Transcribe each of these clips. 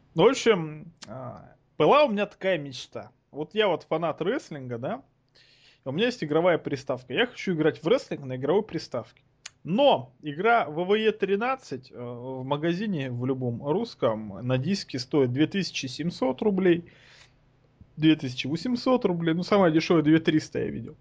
Ну, в общем, была у меня такая мечта. Вот я вот фанат рестлинга, да, и у меня есть игровая приставка. Я хочу играть в рестлинг на игровой приставке. Но игра WWE 13 в магазине в любом русском на диске стоит 2700 рублей, 2800 рублей, ну самая дешевая 2300 я видел.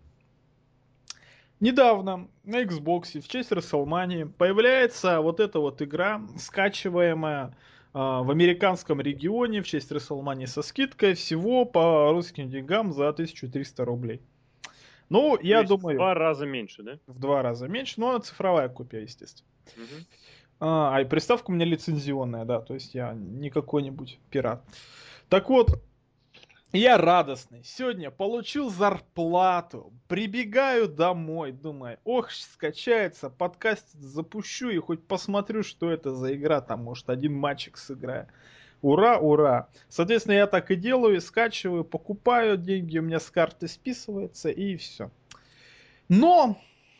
Недавно на Xbox в честь WrestleMania появляется вот эта вот игра, скачиваемая в американском регионе в честь WrestleMania со скидкой всего по русским деньгам за 1300 рублей. Ну, То я есть в думаю, 2 раза меньше, да? в 2 раза меньше, но она цифровая копия, естественно. Мгм. И приставка у меня лицензионная, да, то есть я не какой-нибудь пират. Так вот, я радостный. Сегодня получил зарплату. Прибегаю домой. Думаю, ох, скачается, подкаст запущу и хоть посмотрю, что это за игра. Там, может, один матчик сыграю. Ура, ура. Соответственно, я так и делаю, скачиваю, покупаю, деньги у меня с карты списываются и все. Но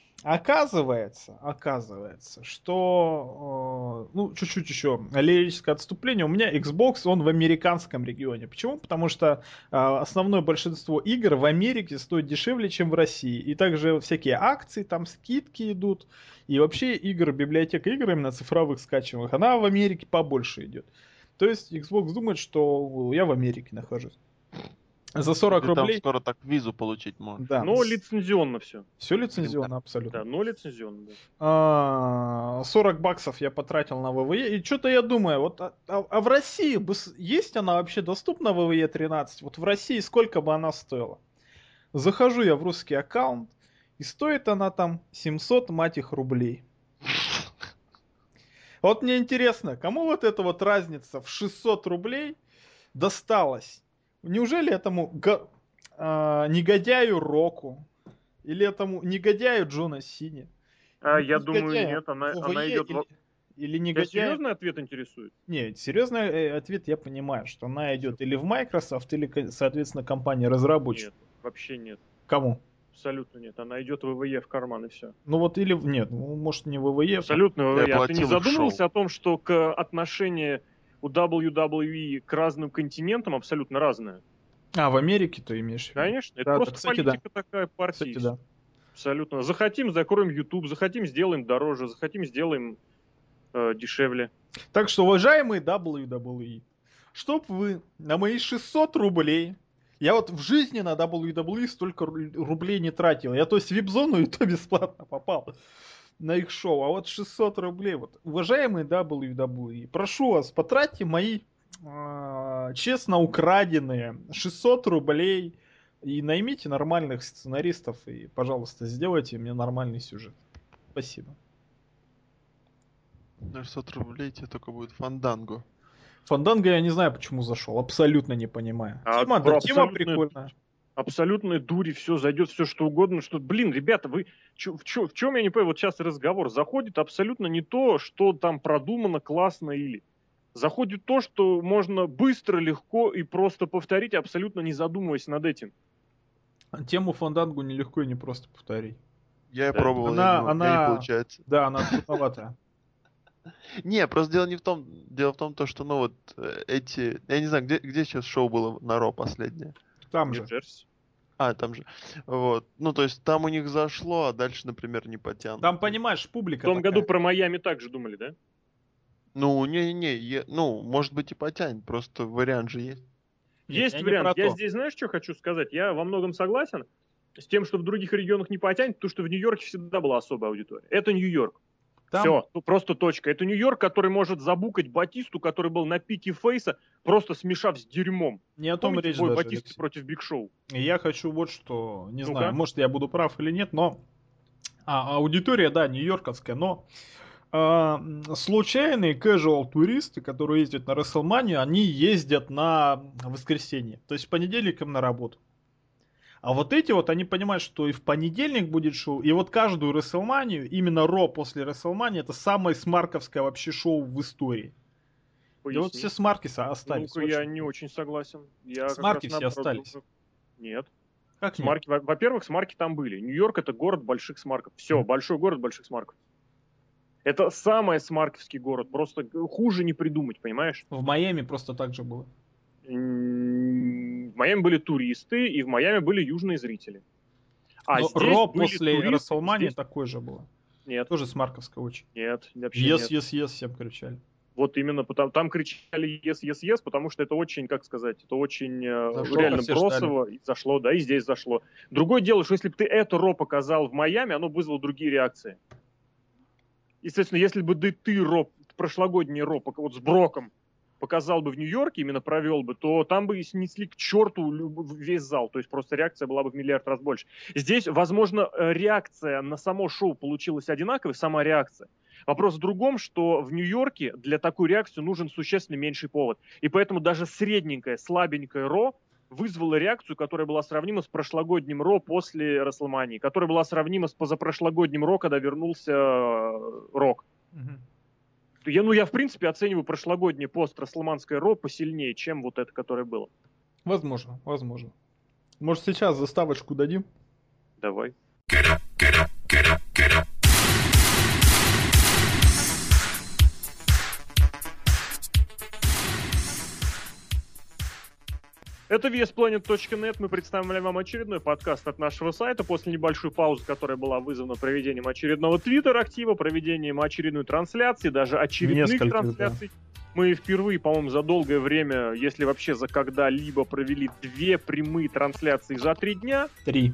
оказывается, что, ну, чуть-чуть еще лирическое отступление. У меня Xbox, он в американском регионе. Почему? Потому что основное большинство игр в Америке стоит дешевле, чем в России. И также всякие акции, там скидки идут. И вообще игр, библиотека игр именно цифровых скачиваемых, она в Америке побольше идет. То есть Xbox думает, что я в Америке нахожусь. За 40 Или там рублей, скоро так визу получить можешь. да, Но лицензионно все. все Блин, да. лицензионно абсолютно. Да, но лицензионно, да. 40 баксов я потратил на ВВЕ, и что-то я думаю, вот, в России есть она вообще доступна ВВЕ 13? Вот в России сколько бы она стоила? Захожу я в русский аккаунт, и стоит она там 700, мать их, рублей. Вот мне интересно, кому вот эта вот разница в 600 рублей досталась? Неужели этому негодяю Року? Или этому негодяю Джона Сини? Я думаю, Негодяям нет, она ВВЕ идет. или Тебя негодяям. серьезный ответ интересует? Не, серьезный ответ я понимаю, что она Все. идет или в Microsoft, или, соответственно, компания разработчик. Нет, вообще нет. Кому? Абсолютно нет. Она идет ВВЕ в карман и все. Ну вот или нет, ну, может не ВВЕ там. Абсолютно Я ВВЕ. А ты не оплатил их шоу. задумывался о том, что к отношение у WWE к разным континентам абсолютно разное? В Америке ты имеешь в виду? Конечно, это Да, да, просто кстати, да. политика такая партии и Кстати, все. да. Абсолютно. Захотим, закроем YouTube, захотим, сделаем дороже, захотим, сделаем дешевле. Так что, уважаемые WWE, чтоб вы на мои 600 рублей, я вот в жизни на WWE столько рублей не тратил. Я то есть в вип-зону и то бесплатно попал на их шоу. А вот 600 рублей, вот, уважаемые WWE, прошу вас, потратьте мои честно украденные 600 рублей и наймите нормальных сценаристов и, пожалуйста, сделайте мне нормальный сюжет. Спасибо. На 600 рублей тебе только будет фанданго. Фанданго я не знаю, почему зашел, абсолютно не понимаю. Тема, да, Про тема абсолютную, прикольная. абсолютной дури все зайдет, все что угодно. Что, блин, ребята, вы в чем я не понимаю, вот сейчас разговор заходит абсолютно не то, что там продумано классно или. Заходит то, что можно быстро, легко и просто повторить, абсолютно не задумываясь над этим. Тему Фандангу нелегко и не просто повторить. Я Да? пробовал, я не Она, получается. да, она трудноватая. Не, просто дело в том, то, что, ну вот, эти, я не знаю, где сейчас шоу было на Ро последнее? Там же. Нью-Джерси. Там же. Вот. Ну, то есть там у них зашло, а дальше, например, не потянут. Там, понимаешь, В публика том году такая. про Майами также думали, да? Ну, не-не-не, ну, может быть и потянет, просто вариант же есть. Нет, я Есть не вариант. про Я то. здесь, знаешь, что хочу сказать? Я во многом согласен с тем, что в других регионах не потянет, потому что в Нью-Йорке всегда была особая аудитория. Это Нью-Йорк. Там, Все, просто точка. Это Нью-Йорк, который может забукать Батисту, который был на пике фейса, просто смешав с дерьмом. не о том Помните речь бой даже, Батисты Алексей. против Биг Шоу? И я хочу вот что, не знаю, Ну-ка. может я буду прав или нет, но аудитория, да, нью-йорковская, но случайные casual туристы, которые ездят на WrestleMania, они ездят на воскресенье. То есть в понедельник им на работу. А вот эти вот, они понимают, что и в понедельник будет шоу, и вот каждую WrestleMania, именно Ро после WrestleMania, это самое смарковское вообще шоу в истории. И вот все Поясни. смарки остались. Ну-ка, Вот я что. не очень согласен. Я как Смарки раз все наоборот остались. думаю. Нет. Как нет? Смарки, во-первых, смарки там были. Нью-Йорк это город больших смарков. Все, большой город больших смарков. Это самый смарковский город. Просто хуже не придумать, понимаешь? В Майами просто так же было. В Майами были туристы, и в Майами были южные зрители. А Но здесь Ро были после туристы, Расселмании здесь... такое же было. Нет, Тоже с Марковской очень. нет, вообще Yes, нет. yes, yes, всем кричали. Вот именно потому, там кричали yes, yes, yes, потому что это очень, как сказать, это очень реально все бросово, и зашло, да, и здесь зашло. Другое дело, что если бы ты это Ро показал в Майами, оно бы вызвало другие реакции. Естественно, если бы ты Ро, прошлогодний Ро, вот с Броком, показал бы в Нью-Йорке, именно провел бы, то там бы снесли к черту весь зал. То есть просто реакция была бы в миллиард раз больше. Здесь, возможно, реакция на само шоу получилась одинаковой, сама реакция. Вопрос в другом, что в Нью-Йорке для такой реакции нужен существенно меньший повод. И поэтому даже средненькое, слабенькое Ро вызвало реакцию, которая была сравнима с прошлогодним Ро после Расселмании, которая была сравнима с позапрошлогодним Ро, когда вернулся Рок. Я, в принципе, оцениваю прошлогоднее пост-расселманское Ро посильнее, чем вот это, которое было. Возможно, возможно. Может, сейчас заставочку дадим? Давай. Это VSPlanet.net. Мы представляем вам очередной подкаст от нашего сайта. После небольшой паузы, которая была вызвана проведением очередного твиттер-актива, проведением очередной трансляции, даже очередных трансляций. Да. Мы впервые, по-моему, за долгое время, если вообще за когда-либо, провели 2 прямые трансляции за 3 дня. 3.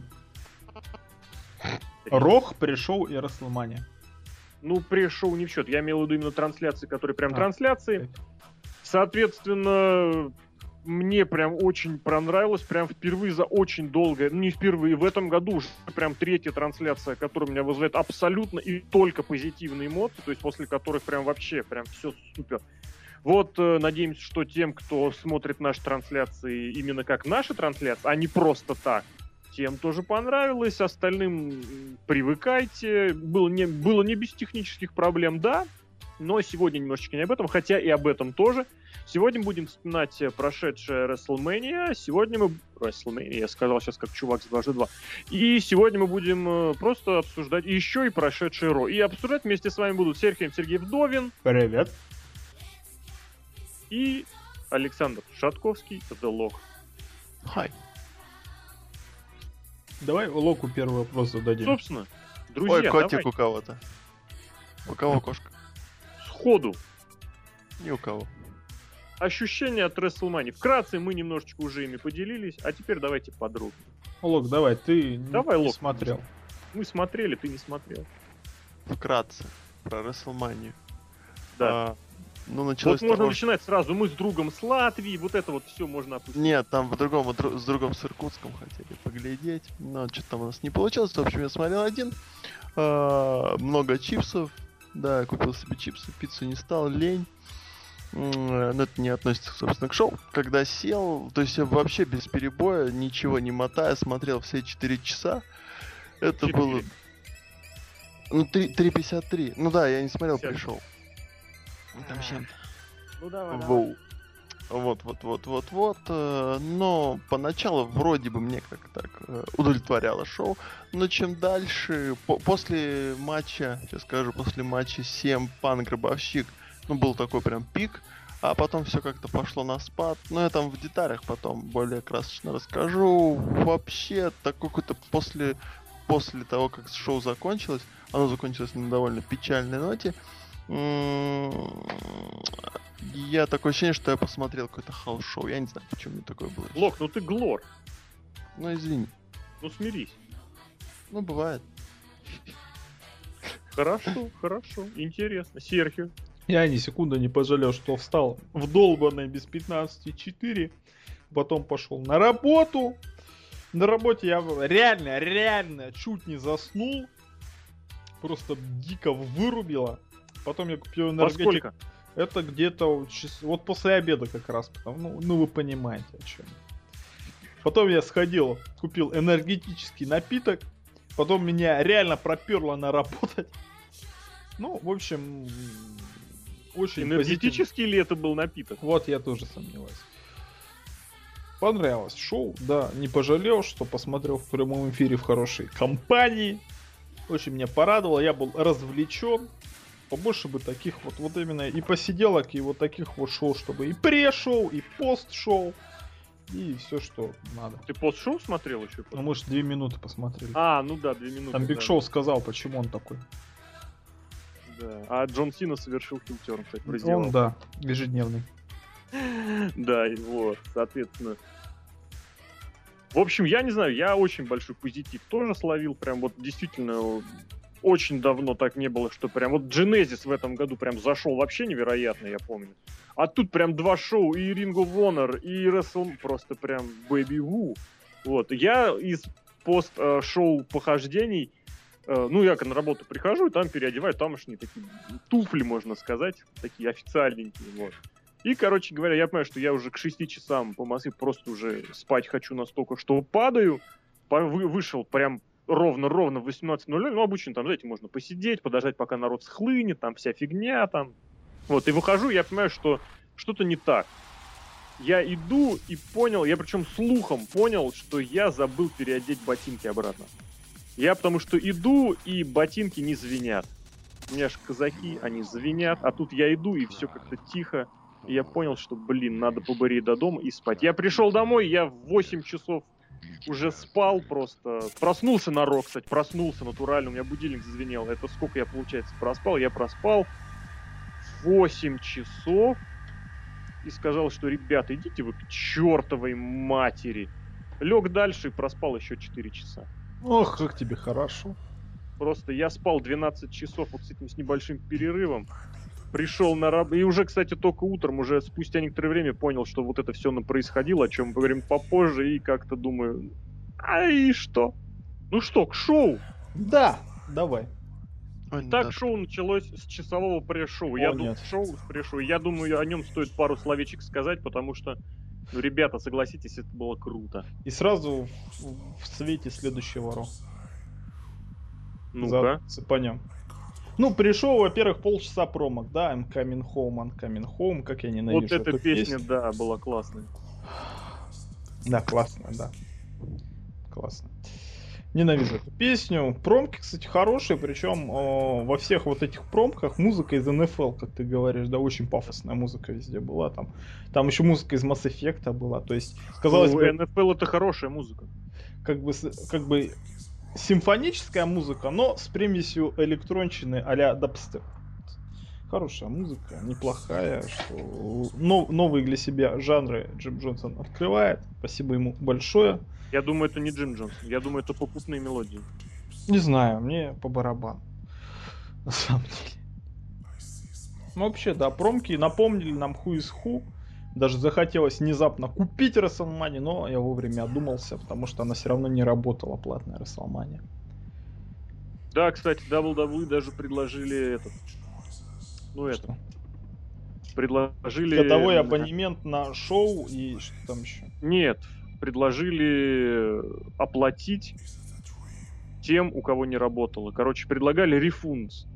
Рох, пришел и Расселмания. Ну, пришел не в счет. Я имел в виду именно трансляции, которые прям трансляции. Соответственно... Мне прям очень понравилось, прям впервые за очень долго, не впервые, в этом году уже прям 3-я трансляция, которая меня вызывает абсолютно и только позитивные эмоции, то есть после которых прям вообще, прям все супер. Вот, надеемся, что тем, кто смотрит наши трансляции именно как наши трансляции, а не просто так, тем тоже понравилось, остальным привыкайте, было не без технических проблем, да, но сегодня немножечко не об этом, хотя и об этом тоже. Сегодня будем вспоминать прошедшее WrestleMania. Я сказал сейчас как чувак с 2G2. И сегодня мы будем просто обсуждать еще и прошедшее Ро. И обсуждать вместе с вами будут Сергей Вдовин. Привет. И Александр Шатковский, The Lock. Хай. Давай Локу первый вопрос зададим. Собственно, друзья, ой, котик давай. У кого-то. У кого кошка? Сходу. Ни у кого. Ощущения от WrestleMania. Вкратце мы немножечко уже ими поделились, а теперь давайте подробнее. Лок, давай, ты давай, не Лок. смотрел. Мы смотрели, ты не смотрел. Вкратце. Про WrestleMania. Да. Началось вот можно начинать сразу. Мы с другом с Латвии, вот это вот все можно опустить. Нет, там по-другому, с другом с Иркутском хотели поглядеть. Но что-то там у нас не получилось. В общем, я смотрел один. Много чипсов. Да, купил себе чипсы, пиццу не стал, лень. Но это не относится, собственно, к шоу. Когда сел, то есть я вообще без перебоя, ничего не мотая, смотрел все 4 часа. Это 4. Было... 3:53. Ну да, я не смотрел, 50. Пришел. Там чем-то. Ну давай. Вот. Но поначалу вроде бы мне как так удовлетворяло шоу. Но чем дальше, после матча, сейчас скажу, после матча 7 Пан Гробовщик, был такой прям пик, а потом все как-то пошло на спад. Но я там в деталях потом более красочно расскажу. Вообще, такой какой-то после того, как шоу закончилось, оно закончилось на довольно печальной ноте. Я такое ощущение, что я посмотрел какое-то хаус-шоу. Я не знаю, почему мне такое было. Лок, ты глор. Извини. Смирись. Бывает. Хорошо. Интересно. Серхио. Я ни секунды не пожалел, что встал в долбанной без 15:04. Потом пошел на работу. На работе я реально чуть не заснул. Просто дико вырубило. Потом я купил энергетик. Это где-то вот после обеда как раз. Вы понимаете о чем. Потом я сходил, купил энергетический напиток. Потом меня реально проперло наработать. В общем, очень энергетический ли это был напиток? Вот я тоже сомневаюсь. Понравилось шоу, да, не пожалел, что посмотрел в прямом эфире в хорошей компании. Очень меня порадовало, я был развлечен. Побольше бы таких вот именно и посиделок, и вот таких вот шоу, чтобы и пре-шоу, и пост-шоу, и все, что надо. Ты пост-шоу смотрел еще? Ну мы ж 2 минуты посмотрели. Ну да, 2 минуты. Там Биг да. Шоу сказал, почему он такой. Да. А Джон Сина совершил хилтерн, кстати, проделал. Он, да, ежедневный. Да, и вот, соответственно. В общем, я не знаю, я очень большой позитив тоже словил, прям вот действительно очень давно так не было, что прям вот Genesis в этом году прям зашел вообще невероятно, я помню. А тут прям 2 шоу, и Ring of Honor, и Wrestle, просто прям Baby Woo. Вот, я из пост-шоу похождений, я на работу прихожу, и там переодеваю тамошние такие туфли, можно сказать, такие официальненькие, вот. И, короче говоря, я понимаю, что я уже к 6 часам по Москве просто уже спать хочу настолько, что падаю. Вышел прям ровно в 18:00. Ну, обычно там, знаете, можно посидеть, подождать, пока народ схлынет, там вся фигня там. Вот, и выхожу, я понимаю, что что-то не так. Я иду и понял, я причем слухом понял, что я забыл переодеть ботинки обратно. Я потому что иду, и ботинки не звенят. У меня же казаки, они звенят, а тут я иду, и все как-то тихо. И я понял, что, надо побырее до дома и спать. Я пришел домой, я в 8 часов уже спал просто. Проснулся на рок, кстати, проснулся натурально. У меня будильник зазвенел. Это сколько я, получается, проспал? Я проспал 8 часов и сказал, что, ребята, идите вы к чертовой матери. Лег дальше и проспал еще 4 часа. Ох, как тебе хорошо. Просто я спал 12 часов вот с этим с небольшим перерывом. Пришел на работу. И уже, кстати, только утром, уже спустя некоторое время понял, что вот это все происходило, о чем мы поговорим попозже, и как-то думаю, и что? Ну что, к шоу? Да, давай. Так шоу началось с часового пресс-шоу. Я думаю, шоу с пресс-шоу. Я думаю, о нем стоит пару словечек сказать, потому что, ребята, согласитесь, это было круто. И сразу в свете следующего ро. Ну-ка. Цепанем. Ну, пришел, во-первых, полчаса промок, да, I'm coming home, как я ненавижу вот эта эту песня, песню. да, была классная. Да, классная, да. Классно. Ненавижу эту песню. Промки, кстати, хорошие, причем во всех вот этих промках музыка из NFL, как ты говоришь, да, очень пафосная музыка везде была. Там еще музыка из Mass Effect была, то есть, казалось бы... NFL это хорошая музыка. Как бы симфоническая музыка, но с примесью электронщины а-ля дабстеп. Хорошая музыка, неплохая, что новые для себя жанры Джим Джонсон открывает. Спасибо ему большое. Я думаю, это не Джим Джонсон, я думаю, это попутные мелодии. Не знаю, мне по барабану. На самом деле. Ну, вообще, да, промки напомнили нам Who is Who. Даже захотелось внезапно купить WrestleMania, но я вовремя одумался, потому что она все равно не работала, платная WrestleMania. Да, кстати, WWE даже предложили Что? Предложили... Годовой абонемент на шоу и что там еще? Нет, предложили оплатить тем, у кого не работало. Короче, предлагали refunds.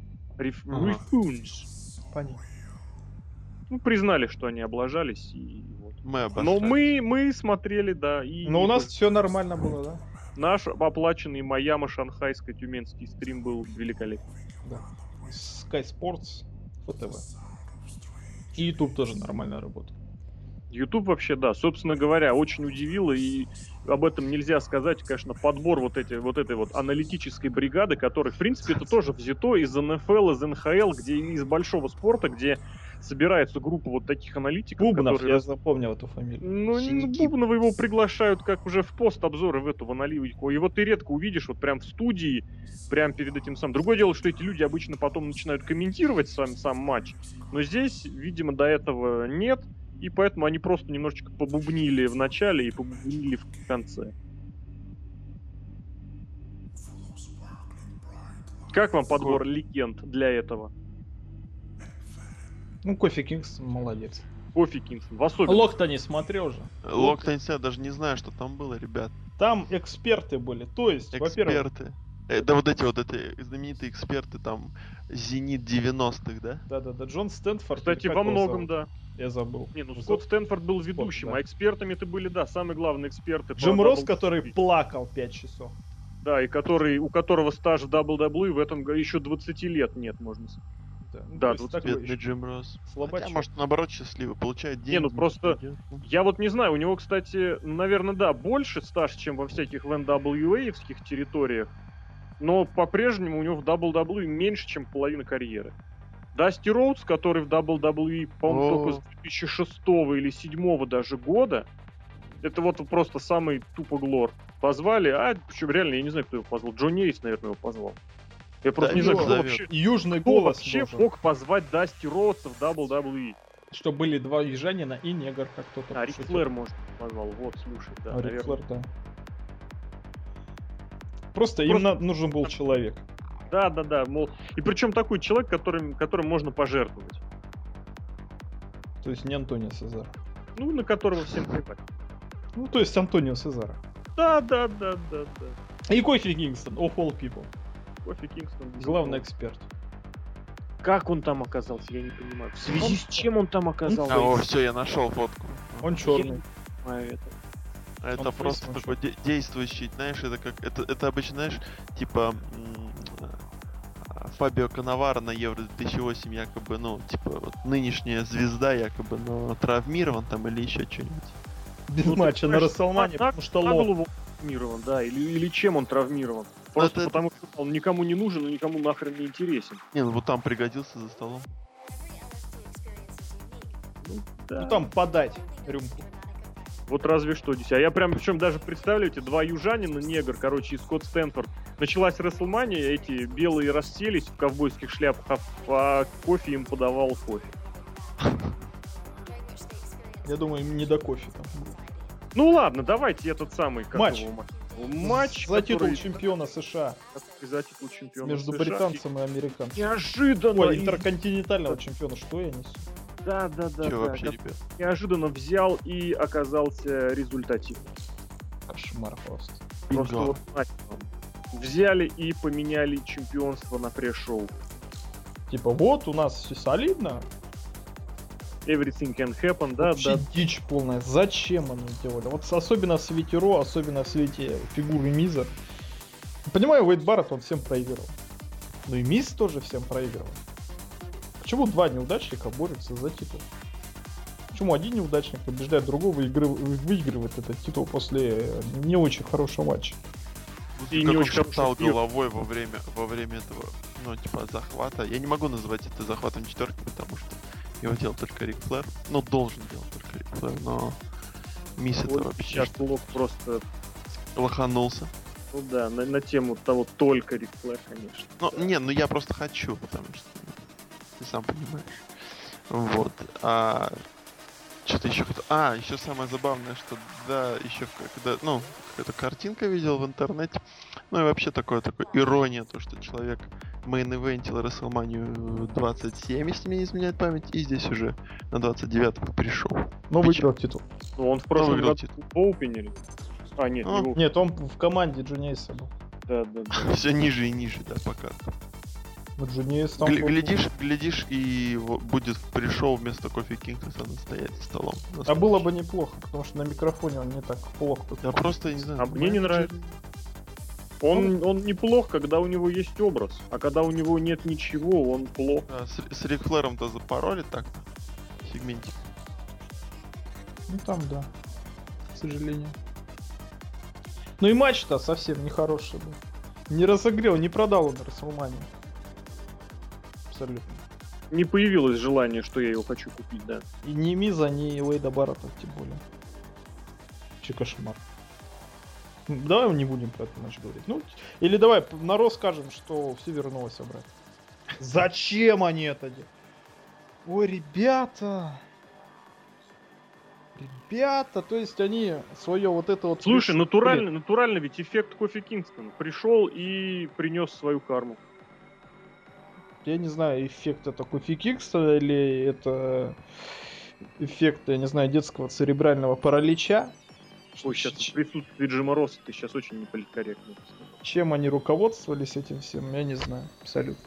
Refunds. Понятно. Признали, что они облажались. И вот. Но мы смотрели, да. Но у нас все нормально было, да? Наш оплаченный Майами-Шанхайско-Тюменский стрим был великолепный. Да. Sky Sports, ФТВ. И YouTube тоже нормально работал. YouTube вообще, да, собственно говоря, очень удивило, и об этом нельзя сказать, конечно, подбор вот этой аналитической бригады, которая, в принципе, это тоже взято из НФЛ, из НХЛ, где из большого спорта, где собирается группа вот таких аналитиков. Бубнов, которые... я запомнил эту фамилию. Бубнова его приглашают как уже в пост-обзоры в аналитику, и вот ты редко увидишь вот прям в студии, прям перед этим самым. Другое дело, что эти люди обычно потом начинают комментировать сам матч, но здесь, видимо, до этого нет. И поэтому они просто немножечко побубнили в начале и побубнили в конце. Как вам подбор легенд для этого? Ну, Кофи Кингстон молодец. Кофи Кингстон, в особенности. Лок-то не смотрел же. Лок-то я даже не знаю, что там было, ребят. Там эксперты были, то есть, во-первых... Эксперты. Да, вот эти знаменитые эксперты, там, Зенит 90-х, да? Да-да-да, Джон Стэнфорд. Кстати, во многом, да. Я забыл. Скотт Стэнфорд был ведущим, да. А экспертами-то были, да, самые главные эксперты. Джим Росс, который плакал 5 часов. Да, и у которого стаж в WWE в этом еще 20 лет нет, можно сказать. да. Ну, Да, то есть такой Бедный еще Джим Росс. слабачок. Хотя, может, наоборот, счастливый, получает деньги. ну просто идет. Я вот не знаю, у него, кстати, наверное, да, больше стаж, чем во всяких в NWA-евских территориях, но по-прежнему у него в WWE меньше, чем половина карьеры. Дасти Роудс, который в WWE, по-моему, только с 2006 или 2007 даже года, это вот просто самый тупо глор. Позвали, причем реально, я не знаю, кто его позвал. Джонни Эйс, наверное, его позвал. Я просто не знаю, кто зовет. вообще, Южный кто голос вообще должен. мог позвать Дасти Роудса в WWE. Что были два южанина и негр, как кто-то Рик пошутил. Флэр, может, позвал. Вот, слушай, да, Рик наверное. Флэр, да. Просто им нужен был человек. Да, мол. И причем такой человек, которым можно пожертвовать. То есть не Антонио Сезаро. Ну, на которого всем плевать. Ну, то есть Антонио Сезаро. Да. И Кофи Кингстон, of all people. Кофи Кингстон. Главный эксперт. Как он там оказался, я не понимаю. В связи с чем он там оказался? Все, я нашел фотку. Он черный. Это Он просто фейс, такой действующий, знаешь, это как это обычно, знаешь, типа Фабио Канаваро на Евро 2008 якобы, ну, типа вот нынешняя звезда якобы, но травмирован там или еще что-нибудь. Без матча на Расселмане, потому что лох. голову травмирован, да, или чем он травмирован? Просто потому что он никому не нужен и никому нахрен не интересен. Не, ну вот там пригодился за столом. Да. Ну там подать рюмку. Вот разве что здесь. А я прям, причем даже представляете, два южанина, негр, короче, и Скотт Стэнфорд. Началась Расселмания, эти белые расселись в ковбойских шляпах, а кофе им подавал кофе. Я думаю, им не до кофе там. Ну ладно, давайте этот самый... Матч. Матч, за который- титул чемпиона США За титул чемпиона между США. британцем и американцем. Неожиданно. Ой, и- интерконтинентального чемпиона, что я несу? Да. Че вообще, ребят? Неожиданно взял и оказался результативным. Кошмар просто. Просто Бинго. вот знаете, взяли и поменяли чемпионство на пресс-шоу. Типа, вот у нас все солидно. Everything can happen, да, Вообще да. дичь полная. Зачем они делали? Вот особенно в свете Ро, особенно в свете фигуры Миза. Понимаю, Уэйд Барретт, он всем проигрывал. Ну и Миз тоже всем проигрывал. Почему два неудачника борются за титул? Почему один неудачник побеждает другого и выигрывает этот титул после не очень хорошего матча? И Как не он очень шептал хороший головой во время этого, ну, типа, захвата. Я не могу назвать это захватом четверки, потому что его делал только Рик Флэр. Ну, должен делать только Рик Флэр, но Мисс это Вот вообще сейчас блок просто, лоханулся. ну да, на тему того только Рик Флэр, конечно. Ну, Да. не, ну я просто хочу, потому что ты сам понимаешь. Вот. Что-то еще еще самое забавное, что да, еще когда, ну, какая-то картинка видел в интернете. Ну и вообще такое ирония, то, что человек мейн-ивентил WrestleMania 27, если мне не изменяет память, и здесь уже на 29-м пришел. Но выиграл титул. Ну, он в прошлом выиграл году в Оупенере. Нет, А, не в Нет, он в команде Джунейса был. Да. Все ниже и ниже, да, пока. Но Джунейс там... Глядишь, и будет пришел вместо Кофи Кингстона стоять за столом. А было бы неплохо, потому что на микрофоне он не так плохо. Да просто, я не знаю. А мне не менеджер- нравится. Он неплох, когда у него есть образ, а когда у него нет ничего, он плох. Да, с Рик Флэром-то запороли так-то. Сегментик. Ну там, да. К сожалению. Ну и матч-то совсем нехороший был. Не разогрел, не продал он Расселманию. Абсолютно. Не появилось желания, что я его хочу купить, да. И ни Миза, ни Уэйда Барретта, тем более. Че кошмар. Давай не будем про этот матч говорить. Ну, или давай на Ро скажем, что все вернулось обратно. Зачем они это делают? Ой, ребята. Ребята, то есть они свое вот это вот... Слушай, пришли. натурально ведь эффект Кофи Кингстона. Пришел и принес свою карму. Я не знаю, эффект это Кофи Кингстона или это эффект, я не знаю, детского церебрального паралича. Ой, сейчас в присутствии Джима Росса ты сейчас очень неполиткорректно. Чем они руководствовались этим всем, я не знаю, абсолютно.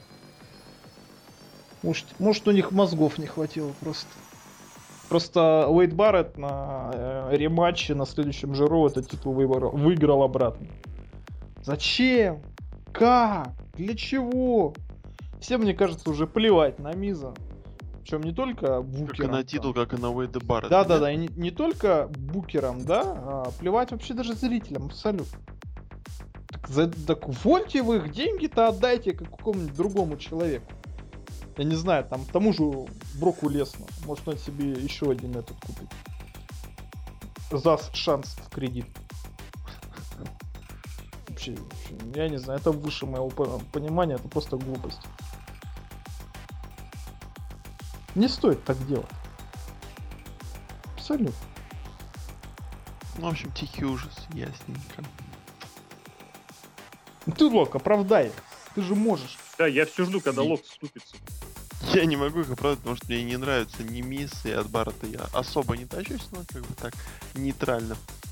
Может у них мозгов не хватило просто. Просто Уэйд Барретт на рематче на следующем Жиро этот титул выиграл обратно. Зачем? Как? Для чего? Всем, мне кажется, уже плевать на Миза. Причем не только Как и букерам. на титул, как и на Уэйда Барретта. Да-да-да, и не только букерам, да, а плевать вообще даже зрителям, абсолютно. Так вольте вы их деньги-то отдайте какому-нибудь другому человеку. Я не знаю, там, тому же Броку Леснару. Может, он себе еще один этот купит. За шанс в кредит. Вообще, я не знаю, это выше моего понимания, это просто глупость. Не стоит так делать. Абсолютно. Ну, в общем, тихий ужас, ясненько. Ты, Лок, оправдай их. Ты же можешь. Да, я все жду, когда Лок вступится. Я не могу их оправдать, потому что мне не нравится ни Мисс, и от Барретта я особо не тащусь, но как бы так нейтрально.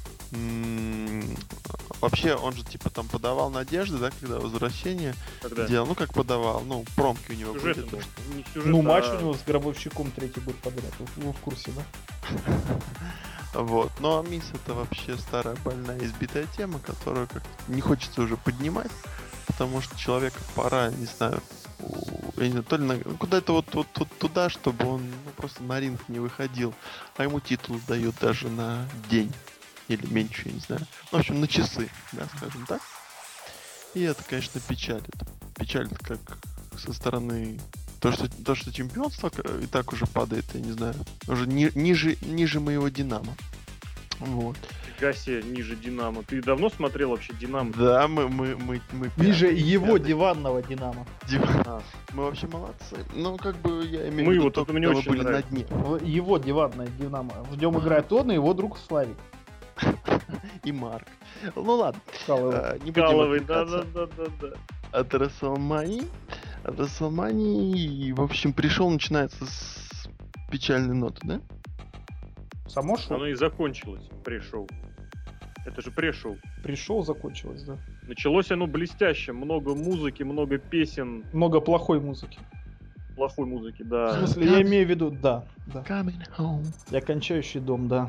Вообще, он же типа там подавал надежды, да, когда возвращение Когда? делал. Ну, как подавал, ну, промки у него Сюжет были. был. то, что- Не сюжет, Ну, матч а- у него с Гробовщиком третий год подряд. Вы в курсе, да? Вот. Ну, а Мисс это вообще старая больная избитая тема, которую как не хочется уже поднимать, потому что человека пора, не знаю, я не знаю, то ли куда-то вот туда, чтобы он просто на ринг не выходил, а ему титул дают даже на день или меньше, я не знаю. Ну, в общем, на часы, да, скажем так. И это, конечно, печалит. Печалит как со стороны то, что чемпионство и так уже падает, я не знаю, уже ниже моего Динамо. Вот. Фига себе, ниже Динамо. Ты давно смотрел вообще Динамо? Да, мы Ниже пятый, его пятый. диванного Динамо. А, Мы вообще молодцы. Ну, как бы я имею Мы в виду вот то, это мне когда мы очень были нравится. на дне. Его диванное Динамо. В нем играет он и его друг Славик. И Марк. Ну ладно, Каловый. не будем Каловый, отвлекаться да. от WrestleMania. От WrestleMania, и, в общем, пришел, начинается с печальной ноты, да? Само шоу. Оно и закончилось, пришел. Это же пришел. Пришел, закончилось, да. Началось оно блестяще. Много музыки, много песен. Много плохой музыки. Плохой музыки, В да. смысле, я имею в виду, да. Coming home. Я кончающий дом, да.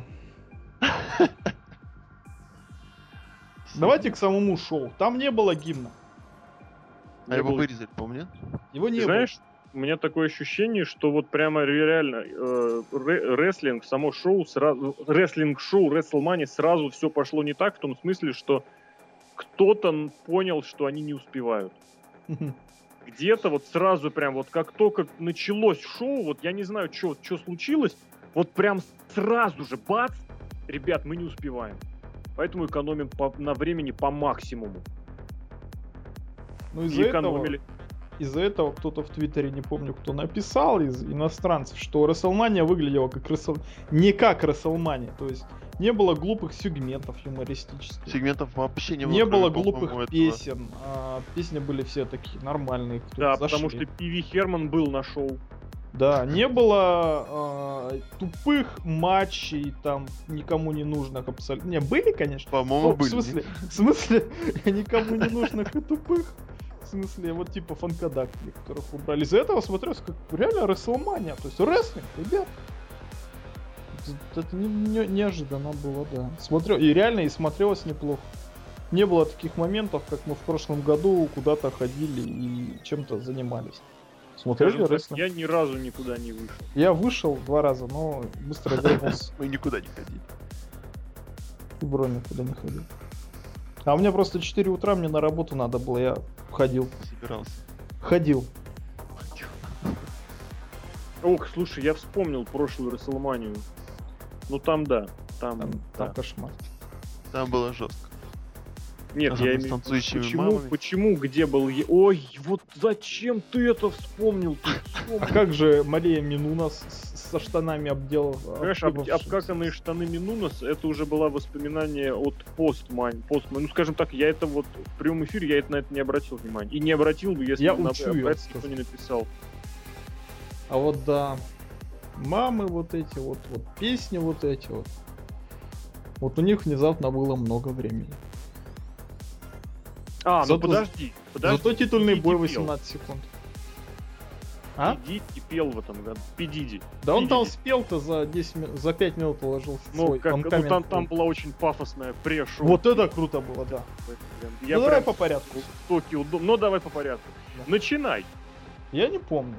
Давайте к самому шоу. Там не было гимна. А Не его было. вырезали, помню? Его не Ты было. знаешь, у меня такое ощущение, что вот прямо реально рестлинг, само шоу, сразу, рестлинг-шоу, WrestleMania сразу все пошло не так, в том смысле, что кто-то понял, что они не успевают. Где-то вот сразу прям вот как только началось шоу, вот я не знаю, что случилось, вот прям сразу же, бац, ребят, мы не успеваем. Поэтому экономим на времени по максимуму. Ну, И экономили. из-за этого кто-то в Твиттере, не помню, кто написал из иностранцев, что WrestleMania выглядела как не как WrestleMania. То есть не было глупых сегментов юмористических. Сегментов вообще не было. Не было кроме, глупых по-моему, этого. песен. Песни были все такие нормальные. кто Да, зашли. потому что Пиви Херман был на шоу. Да, не было тупых матчей, там, никому не нужных абсолютно. Не, были, конечно. По-моему, Ну, были. в смысле, никому не нужных и тупых. В смысле, вот типа фанкадакли, которых убрали. Из-за этого смотрелось как реально WrestleMania. То есть рестлинг, ребят. Это неожиданно было, да. Смотрел, и реально и смотрелось неплохо. Не было таких моментов, как мы в прошлом году куда-то ходили и чем-то занимались. Смотрели Скажем так, рестлинг? я ни разу никуда не вышел. Я вышел 2 раза, но быстро вернулся. Мы никуда не ходили. И бро никуда не ходил. А у меня просто 4 утра, мне на работу надо было, я ходил. Собирался. Ходил. Ох, слушай, я вспомнил прошлую Расселманию. Ну там да. Там Там кошмар. Там было жестко. Нет, Особенно я с имею в виду, танцующими мамами. почему, где был... Ой, вот зачем ты это вспомнил? А как же Мария Минуна со штанами обделав? Понимаешь, обкаканные штаны Минунас, это уже было воспоминание от постман. Ну, скажем так, я это вот в прямом эфире, я на это не обратил внимания. И не обратил бы, если Я бы учу, я про это скажу. никто не написал. А вот да, мамы вот эти вот песни вот эти вот. Вот у них внезапно было много времени. А, ну Зато- подожди. Зато титульный Пиди бой пел. 18 секунд. А? Пи пел в этом году. Пидиди. Да он там Пидиди. спел-то за 5 минут уложил Ну, свой как, ну онкомент. там была очень пафосная пресс-шоу. Вот это круто было, да. Я Ну давай прям по порядку. в Токио. Ну давай по порядку. Да. Начинай. Я не помню.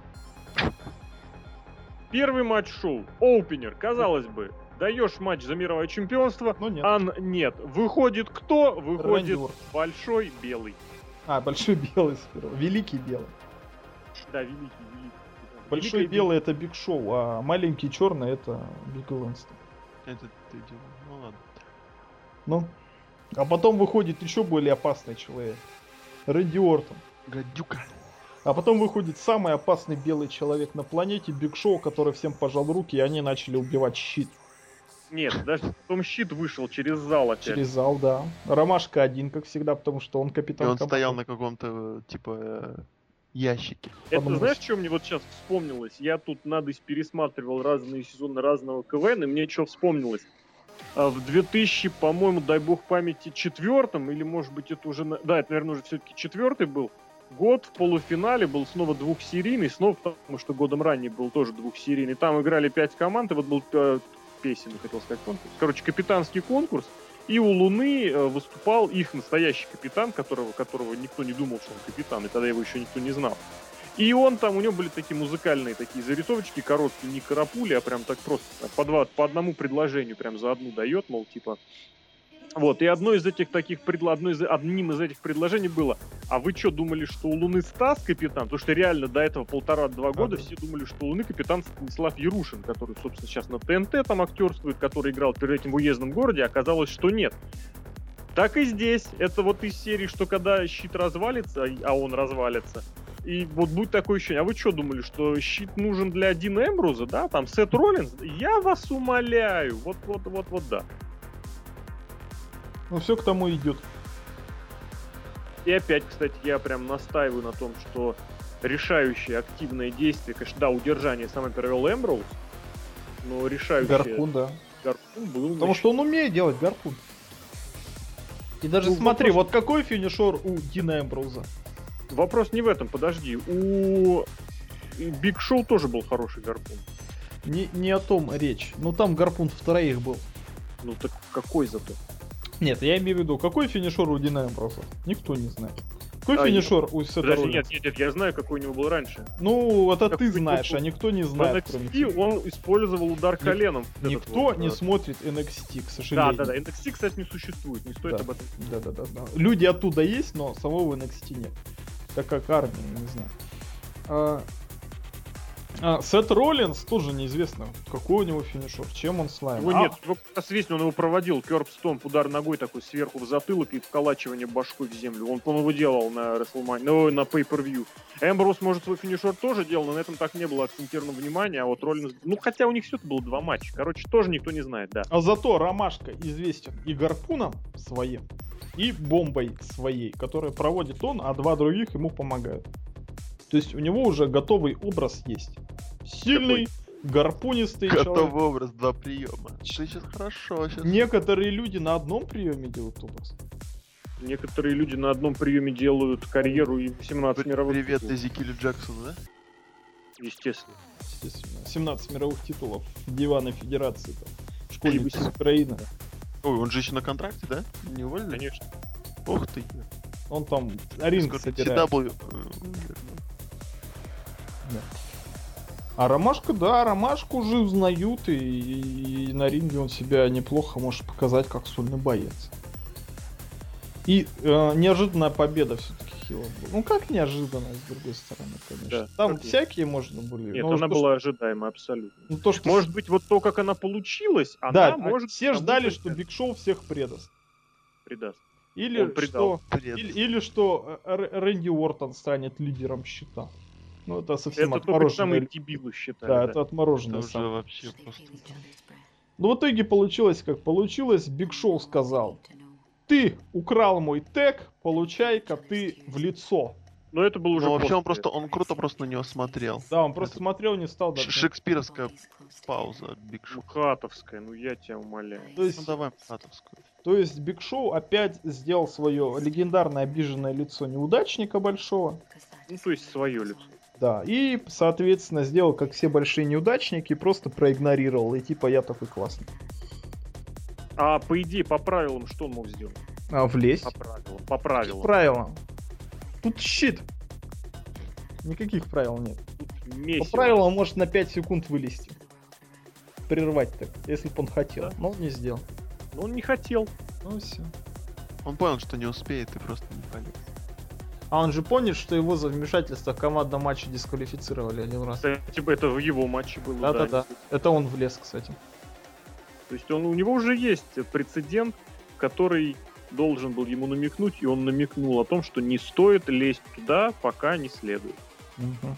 Первый матч шоу. Оупенер, казалось бы. Даешь матч за мировое чемпионство, Но нет. нет. Выходит кто? Рэнди Выходит Ортон. Большой Белый. А, большой белый сперва. Великий белый. Да, великий. Большой Великий белый это Биг Шоу, а маленький черный это Биг Лэнстон. Это ты делал. Ну ладно. Ну. А потом выходит еще более опасный человек. Рэнди Ортон. Гадюка. А потом выходит самый опасный белый человек на планете, Биг Шоу, который всем пожал руки, и они начали убивать щит. Нет, даже потом щит вышел через зал опять. Через зал, да. Ромашка один, как всегда, потому что он И капитан он команды. стоял на каком-то, типа, ящике. Это Подумалось. знаешь, что мне вот сейчас вспомнилось? Я тут надысь пересматривал разные сезоны разного КВН, и мне что вспомнилось? В 2000, по-моему, дай бог памяти, 4-м, или может быть это уже... Да, это, наверное, уже все-таки 4-й был. Год в полуфинале был снова двухсерийный, снова потому что годом ранее был тоже двухсерийный. Там играли 5 команд, и вот был песен, хотел сказать, конкурс. Короче, капитанский конкурс. И у Луны выступал их настоящий капитан, которого никто не думал, что он капитан, и тогда его еще никто не знал. И он там, у него были такие музыкальные такие зарисовочки короткие, не карапули, а прям так просто по одному предложению прям за одну дает, мол, типа... Вот, и одним из этих предложений было: а вы что, думали, что у Луны Стас капитан? Потому что реально до этого 1,5-2 года все думали, что у Луны капитан Станислав Ярушин, который, собственно, сейчас на ТНТ там актерствует, который играл перед этим в «Уездном городе», оказалось, что нет. Так и здесь. Это вот из серии, что когда щит развалится, а он развалится, и вот будет такое ощущение: а вы что думали, что щит нужен для Дина Эмбруза, да? Там Сет Роллинс? Я вас умоляю. Вот, да. Ну все к тому идет. И опять, кстати, я прям настаиваю на том, что решающее активное действие, конечно, да, удержание самое провел Эмброуз, но решающее... Гарпун, да. Гарпун был... Потому что он умеет делать гарпун. И даже Ну, смотри, вопрос- вот какой финишер у Дина Эмброуза. Вопрос не в этом, подожди. У Биг Шоу тоже был хороший гарпун. Не о том речь. Ну там гарпун в троих был. Ну так какой зато? Нет, я имею в виду, какой финишер у Дина Эмброуза? Никто не знает. Какой А, финишер у Сета Подожди, Роллинса? нет, я знаю, какой у него был раньше. Ну, это Как ты бы знаешь, никто- а никто не В знает, кроме тебя. NXT он использовал удар коленом. Вот этот Никто вот, не э, смотрит NXT, к сожалению. Да. NXT, кстати, не существует. Не стоит Да. об этом. Да. Люди оттуда есть, но самого NXT нет. Так как армия, не знаю. Сет Роллинс тоже неизвестно, какой у него финишер, чем он славен. Его нет, его как раз весь он его проводил. Кёрб Стомп, удар ногой такой сверху в затылок и вколачивание башкой в землю. Он, по-моему, делал на WrestleMania, ну, на Pay-Per-View. Эмброуз, может, свой финишер тоже делал, но на этом так не было акцентировано внимания, а вот Роллинс... Ну, хотя у них все-таки было 2 матча. Короче, тоже никто не знает, да. А зато Ромашка известен и гарпуном своим, и бомбой своей, которую проводит он, а 2 других ему помогают. То есть у него уже готовый образ есть. Сильный, гарпунистый человек. Готовый образ, 2 приема. Ты сейчас хорошо, сейчас. Некоторые люди на одном приеме делают образ. Некоторые люди на одном приеме делают карьеру и 17 мировых Привет титулов. Эзекилю Джексону, да? Естественно. Естественно. 17 мировых титулов дивана федерации. Там, школьники Спасибо. из Украины. Ой, он же еще на контракте, да? Не уволили? Конечно. Ух ты. Он там ринг собирает. CW. А Ромашка, да, Ромашку уже узнают, и на ринге он себя неплохо может показать как сольный боец. И неожиданная победа все-таки Хилла была. Ну как неожиданная, с другой стороны, конечно. Да, Там как всякие можно были. Нет, но она то, была ожидаема абсолютно. ну, то, что... Может быть, вот то, как она получилась, Да, она может... все ждали, кому-то что Биг Шоу всех предаст. предаст. Или Он предал. что, Привет. или что Рэнди Уортон станет лидером щита. Ну это совсем Это только отмороженное. самые дебилы считают. Да, да. это отмороженное. Это уже самое. вообще просто... Но в итоге получилось как получилось. Биг Шоу сказал: ты украл мой тег, получай-ка ты в лицо. Но это был уже Ну вообще после. он круто просто на него смотрел. Да, он просто смотрел, не стал даже. Шекспировская пауза от Биг Шоу. Мхатовская, ну я тебя умоляю. То есть, Ну давай Патовскую. то есть Биг Шоу опять сделал свое легендарное обиженное лицо неудачника большого. Ну, то есть свое лицо. Да, и, соответственно, сделал, как все большие неудачники, просто проигнорировал. И типа, я такой классный. А по идее, по правилам, что он мог сделать? А влезть? По правилам. По правилам. Правило. Тут щит. Никаких правил нет. Тут По месиво. правилам он может на 5 секунд вылезти. Прервать так, если бы он хотел. Да. Но он не сделал. Но он не хотел. Ну все. Он понял, что не успеет и просто не полез. А он же помнит, что его за вмешательство в командном матче дисквалифицировали один раз. Кстати, это в его матче было. Да-да-да. Это он влез, кстати. То есть у него уже есть прецедент, который должен был ему намекнуть, и он намекнул о том, что не стоит лезть туда, пока не следует. Мгм.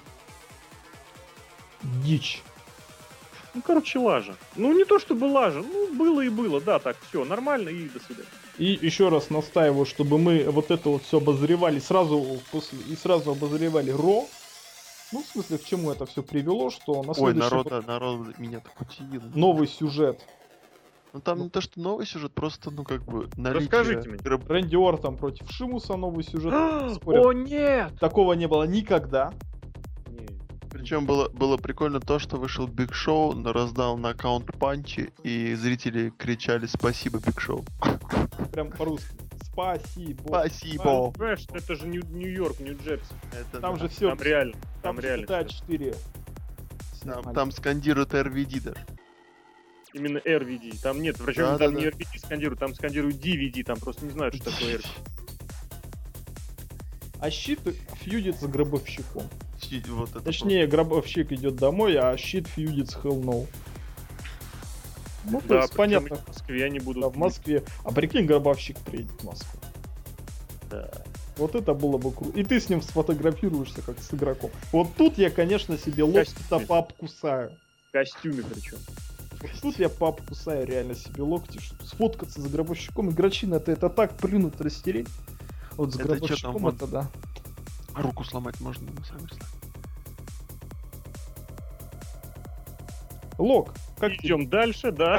Дичь. Ну, короче, лажа. Ну, не то чтобы лажа, ну, было и было, да, так, все, нормально, и до свидания. И еще раз настаиваю, чтобы мы вот это вот все обозревали сразу после и сразу обозревали Ро. Ну, в смысле, к чему это все привело, что на Ой, следующий народ меня так утилил. новый сюжет. Ну там не то, что новый сюжет, просто, ну как бы, наличие... Расскажите мне. Рэнди Ортон против Шимуса, новый сюжет. Спорят. О, нет! Такого не было никогда. Причем было прикольно то, что вышел Биг Шоу, раздал нокаут панчи, и зрители кричали «Спасибо, Биг Шоу». Прям по-русски. Спасибо. Спасибо. Понимаешь, это же Нью-Йорк, Нью-Джерси. Это Там да. же все. Там реально, Там там реально. GTA всё. 4. Там скандируют RVD даже. Именно RVD. Там нет, причем Да, там да, не да. RVD скандируют, там скандируют DVD, там просто не знают, что такое RVD. А щит фьюдит с гробовщиком. Вот это Точнее, гробовщик идет домой, а щит фьюдит с Hell No. Ну, то Да, есть, причем понятно, и в Москве они будут. да, в Москве. А прикинь, гробовщик приедет в Москву. Да. Вот это было бы круто. И ты с ним сфотографируешься, как с игроком. Вот тут я, конечно, себе локти-то пообкусаю. В костюме причем. Вот тут я пообкусаю реально себе локти, чтобы сфоткаться за гробовщиком. Игрочина-то это так плюнуть, растереть. Вот с Это чё там, гробовщиком вот? это да. Руку сломать можно на самом деле. Лок, как тебе? Идем дальше, да.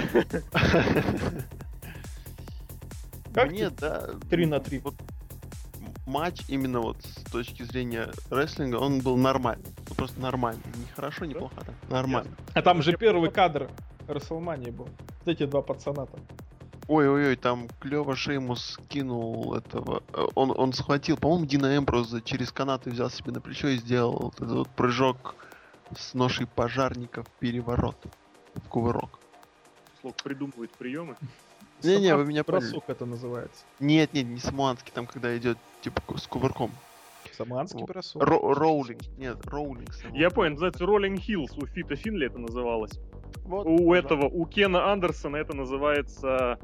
Как Мне, тебе? да. 3 на 3. Вот матч именно вот с точки зрения рестлинга, он был нормальный. Ну, просто нормальный. Не хорошо, не Да? плохо, да. Нормально. А там же Я первый просто- кадр Расселмании был. Вот эти два пацана там. Ой-ой-ой, там клево Шеймус кинул этого. Он схватил, по-моему, Дина Эмброза через канаты, взял себе на плечо и сделал вот этот вот прыжок с ношей пожарников, переворот. В кувырок. Слог придумывает приемы. Не-не, вы меня поняли. Бросок это называется. Нет, не самуанский, там когда идет типа с кувырком. Саманский Вот. бросок. Роулинг. Нет, роулинг. Я понял, называется Rolling Hills. У Фита Финли это называлось. Вот, У этого, у Кена Андерсона это называется...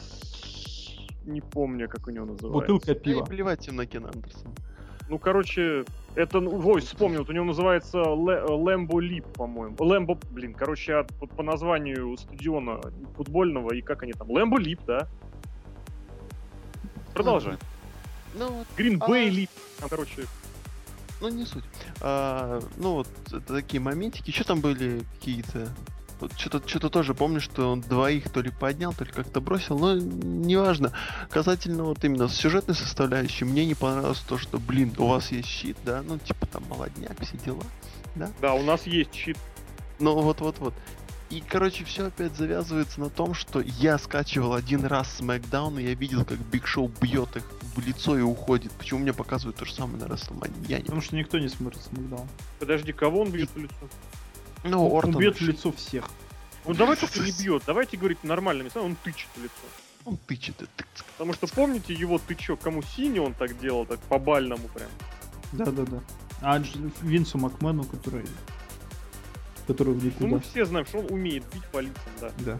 Не помню, как у него называется. Бутылка Да и пива. плевать им на Кена Андерсона. Ну, короче, это... Ой, вспомнил, вот у него называется Лэмбо Лип, по-моему. Лэмбо, блин, короче, по названию стадиона футбольного, и как они там? Лэмбо Лип, да? Продолжай. Ну, вот, Грин Бэй А. Лип. Там, короче, ну не суть. Ну вот, это такие моментики. Еще там были какие-то... Вот что-то тоже помню, что он двоих то ли поднял, то ли как-то бросил, но неважно. Касательно вот именно сюжетной составляющей, мне не понравилось то, что, блин, у вас есть щит, да, ну типа там молодняк, все дела, да? да, у нас есть щит. Ну вот. И, короче, все опять завязывается на том, что я скачивал один раз SmackDown, и я видел, как Биг Шоу бьет их в лицо и уходит. Почему мне показывают то же самое на WrestleMania? Я не Потому что никто не смотрит Смакдаун. Подожди, кого он бьет в лицо? Ну, Он Ортон бьет в вообще, лицо всех. Ну давай только не бьет, давайте говорить нормальными словами, он тычет в лицо. он тычет и тык. Потому что помните его тычок, кому синий он так делал, так по-бальному прям. Да. А Винсу Макмену, который в Ну никуда. мы все знаем, что он умеет бить по лицам, да. Да.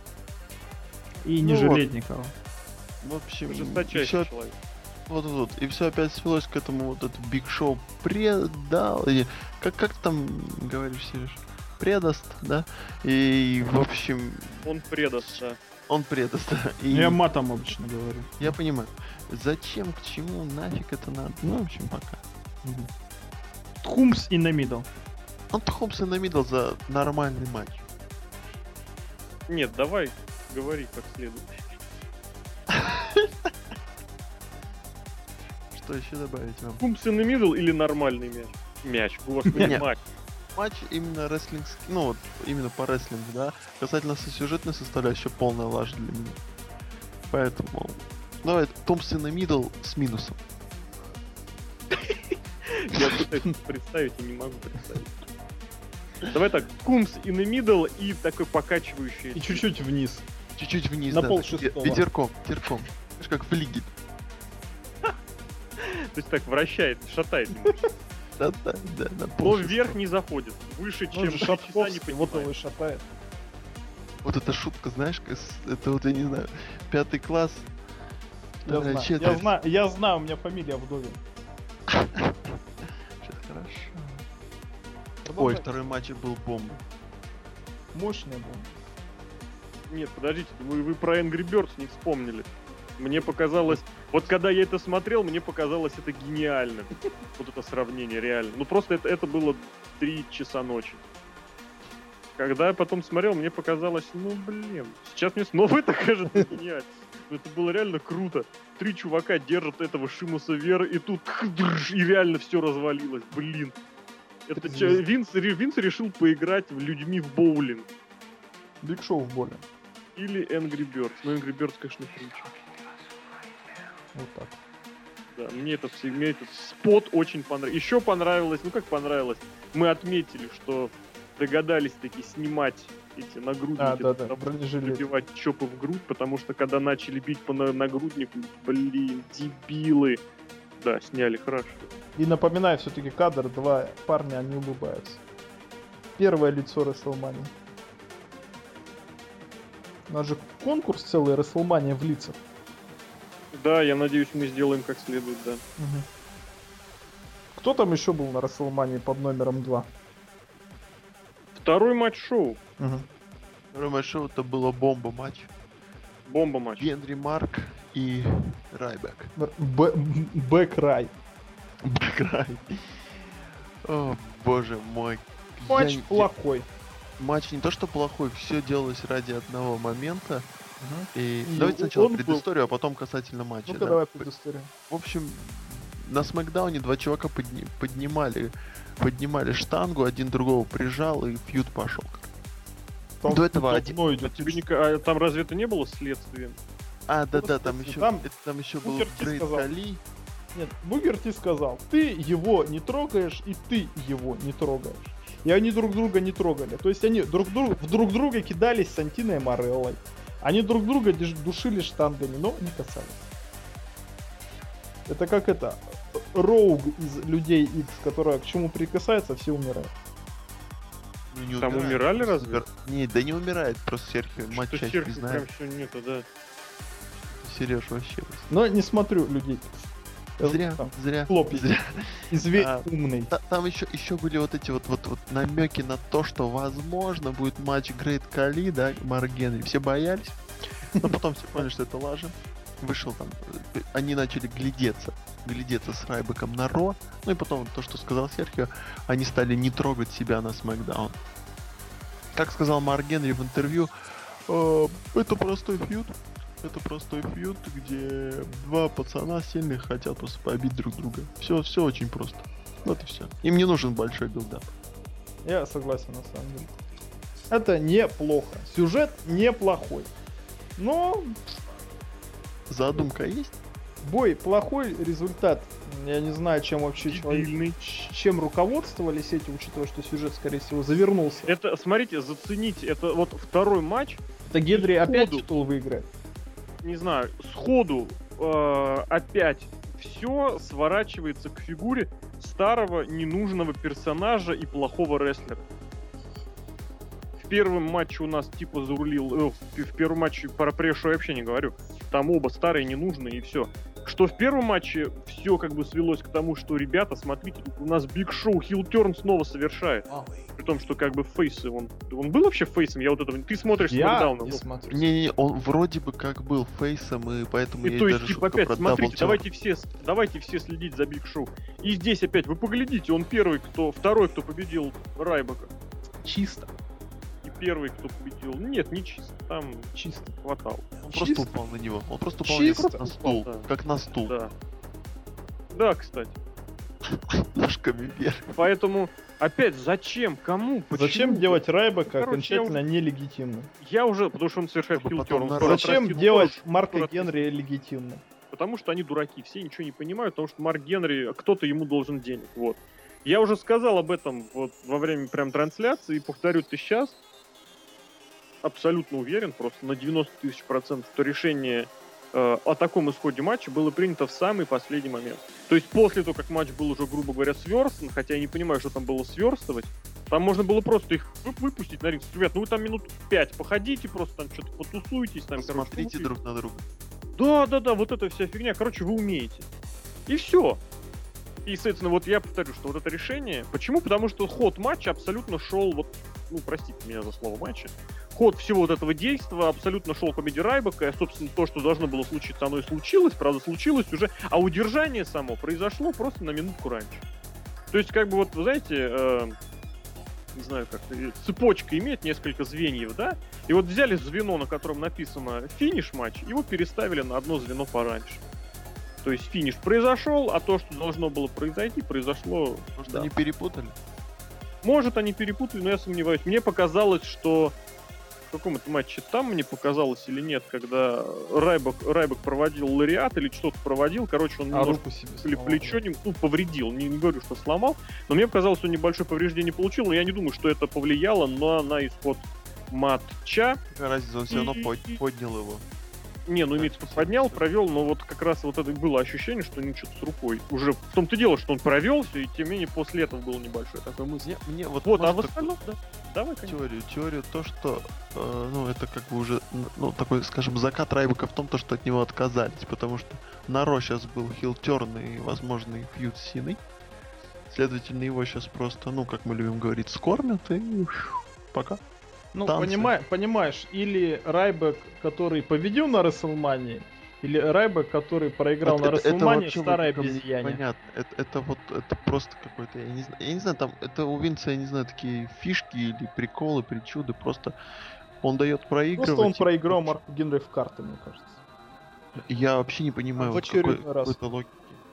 И не Ну жалеть никого. В общем, Жесточайший всё человек. Вот. И все опять свелось к этому вот этот Биг Шоу предал. И как там говоришь, Сереж? Предаст, да? И в общем, Он предаст, да. он предаст. Да. И Я матом обычно говорю. я понимаю. Зачем, к чему, нафиг это надо? Ну, в общем, пока. Тхумс и на мидл. Он Тхомпсон на мидл за нормальный матч. Нет, давай говори как следует. Что еще добавить вам? Кумпсон и мидл или нормальный мяч? Мяч, господи, Нет. матч. Матч именно рестлингский, ну вот именно по рестлингу, да. Касательно сюжетной составляющей, полная лажа для меня. Поэтому давай Томпсон и мидл с минусом. Я пытаюсь представить и не могу представить. Давай так, Кумс in the middle и такой покачивающий. И чуть-чуть вниз. Чуть-чуть вниз, На да, полшестого. ветерком. Знаешь, как в лиге. То есть так вращает, шатает немножко. Да, на Но полшестого. вверх не заходит. Выше, Он чем же 3 часа, не Шатковский, вот его и понимает. шатает. Вот эта шутка, знаешь, это вот, я не знаю, 5 класс. Я вторая знаю, четверть. я знаю, у меня фамилия Вдовин. Что-то хорошо. Ой, второй матч был бомба. Мощный был. Нет, подождите, вы про Angry Birds не вспомнили. Мне показалось, вот когда я это смотрел, мне показалось это гениальным. Вот это сравнение реально. Ну просто это было 3 часа ночи. Когда я потом смотрел, мне показалось, ну блин, сейчас мне снова это кажется гениально. Но это было реально круто. 3 чувака держат этого Шимуса Вера, и тут и реально все развалилось, блин. Это Винс решил поиграть людьми в боулинг. Биг Шоу в боли. Или Angry Birds. Ну, Angry Birds, конечно, круче. Вот так. Да, мне этот спот очень понравился. Еще понравилось, ну как понравилось, мы отметили, что догадались таки снимать эти нагрудники, да, чтобы бронежилет. забивать чопы в грудь, потому что когда начали бить по нагруднику, блин, дебилы. Да, сняли хорошо. И напоминаю все-таки кадр, 2 парня, они улыбаются. Первое лицо WrestleMania. У нас же конкурс целый WrestleMania в лицах. Да, я надеюсь, мы сделаем как следует, да. Кто там еще был на WrestleMania под номером 2? Второй матч шоу. Второй матч шоу это было бомба матч. Бомба матч. Генри Марк и Райбек. Бэк-рай. Бэкрай. О, боже мой. Матч плохой. Матч не то что плохой, все делалось ради одного момента. И И давайте сначала он был- предысторию, а потом касательно матча. Ну-ка да. давай предысторию. В общем, на Смакдауне 2 чувака поднимали штангу, один другого прижал, и фьюд пошел. Там До этого давно идет. Там разве это не было следствием? А, да, Просто там там еще был Букер Ти Грейт сказал. Кали. Нет, Бугер Ти сказал, ты его не трогаешь, и ты его не трогаешь. И они друг друга не трогали. То есть они друг друга кидались с Сантиной и Мореллой. Они друг друга душили штангами, но не касались. Это как это, Роуг из Людей X, которая к чему прикасается, все умирают. Ну, не Там умирает, умирали просто разве? Не, да не умирает, просто Серхио матч Что часть Серхио не прям знает. все нету, да. Сереж вообще. Но не смотрю Людей X. Я Зря, там зря, хлопец. зря. И зверь А, умный. Там еще были вот эти вот намеки на то, что возможно будет матч Грейт Кали, да, Марк Генри. Все боялись, но потом все поняли, что это лажа. Вышел там, они начали глядеться с Райбеком на Ро, ну и потом то, что сказал Серхио, они стали не трогать себя на Смакдаун. Как сказал Марк Генри в интервью, это простой фьюд, где 2 пацана сильных хотят просто побить друг друга. Все очень просто. Вот и все. Им не нужен большой билдап. Я согласен, на самом деле. Это неплохо. Сюжет неплохой. Но Задумка есть? бой плохой, результат. Я не знаю, чем вообще Дебильный. чем руководствовались эти, учитывая, что сюжет, скорее всего, завернулся. Это, смотрите, зацените, это вот второй матч, Это Генри опять Ходу. титул выиграет. не знаю, сходу опять все сворачивается к фигуре старого ненужного персонажа и плохого рестлера. В первом матче у нас типа зарулил, в первом матче про прешу я вообще не говорю, там оба старые, ненужные и все. Что в первом матче все как бы свелось к тому, что, ребята, смотрите, тут у нас Биг Шоу хилтерн снова совершает. При том, что как бы фейсы, он был вообще фейсом, я вот этого... Ты смотришь Я Смакдаун, не ну, смотрю. Не, он вроде бы как был фейсом, и поэтому и я то даже есть, типа, шутка опять, про смотрите, Double давайте все следить за Биг Шоу. И здесь опять, вы поглядите, он второй, кто победил Райбека. Чисто. И первый, кто победил... Нет, не чисто, там Чисто. хватало. Он просто упал на него. Он просто упал на него, Чисто как на стул. упал, да. Как на стул. Да. Да, кстати. Ножками вверх. Поэтому, опять, зачем? Кому? Почему? Зачем делать Райбека Короче, окончательно нелегитимным? Я уже, потому что он совершает Чтобы хилтерн. потом он народ- скоро Зачем отрастит делать волос, Марка скоро Генри легитимным? потому что они дураки, все ничего не понимают, потому что Марк Генри, кто-то ему должен денег, вот. Я уже сказал об этом вот во время прям трансляции, и повторю это сейчас. Абсолютно уверен, просто на 90 тысяч %, что решение о таком исходе матча было принято в самый последний момент. То есть после того, как матч был уже, грубо говоря, сверстан, хотя я не понимаю, что там было сверстывать, там можно было просто их выпустить на ринг. Ребят, ну вы там минут 5 походите, просто там что-то потусуйтесь. Там, Смотрите друг на друга. Да, вот эта вся фигня, короче, вы умеете. И все. И, соответственно, вот я повторю, что вот это решение... Почему? Потому что ход матча абсолютно шел, вот, ну, простите меня за слово матча, ход всего вот этого действия абсолютно шел по победе Райбека, и, собственно, то, что должно было случиться, оно и случилось, правда, случилось уже, а удержание само произошло просто на минутку раньше. То есть, как бы, вот, вы знаете, не знаю, как цепочка имеет несколько звеньев, да, и вот взяли звено, на котором написано финиш матч, его переставили на одно звено пораньше. То есть финиш произошел, а то, что должно было произойти, произошло... Может, да. они перепутали? Может, они перепутали, но я сомневаюсь. Мне показалось, что в каком-то матче там мне показалось или нет, когда Райбек проводил лариат или что-то проводил, короче, он руку себе сломал, плечо повредил. Не говорю, что сломал, но мне показалось, что он небольшое повреждение получил, но я не думаю, что это повлияло на исход матча. Какая разница, он все равно поднял его. Не, ну имеется в виду, поднял, провел, но вот как раз вот это было ощущение, что у него что-то с рукой. Уже в том-то дело, что он провел все, и тем не менее после этого был небольшой такой мысль. Мне вот а в остальном, да. Давай, конечно. Теорию то, что, ну, это как бы уже, ну, такой, скажем, закат Райбека в том, то, что от него отказались, потому что на Ро сейчас был хилтерн и возможный фьюд с Синой. Следовательно, его сейчас просто, ну, как мы любим говорить, скормят и пока. Ну, танцы. понимаешь, или Райбек, который победил на Расселмании, или Райбек, который проиграл на Расселмании, старая обезьяне. Понятно. Это просто какой-то, я не знаю, там, это у Винца, я не знаю, такие фишки или приколы, причуды, просто он дает проигрывать. Просто он проиграл Марку Генри в карты, мне кажется. Я вообще не понимаю, в вот очередной раз. какой-то логики.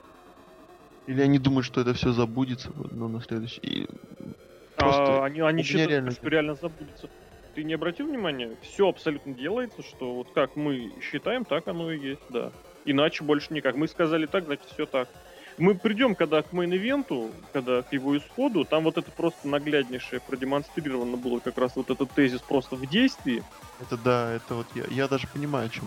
Или они думают, что это все забудется, ну, на следующий. И просто они считают, что реально забудется. Ты не обратил внимания? Все абсолютно делается, что вот как мы считаем, так оно и есть, да. Иначе больше никак. Мы сказали так, значит все так. Мы придем, когда к мейн-ивенту, когда к его исходу, там вот это просто нагляднейшее продемонстрировано было, как раз вот этот тезис просто в действии. Это да, это вот я даже понимаю, о чем.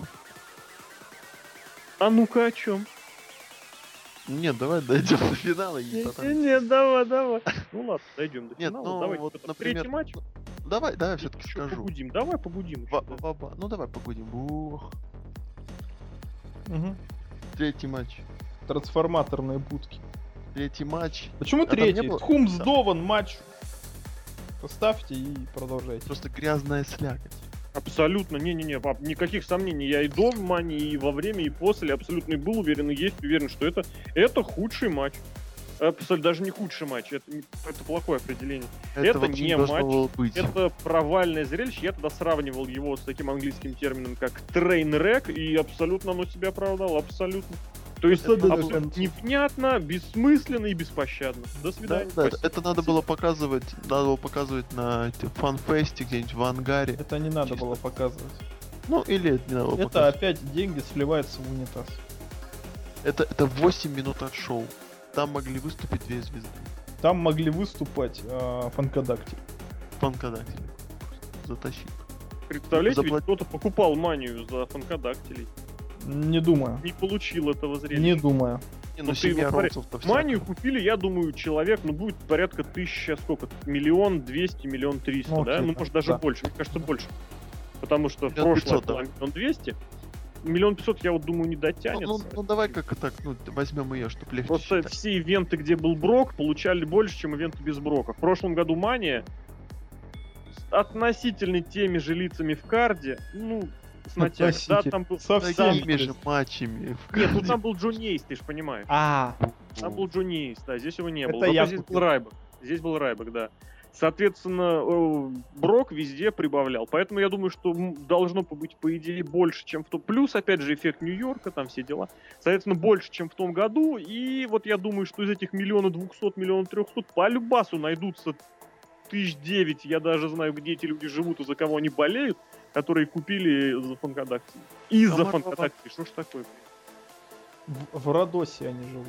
А ну-ка о чем? Нет, давай дойдем до финала. Нет, давай. Ну ладно, дойдем до финала. Ну, давай, вот, например, третий матч. Давай все-таки скажу. Погудим, давай погудим. Ну давай погудим. Ух. Угу. Третий матч. Трансформаторные будки. Третий матч. Почему третий? Хумсдован матч. Поставьте и продолжайте. Просто грязная слякоть. Абсолютно, никаких сомнений. Я и до Мани, и во время, и после абсолютно был уверен, и есть уверен, что это худший матч. Абсолютно, даже не худший матч, это плохое определение. Это не матч, это провальное зрелище. Я тогда сравнивал его с таким английским термином, как трейн-рек, и абсолютно оно себя оправдало, абсолютно. То есть непонятно, бессмысленно и беспощадно. До свидания. Да, это надо было показывать на фан-фесте где-нибудь в ангаре. Это не надо было показывать. Ну, или это не надо было показывать. Это опять деньги сливаются в унитаз. Это 8 минут от шоу. Там могли выступить 2 звезды. Там могли выступать Фанкадактиль. Фанкадактиль. Затащил. Представляете, ведь кто-то покупал Манию за Фанкадактилей. Не думаю. Не получил этого зрелища. Не думаю. Манию купили, я думаю, человек, будет порядка 1000, сколько? 1 200 000, 1 300 000, да? Ну, может, даже больше. Мне кажется, больше. Потому что в прошлом было 1 200 000. 1 500 000, я вот думаю, не дотянется. Ну давай как так, возьмем ее, чтобы легче просто считать. Все ивенты, где был Брок, получали больше, чем ивенты без Брока. В прошлом году Мания с относительно теми же лицами в карде, с натягом. Да, там был со всеми же матчами. Нет, там был Джонни Эйс, ты же понимаешь. Там был Джонни Эйс, да, здесь его не было. Здесь был Райбек. Здесь был Райбек, да. Соответственно, Брок везде прибавлял. Поэтому я думаю, что должно быть, по идее, больше, чем в том. Плюс, опять же, эффект Нью-Йорка, там все дела. Соответственно, больше, чем в том году. И вот я думаю, что из этих 1 200 000, 1 300 000 по любасу найдутся 9 000. Я даже знаю, где эти люди живут и за кого они болеют, которые купили за Фанкадактиль. Из-за Фанкадактиль. Что ж такое? В Родосе они живут.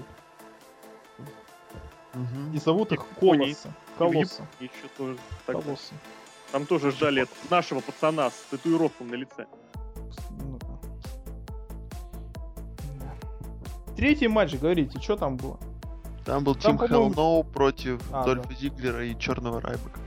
Мгм. И зовут И их в Японии. Колоссы. И в Колоссы. Японии еще тоже так. Колоссы. Там тоже ждали нашего пацана с татуировкой на лице. Ну да. Да. Третий матч, говорите, что там было? Там был Там, Тим Hell по-моему- No против А, Дольфа да. Зиглера и Черного Райбека.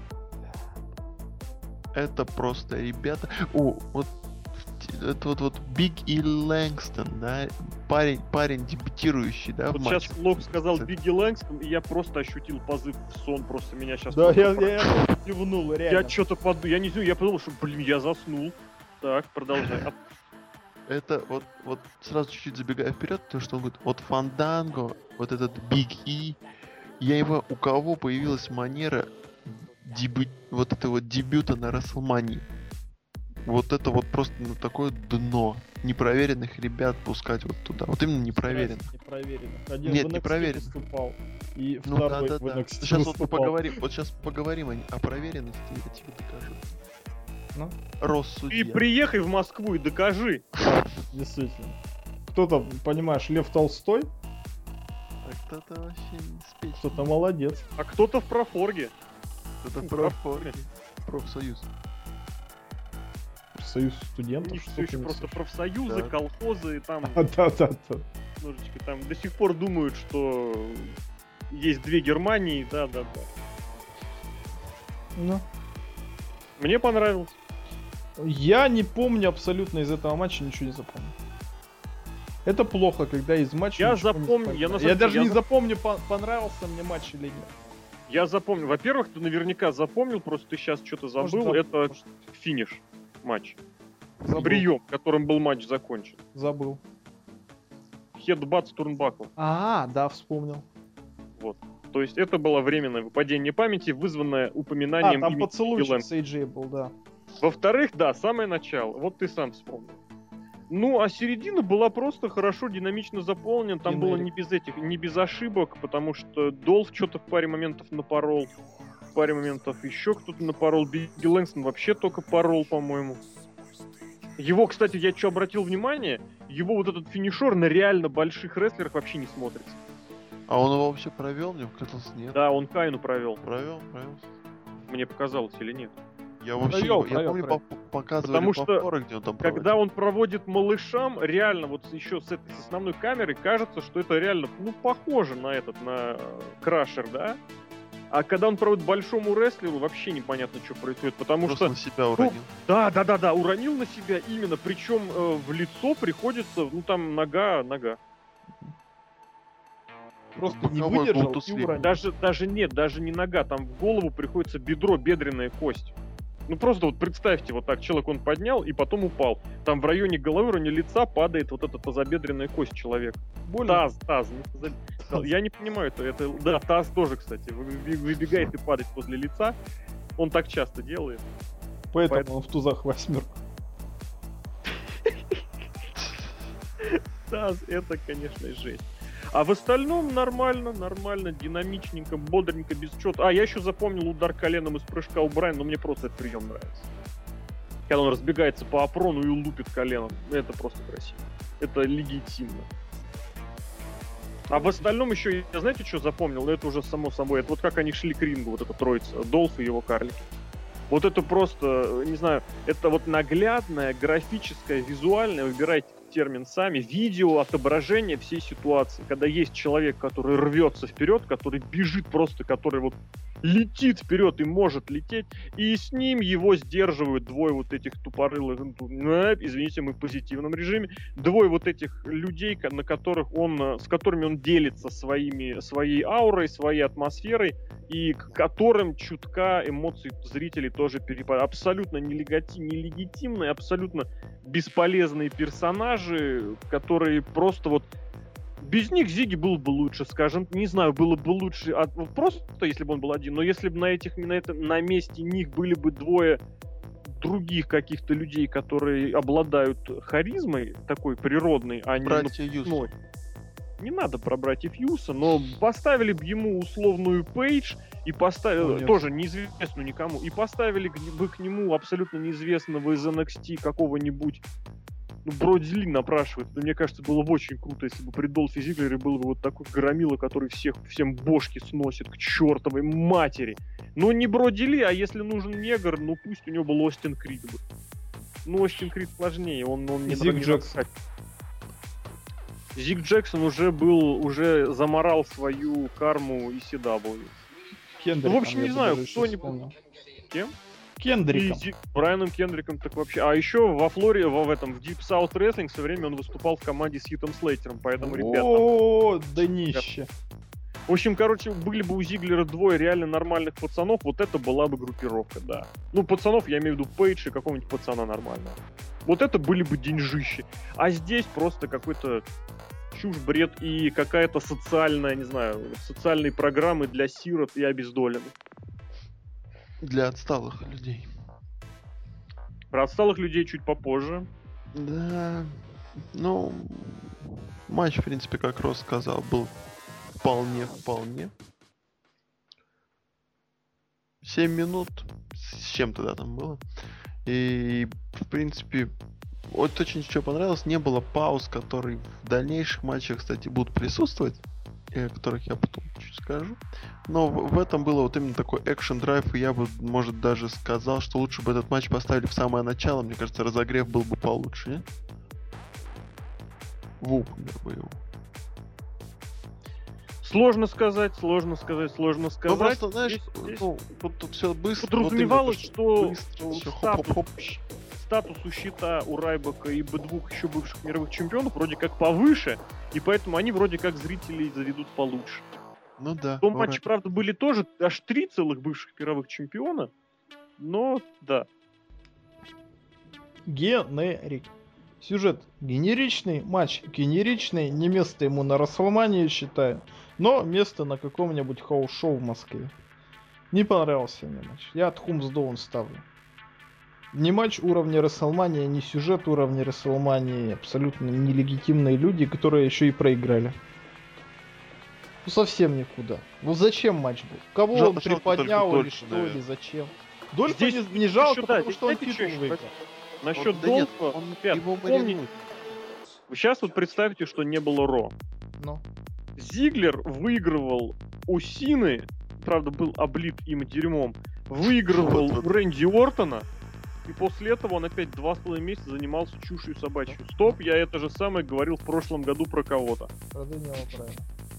Это просто, ребята... О, вот это вот Биг И Лэнгстон, да? Парень дебютирующий, да, Вот в матче. сейчас Лок сказал Бигги Лэнгстон, и я просто ощутил позыв в сон, просто меня сейчас... Да, я кивнул, реально. Я что-то я не знаю, я подумал, что, блин, я заснул. Так, продолжай. Это вот сразу чуть-чуть забегая вперед, то что он говорит, вот Фанданго, вот этот Биг И, у кого появилась манера вот этого дебюта на Расселмании. Вот это вот просто такое дно непроверенных ребят пускать вот туда. Вот именно непроверенных. Непроверенных. Один Нет, в NXT непроверенных. выступал, и Ну второй да. в NXT Сейчас вот выступал. поговорим о проверенности, я тебе докажу. Ну? Росс Ты судья. приехай в Москву и докажи. Действительно. Кто-то, понимаешь, Лев Толстой, А кто-то вообще не спечь. кто-то молодец. А кто-то в профорге. Кто-то профорге. профсоюз. Союз У студентов. них что все ты еще просто несешь? профсоюзы, Да. колхозы, и там Да. немножечко там до сих пор думают, что есть две Германии, да. Ну. Мне понравилось. Я не помню абсолютно из этого матча, ничего не запомню. Это плохо, когда из матча Я ничего не запомню, вспоминаю. я на самом Я деле, даже не запомню, понравился мне матч или нет. Я запомнил. Во-первых, ты наверняка запомнил, просто ты сейчас что-то забыл. Может, Это финиш матч. Забыл. Прием, которым был матч закончен. Забыл. Хедбат с турнбакл. Да, вспомнил. Вот. То есть это было временное выпадение памяти, вызванное упоминанием Там имени поцелуйчик Лэнг. с AJ был, да. Во-вторых, да, самое начало. Вот ты сам вспомнил. Ну, а середина была просто хорошо, динамично заполнена. Там было не без ошибок, потому что Долф что-то в паре моментов напорол. В паре моментов еще кто-то напорол. Бигги Лэнгстон вообще только порол, по-моему. Его, кстати, я что обратил внимание, его вот этот финишер на реально больших рестлерах вообще не смотрится. А он его вообще провел? Мне казалось, нет. Да, он Кайну провел. Провел. Мне показалось или нет. Я вообще Провел, я помню, провел. показывали Потому что повторы, где он там Когда он проводит малышам, реально вот еще с основной камеры кажется, что это реально, похоже на на Крашер, да? А когда он проводит большому рестлеру, вообще непонятно, что происходит, потому просто что... на себя уронил. Да, уронил на себя именно, причем в лицо приходится, там нога. Просто не Боковой выдержал и полтуслив. уронил. Даже не нога, там в голову приходится бедро, бедренная кость. Просто вот представьте, вот так человек он поднял и потом упал. Там в районе головы, в районе лица падает вот эта тазобедренная кость человека. Больно. Таз. Я не понимаю, да, таз тоже, кстати, выбегает и падает возле лица. Он так часто делает. Поэтому он в тузах восьмерку. Таз, это, конечно, жесть. А в остальном нормально, динамичненько, бодренько, без чего-то. Я еще запомнил удар коленом из прыжка у Брайана, но мне просто этот прием нравится. Когда он разбегается по апрону и лупит коленом. Это просто красиво. Это легитимно. А в остальном еще, я знаете, что запомнил? Это уже само собой. Это вот как они шли к рингу, вот эта троица. Долф и его карлики. Вот это просто, не знаю, это вот наглядное, графическое, визуальное, выбирайте термин сами, видео отображение всей ситуации. Когда есть человек, который рвется вперед, который бежит просто, который вот летит вперед и может лететь, и с ним его сдерживают двое вот этих тупорылых, извините, мы в позитивном режиме, двое вот этих людей, с которыми он делится своей аурой, своей атмосферой, и к которым чутка эмоций зрителей тоже перепадают. Абсолютно нелегитимные, абсолютно бесполезные персонажи, которые просто вот... Без них Зиги был бы лучше, скажем. Не знаю, было бы лучше просто, если бы он был один. Но если бы на месте них были бы двое других каких-то людей, которые обладают харизмой такой природной, а не Братья Юсо. Не надо про братьев Юса, но поставили бы ему условную Пейдж и поставили, тоже неизвестную никому, и поставили бы к нему абсолютно неизвестного из NXT какого-нибудь Ну, Броди Ли напрашивает. Но мне кажется, было бы очень круто, если бы при Долфе Зиглере был бы вот такой громила, который всем бошки сносит к чертовой матери. Ну, не Броди Ли, а если нужен негр, ну пусть у него был Остин Крид бы. Ну, Остин Крид сложнее, он не Зиг не Джексон. Зиг Джексон уже заморал свою карму ECW. Кендриком, Ну, в общем, я не знаю, даже кто-нибудь- вспомнил. Кем? Кендриком. Брайаном Кендриком так вообще. А еще в Deep South Wrestling в свое время он выступал в команде с Хитом Слейтером, поэтому, ребята... О, да нище. В общем, короче, были бы у Зиглера двое реально нормальных пацанов, вот это была бы группировка, да. Ну, пацанов, я имею в виду Пейдж и какого-нибудь пацана нормального. Вот это были бы деньжищи. А здесь просто какой-то чушь, бред и какая-то социальная, не знаю, социальные программы для сирот и обездоленных. Для отсталых людей. Про отсталых людей чуть попозже. Да, ну, матч, в принципе, как Рос сказал, был вполне. 7 минут, с чем-то, да, там было. И, в принципе, вот очень что понравилось, не было пауз, которые в дальнейших матчах, кстати, будут присутствовать, о которых я потом чуть скажу. Но в этом было вот именно такой экшен-драйв, и я бы, может, даже сказал, что лучше бы этот матч поставили в самое начало. Мне кажется, разогрев был бы получше, нет? В упомер бы его. Сложно сказать. Ну, просто, знаешь, Здесь ну, тут все быстро. подразумевалось, что быстро, всё статус, хоп-хоп-хоп. статус у Щита, у Райбека и двух еще бывших мировых чемпионов вроде как повыше, и поэтому они вроде как зрителей заведут получше. Ну да. В том матче, правда, были тоже аж 3 целых бывших мировых чемпиона, но да. Генерик. Сюжет генеричный, матч генеричный, не место ему на Расселмании, считаю, но место на каком-нибудь хаус-шоу в Москве. Не понравился мне матч. Я от Хумсдоун ставлю. Не матч уровня Расселмания, не сюжет уровня Расселмании, абсолютно нелегитимные люди, которые еще и проиграли. Ну совсем никуда. Ну зачем матч был? Кого он Жалко приподнял только или Дольфа, что, наверное. или зачем? Дольфа Здесь не жалко, еще, да, потому что он знаете, что титул еще выиграл. Насчет Да нет, Долфа, он ребят, его помните, маринует. сейчас вот представьте, что не было Ро. Ну. Зиглер выигрывал у Сины, правда, был облит им дерьмом, выигрывал Вот. у Рэнди Ортона, и после этого он опять 2,5 месяца занимался чушью собачью. Стоп, я это же самое говорил в прошлом году про кого-то. Про Дэниела Брайана.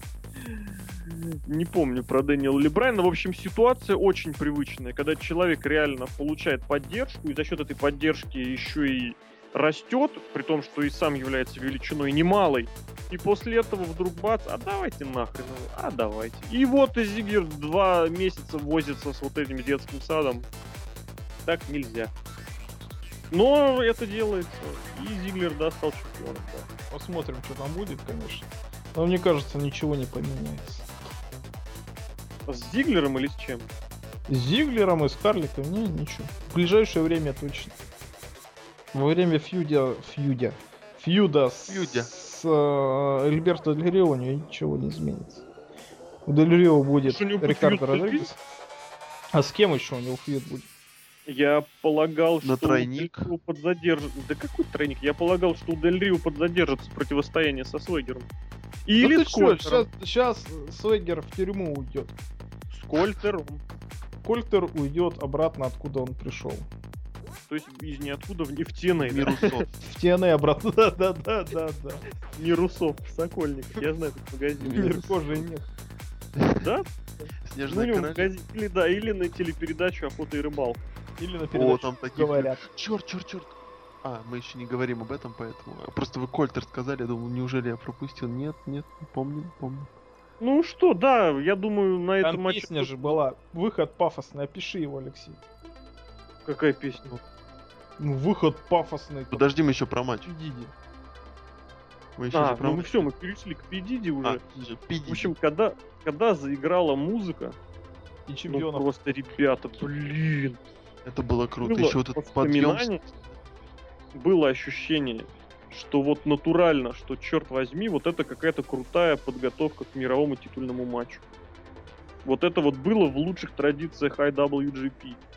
Не помню про Дэниела или Брайана. В общем, ситуация очень привычная, когда человек реально получает поддержку, и за счет этой поддержки еще и растет, при том, что и сам является величиной немалой. И после этого вдруг бац, а давайте нахрен, а давайте. И вот и Зиглер 2 месяца возится с вот этим детским садом. Так нельзя. Но это делается. И Зиглер, да, стал чемпионом. Да. Посмотрим, что там будет, конечно. Но мне кажется, ничего не поменяется. С Зиглером или с чем? С Зиглером и с Карликом ничего. В ближайшее время точно. Во время фьюда с Альберто Дель Рио у него ничего не изменится. У Дель Рио будет Что, у него Рикардо фьюд Родригес. А с кем еще у него фьюд будет? Я полагал, На что тройник? у Дель Рио подзадержит. Да какой тройник? Я полагал, что у Дель Рио подзадержится противостояние со Свегером. Или Ну с ты чё, Кольтером. сейчас Свегер в тюрьму уйдет. С Кольтером. Кольтер уйдет обратно, откуда он пришел. То есть из ниоткуда в TNA. Мир усов. В TNA обратно. Да. Не Русов, Сокольников. Я знаю этот магазин. Мир кожи нет. Да? Ну, у Снежная него королева. магазин. Или да, или на телепередачу «Охота и рыбалка». Или на О, передаче там такие... говорят. Черт. А, мы еще не говорим об этом, поэтому... Просто вы Кольтер сказали, я думал, неужели я пропустил? Нет, не помню. Ну что, да, я думаю, на этом Там матче... песня же была. Выход пафосный. Опиши его, Алексей. Какая песня? Ну, выход пафосный. Подожди, мы еще про матч. Диди. Мы еще же про ну матч. все, мы перешли к Пидиди уже. Пиди. В общем, когда заиграла музыка, И ну чемпионов. просто, ребята, блин. Это было круто. Было Еще вот этот подъем. воспоминание. Было ощущение, что вот натурально, что, черт возьми, вот это какая-то крутая подготовка к мировому титульному матчу. Вот это вот было в лучших традициях IWGP.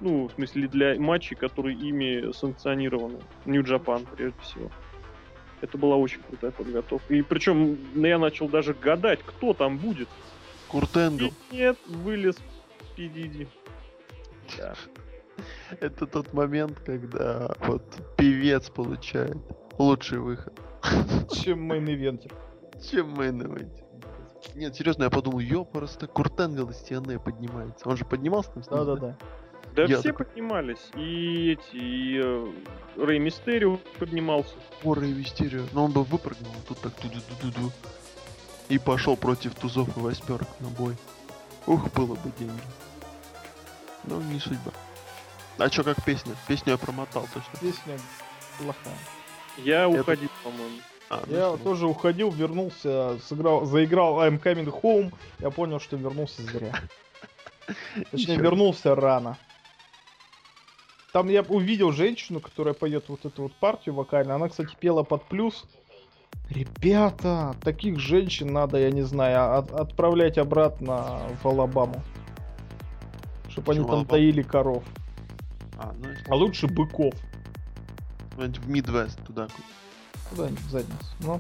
Ну, в смысле, для матчей, которые ими санкционированы. New Japan, прежде всего. Это была очень крутая подготовка. И причем я начал даже гадать, кто там будет. Курт Энгл. И нет, вылез PDD. Да. Это тот момент, когда вот певец получает лучший выход. Чем мейн-ивентер. Чем мейн. Нет, серьезно, я подумал, просто Курт Энгл из TNA поднимается. Он же поднимался там снизу, Да-да-да. Да Я все такой- поднимались. И Рэй Мистерио поднимался. Рэй Мистерио. Но он бы выпрыгнул, а тут так ту-ду-ду-ду-ду. И пошел против тузов и восьмерок на бой. Ух, было бы деньги. Но не судьба. А чё, как песня? Песню я промотал точно. Песня плохая. Я уходил, по-моему. Я ну, тоже уходил, вернулся, заиграл I'm Coming Home. Я понял, что вернулся зря. Точнее, Ещё. вернулся рано. Там я увидел женщину, которая поет вот эту вот партию вокальную. Она, кстати, пела под плюс. Ребята, таких женщин надо, я не знаю, отправлять обратно в Алабаму. Чтобы они Почему там Алабама? таили коров. ну, если А лучше быков. куда-нибудь в Мидвест туда. Куда-нибудь в задницу. Ну,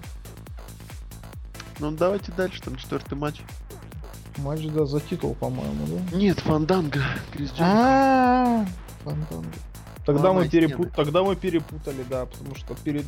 Ну, давайте дальше, там 4-й матч. матч, да, за титул, по-моему, да? Нет, Фанданга, Крис Джонс. А, Фантанга. Тогда мы, Главная стена. Тогда мы перепутали, да, потому что перед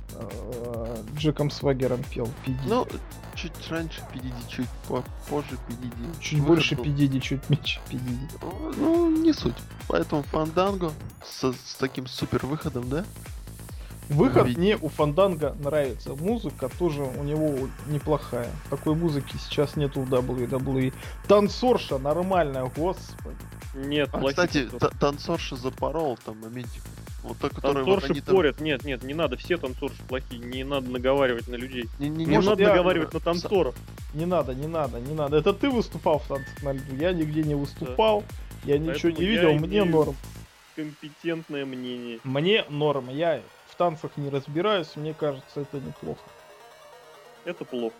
Джеком Свагером пел PDD. Ну, чуть раньше PDD, чуть позже PDD. Чуть Выход больше был. PDD, чуть меньше PDD. Ну, не суть. Поэтому Фанданго с таким супер выходом, да? Выход Ведь- мне у Фанданга нравится. Музыка тоже у него неплохая. Такой музыки сейчас нету в WWE. Танцорша нормальная, господи. Нет, А, плохих кстати, танцоров. танцорша запорол там моментик. Вот та, которая вот Танцорши они там... порят. Нет, не надо. Все танцорши плохие. Не надо наговаривать на людей. Не, Не Может, надо я- наговаривать на танцоров. Не надо. Это ты выступал в танцах на льду. Я нигде не выступал. Я ничего Поэтому не я видел. Мне имею норм. Компетентное мнение. Мне норм. Я в танцах не разбираюсь. Мне кажется, это неплохо. Это плохо.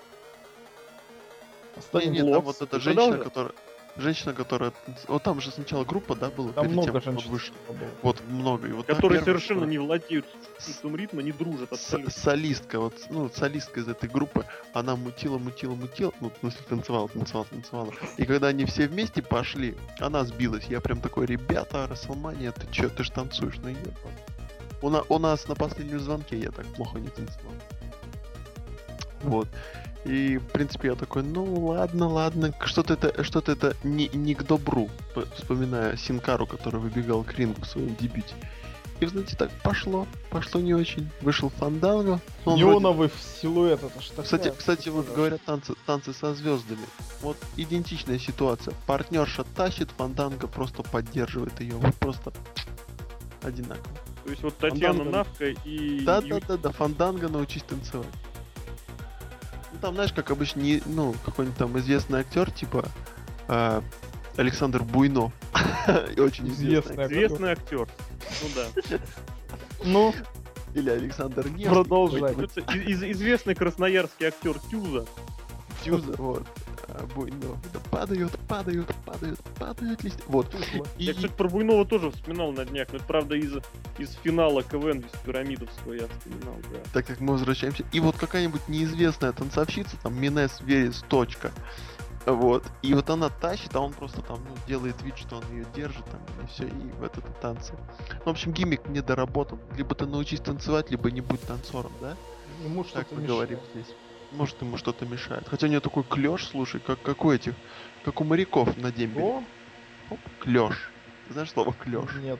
Оставим Не, там блок. вот эта Ты женщина, продолжи. которая... Женщина, которая... Вот там же сначала группа, да, была? Там перед много тем, как женщин он вышел. было. Вот много. И вот та Которые первая, совершенно которая- не владеют чувством ритма, не дружат абсолютно. Солистка, вот, ну, солистка из этой группы, она мутила, ну, в смысле, танцевала. И когда они все вместе пошли, она сбилась. Я прям такой, ребята, Расселмания, ты чё, ты ж танцуешь, ну ебать. У нас на последнем звонке я так плохо не танцевал. Вот. И, в принципе, я такой, ну ладно, что-то это не к добру. Вспоминая Синкару, который выбегал к рингу в своем дебюте. И, вы знаете, так пошло не очень. Вышел Фанданго. он вроде- Неоновый силуэт, это ж такая... Кстати, вот говорят танцы со звездами. Вот идентичная ситуация. Партнерша тащит, Фанданго просто поддерживает ее. Вот просто одинаково. То есть вот Татьяна Фанданго. Навка и... Да, Ю- Фанданго научись танцевать. Ну там, знаешь, как обычно, какой-нибудь там известный актер, типа Александр Буйнов. И очень известный. Известный. Известный актер. Ну да. Ну, Или Александр Невский. продолжай. какой-нибудь Известный красноярский актер Тюза. Тюза, вот. Буйнов. Да падают листья. Вот. Я, кстати, про Буйнова тоже вспоминал на днях, но это, правда, из финала КВН без пирамидовского я вспоминал, да. Так как мы возвращаемся. И вот какая-нибудь неизвестная танцовщица, там, Минес Верес, точка. Вот. И вот она тащит, а он просто там, делает вид, что он ее держит, там, и все, и в этот танце. Ну, в общем, гиммик не доработан. Либо ты научись танцевать, либо не будь танцором, да? Ему Так что-то мы мешает. говорим здесь. Может, ему что-то мешает. Хотя у нее такой клеш, слушай, как у этих, как у моряков на дембеле. О, Клеш. Знаешь слово клеш? нет.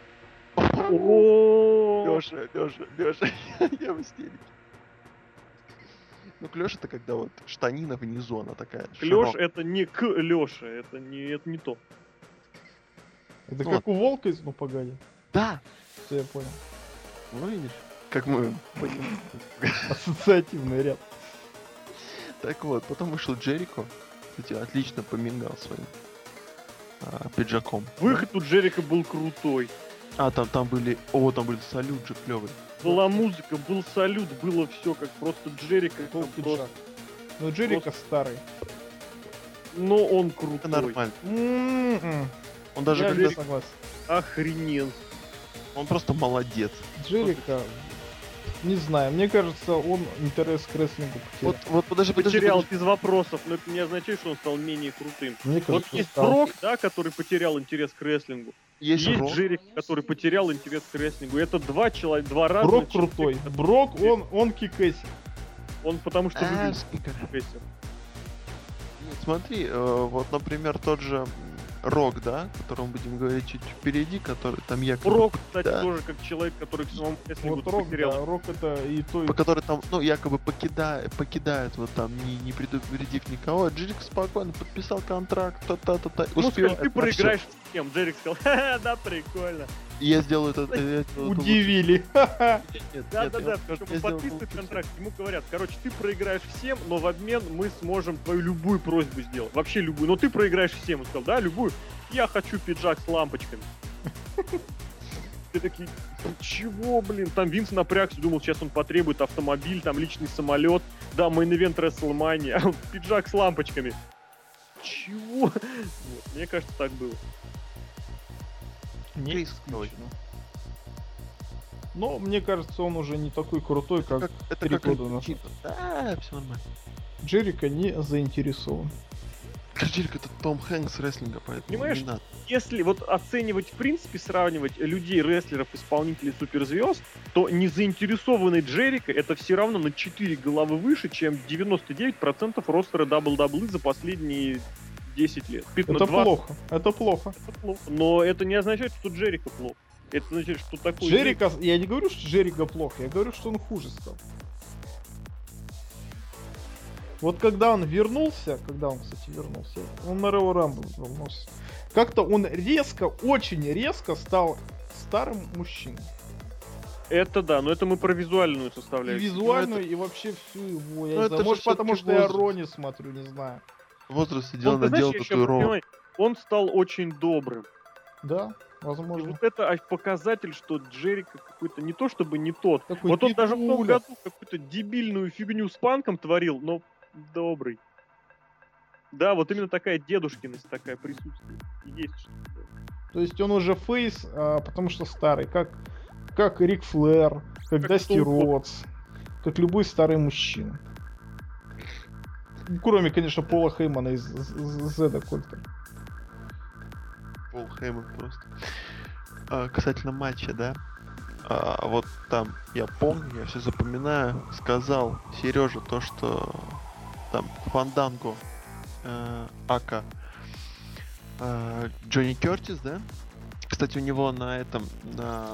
О, Леша, я в истерике. Ну, клеш это когда вот штанина внизу, она такая. Клёш широкая. это не к Лёше, это не то. Это Ну как у Волка из «Ну погоди». Да! Все, я понял. Ну, видишь, как мы понимаем. Ассоциативный ряд. Так вот, потом вышел Джерико. Кстати, отлично помигал своим пиджаком. Выход у Джерика был крутой. Там были салют же клевый. Была музыка, был салют, было все как просто Джерика. Был там пиджак. просто- Но Джерика старый. Но он Это крутой. нормально. М-м. Он даже Я когда- не согласен. Охренел. он просто молодец. Джерика, не знаю, мне кажется, он интерес к рестлингу потерял. Вот подожди. Потерял без вопросов, но это не означает, что он стал менее крутым. Мне Вот кажется, есть стал. Брок, да, который потерял интерес к рестлингу. Есть Есть Рок. Джерик, который потерял интерес к рестлингу. Это два разных Брок человека. крутой. Брок, он кикэсит. Он потому что выглядит Спикер. как Кэсси. Нет, смотри, вот, например, тот же Рок, да, о котором будем говорить чуть впереди, который там якобы... Брок, кстати, Да. тоже как человек, который к самому рестлингу Вот Рок, потерял. да, Рок это и то, и По которой там, ну, якобы покидает вот там, не предупредив никого. Джерик спокойно подписал контракт, та-та-та-та, Ну, успел. скажи, ты проиграешь всем. Джерик сказал, ха-ха, да, прикольно. Я сделаю это... я сделаю это лучше. удивили. Нет, Да-да-да, я чтобы сделаю подписывать лучше контракт, ему говорят, короче, ты проиграешь всем, но в обмен мы сможем твою любую просьбу сделать. Вообще любую. Но ты проиграешь всем. Он сказал, да, любую. Я хочу пиджак с лампочками. Ты такие, чего, блин? Там Винс напрягся, думал, сейчас он потребует автомобиль, там личный самолет, да, мейн-ивент WrestleMania, а он пиджак с лампочками. Чего? Вот, мне кажется, так было. Не Крис, исключено. Но мне кажется, он уже не такой крутой, как Это 3 как года назад. Чита. Да, все нормально. Джерика не заинтересован. Джерик это Том Хэнкс рестлинга, поэтому Понимаешь, не надо. Если вот оценивать, в принципе, сравнивать людей, рестлеров, исполнителей, суперзвезд, то незаинтересованный Джерика это все равно на 4 головы выше, чем 99% ростера WWE за последние 10 лет. Это 20. плохо. Это плохо. Это плохо. Но это не означает, что Джерика плохо. Это значит, что такой... Джерика, я не говорю, что Джерика плохо, я говорю, что он хуже стал. Вот когда он вернулся, кстати, вернулся, он на Royal Rumble вернулся, как-то он резко, очень резко стал старым мужчиной. Это да, но это мы про визуальную И составляющую. визуальную, и вообще всю его, я Ну, не это знаю, же может потому всё-таки что я возраст. Рони смотрю, не знаю. Возраст Он, сидел, ты знаешь, надел я ещё татуировку. понимаю, он стал очень добрым. Да, И возможно. вот это показатель, что Джерика какой-то не то чтобы не тот. Такой Вот он даже в том дедуля. году какую-то дебильную фигню с панком творил, но добрый. Да, вот именно такая дедушкиность такая присутствует. Есть что-то. То есть он уже фейс, потому что старый, как Рик Флэр, как Как Дасти кто угодно. Ротс, как любой старый мужчина. Кроме, конечно, Пола Хеймана из Зеда Кольта. Пол Хейман просто. Касательно матча, да. Вот там, я помню, я все запоминаю, сказал Сережа то, что там Фанданго, Ака, Джонни Кертис, да? Кстати, у него на этом, на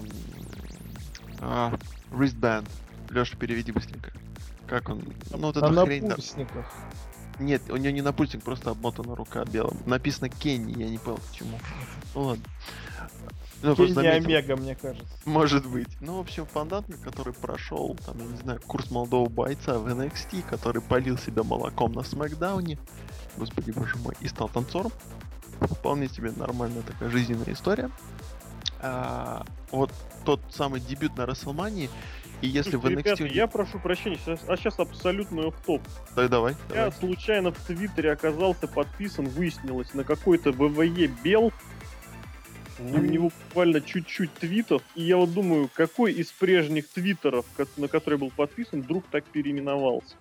wristband. Леша, переведи быстренько. Как он? Ну, вот А эта на хрень. Да. пульсниках. Нет, у него не на пульсник, просто обмотана рука белым. Написано Кенни, я не понял почему. Ну ладно. Ну, просто Кенни заметил. Омега, мне кажется. Может быть. Ну, в общем, Фанданго, который прошел, там, я не знаю, курс молодого бойца в NXT, который полил себя молоком на Смакдауне, господи боже мой, и стал танцором. Вполне себе нормальная такая жизненная история. Вот тот самый дебют на Расселмании, и если Слушайте, в NXT... ребята, я прошу прощения, сейчас абсолютно офф-топ. Давай. Я случайно в Твиттере оказался подписан, выяснилось, на какой-то ВВЕ Бел. И у него буквально чуть-чуть твитов. И я вот думаю, какой из прежних твиттеров, на который был подписан, вдруг так переименовался.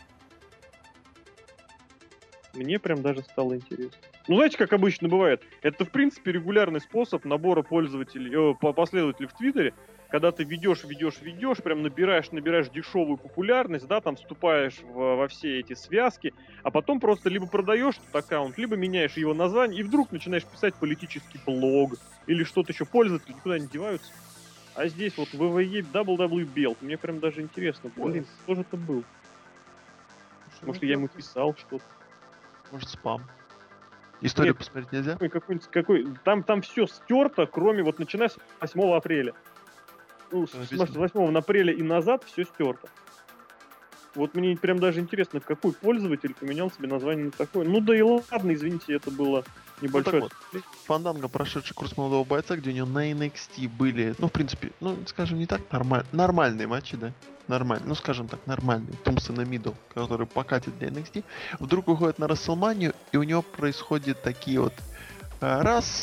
Мне прям даже стало интересно. Ну, знаете, как обычно бывает, это, в принципе, регулярный способ набора пользователей, последователей в Твиттере, когда ты ведешь, прям набираешь дешевую популярность, да, там вступаешь во все эти связки, а потом просто либо продаешь этот аккаунт, либо меняешь его название, и вдруг начинаешь писать политический блог или что-то еще. Пользователи никуда не деваются. А здесь вот WWE WWE Belt. Мне прям даже интересно, блин, кто же это был? Может, я ему писал что-то. Может, спам. Историю Нет. посмотреть нельзя? Там все стерто, кроме вот начиная с 8 апреля. Ну, с Написано. 8 апреля и назад все стерто. Вот мне прям даже интересно, какой пользователь поменял себе название на такое. Ну да и ладно, извините, это было небольшое... Ну, так вот, Фанданго, прошедший курс молодого бойца, где у него на NXT были, ну, в принципе, ну, скажем, не так нормальные матчи, да? Нормально, ну, скажем так, нормальные. Тумсон и Мидл, который покатит для NXT. Вдруг выходит на Расселманию, и у него происходит такие вот раз,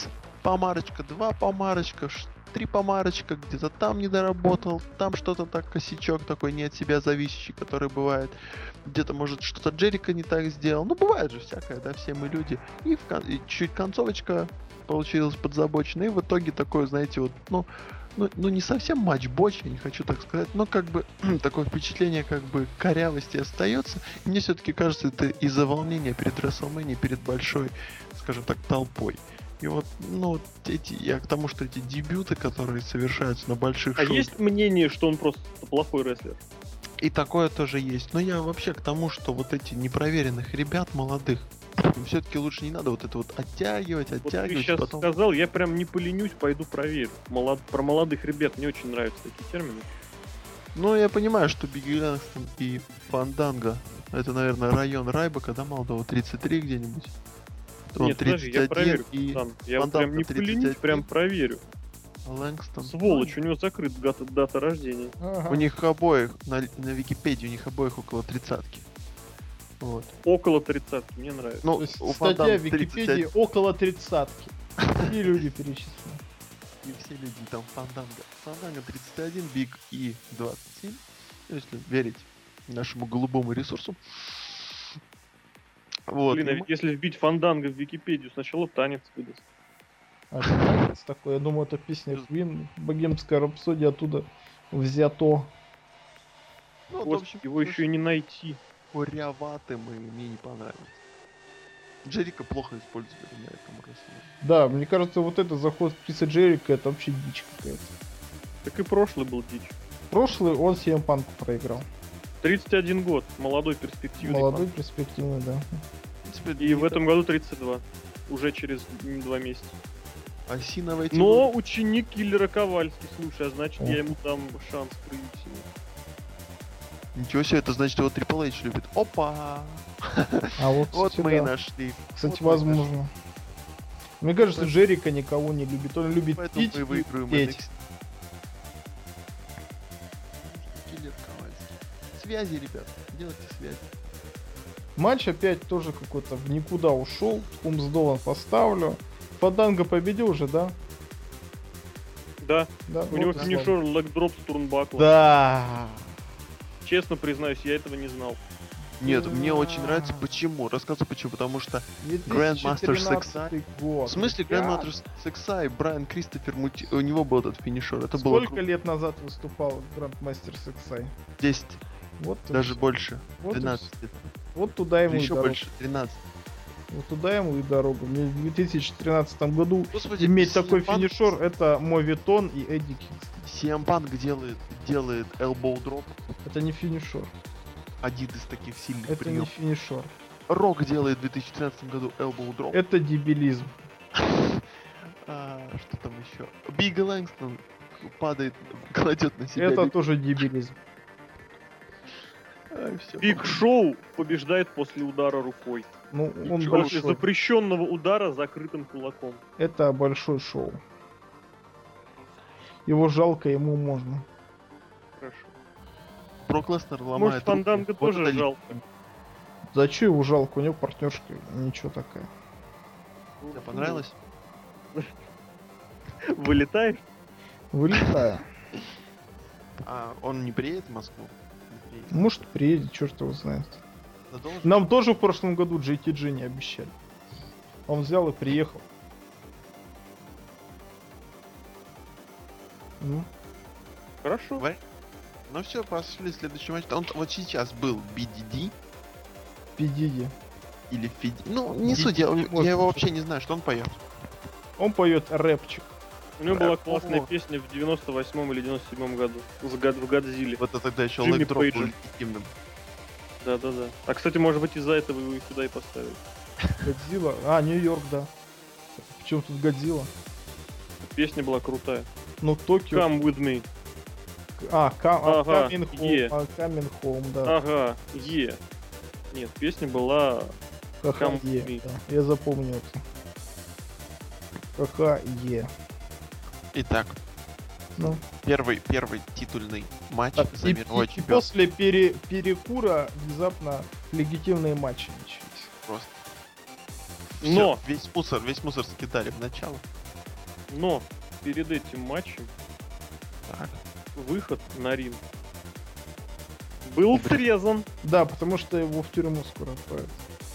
помарочка, 2 помарочка, 3 помарочка, где-то там не доработал, там что-то так, косячок такой не от себя зависящий, который бывает. Где-то, может, что-то Джерика не так сделал. Ну, бывает же всякое, да, все мы люди. И чуть концовочка получилась подзабоченная. И в итоге такое, знаете, вот, ну, не совсем матч-боч, я не хочу так сказать, но как бы такое впечатление как бы корявости остается. И мне все-таки кажется, это из-за волнения перед WrestleMania, перед большой, скажем так, толпой. И вот, ну, я к тому, что эти дебюты, которые совершаются на больших шоу... есть мнение, что он просто плохой рестлер? И такое тоже есть. Но я вообще к тому, что вот эти непроверенных ребят, молодых, все-таки лучше не надо вот это вот оттягивать, Вот ты сейчас потом... сказал, я прям не поленюсь, пойду проверю. Про молодых ребят мне очень нравятся такие термины. Ну, я понимаю, что Бигги Лэнгстон и Фанданго, это, наверное, район Райбака, да, молодого, 33 где-нибудь? Он Нет, подожди, я проверю. Сам. Я вот прям не поленюсь, прям проверю. Лэнгстон. Сволочь, у него закрыт дата рождения. Ага. У них обоих, на Википедии, у них обоих около 30-ки. Вот. Около 30, мне нравится. То Ну, есть у статья Фандам в Википедии 30. около 30-ки. И люди перечислены. И все люди там Фанданго. Фанданго 31, Биг И 27. Если верить нашему голубому ресурсу. Вот. Блин, а ведь если вбить Фанданго в Википедию, сначала танец выдаст. А это танец такой, я думаю, это песня Queen, богемская рапсодия оттуда взято. Ну, Вот, его еще и не найти. Коряватым, и мне не понравилось. Джерика плохо использовали на этом рестлинге. Да, мне кажется, вот это заход Криса Джерика, это вообще дичь какая-то. Так и прошлый был дичь. Прошлый он CM Punk проиграл. 31 год, молодой перспективный. Молодой, перспективный, да. В принципе, И в этом году 32. Уже через 2 месяца. Осиновый Но ученик Киллера Ковальский, слушай, а значит я ему дам шанс проявить себя. Ничего себе, это значит, его Triple H любит. Опа! А вот, Вот кстати, мы и да. нашли. Кстати, Вот мы и возможно. Мне кажется, Джерика никого не любит. Он любит Поэтому пить мы и выиграем петь. NXT. Киллер Ковальский. Связи, ребят. Делайте связи. Матч опять тоже какой-то в никуда ушел. Тумсдолан поставлю. Фанданго победил уже, да? Да, Да. у него вот и финишер лэгдроп с турнбакла. Да. Честно признаюсь, я этого не знал. Нет, мне очень Да. нравится. Почему? Рассказывай почему. Потому что 2013 Grandmaster Sexy. год. в смысле Ребят, Grandmaster Sexy и Брайан Кристофер, у него был этот финишер. Это было Сколько лет назад выступал Грандмастер Сексай? 10, Вот и даже всё. больше. Вот и 12 лет. Вот туда ему Или и еще дорога. больше, 13. Вот туда ему и дорогу. Мне в 2013 году Господи, иметь CM такой Punk финишер, это Мовитон и Эдди Кингстон. CM Punk делает elbow drop. Это не финишер. Один из таких сильных Это не приемов. финишер. Рок делает в 2013 году elbow drop. Это дебилизм. Что там еще? Биг Лэнгстон падает, кладет на себя. Это тоже дебилизм. Всё, Биг Шоу побеждает после удара рукой. Ну, он Ничего После большой. запрещенного удара закрытым кулаком. Это большой шоу. Его жалко, ему можно. Хорошо. Брок Леснер ломает Может, руки. Фанданго Вот тоже это жалко. За чё его жалко? У него партнершка ничего такая. Тебе понравилось? Вылетаешь? Вылетаю. А он не приедет в Москву? Не приедет. Может, приедет, черт его знает. Надолго? Нам тоже в прошлом году JTG не обещали. Он взял и приехал. Ну, Хорошо. Давай. Ну все, пошли следующий матч. Он вот сейчас был BDD PDD. или Фиди. Ну, не BDD суть, я можно его слушать. вообще не знаю, что он поет. Он поет рэпчик. У него была Ого. классная песня в 98 или 97 году. В Годзилле. Вот это тогда еще Джимми лэгдроп был Пейджа. легитимным. Да-да-да. А, кстати, может быть, из-за этого его и сюда и поставили. Годзилла. А, Нью-Йорк, да. Причем тут Годзилла? Песня была крутая. Ну, Токио. Come with me. Ага, Ага, Coming Home, е. Coming Home, да. Ага, Нет, песня была... Ха-ха, Come е, with me. да. Я запомнил это. Ха-ха, е. Итак, Ну. первый титульный матч Так, за мировой и чемпион. после перекура внезапно легитимные матчи начались. Просто. Но! Всё, весь мусор скидали в начало. Но перед этим матчем Так. выход на ринг был срезан. Да, потому что его в тюрьму скоро отправят.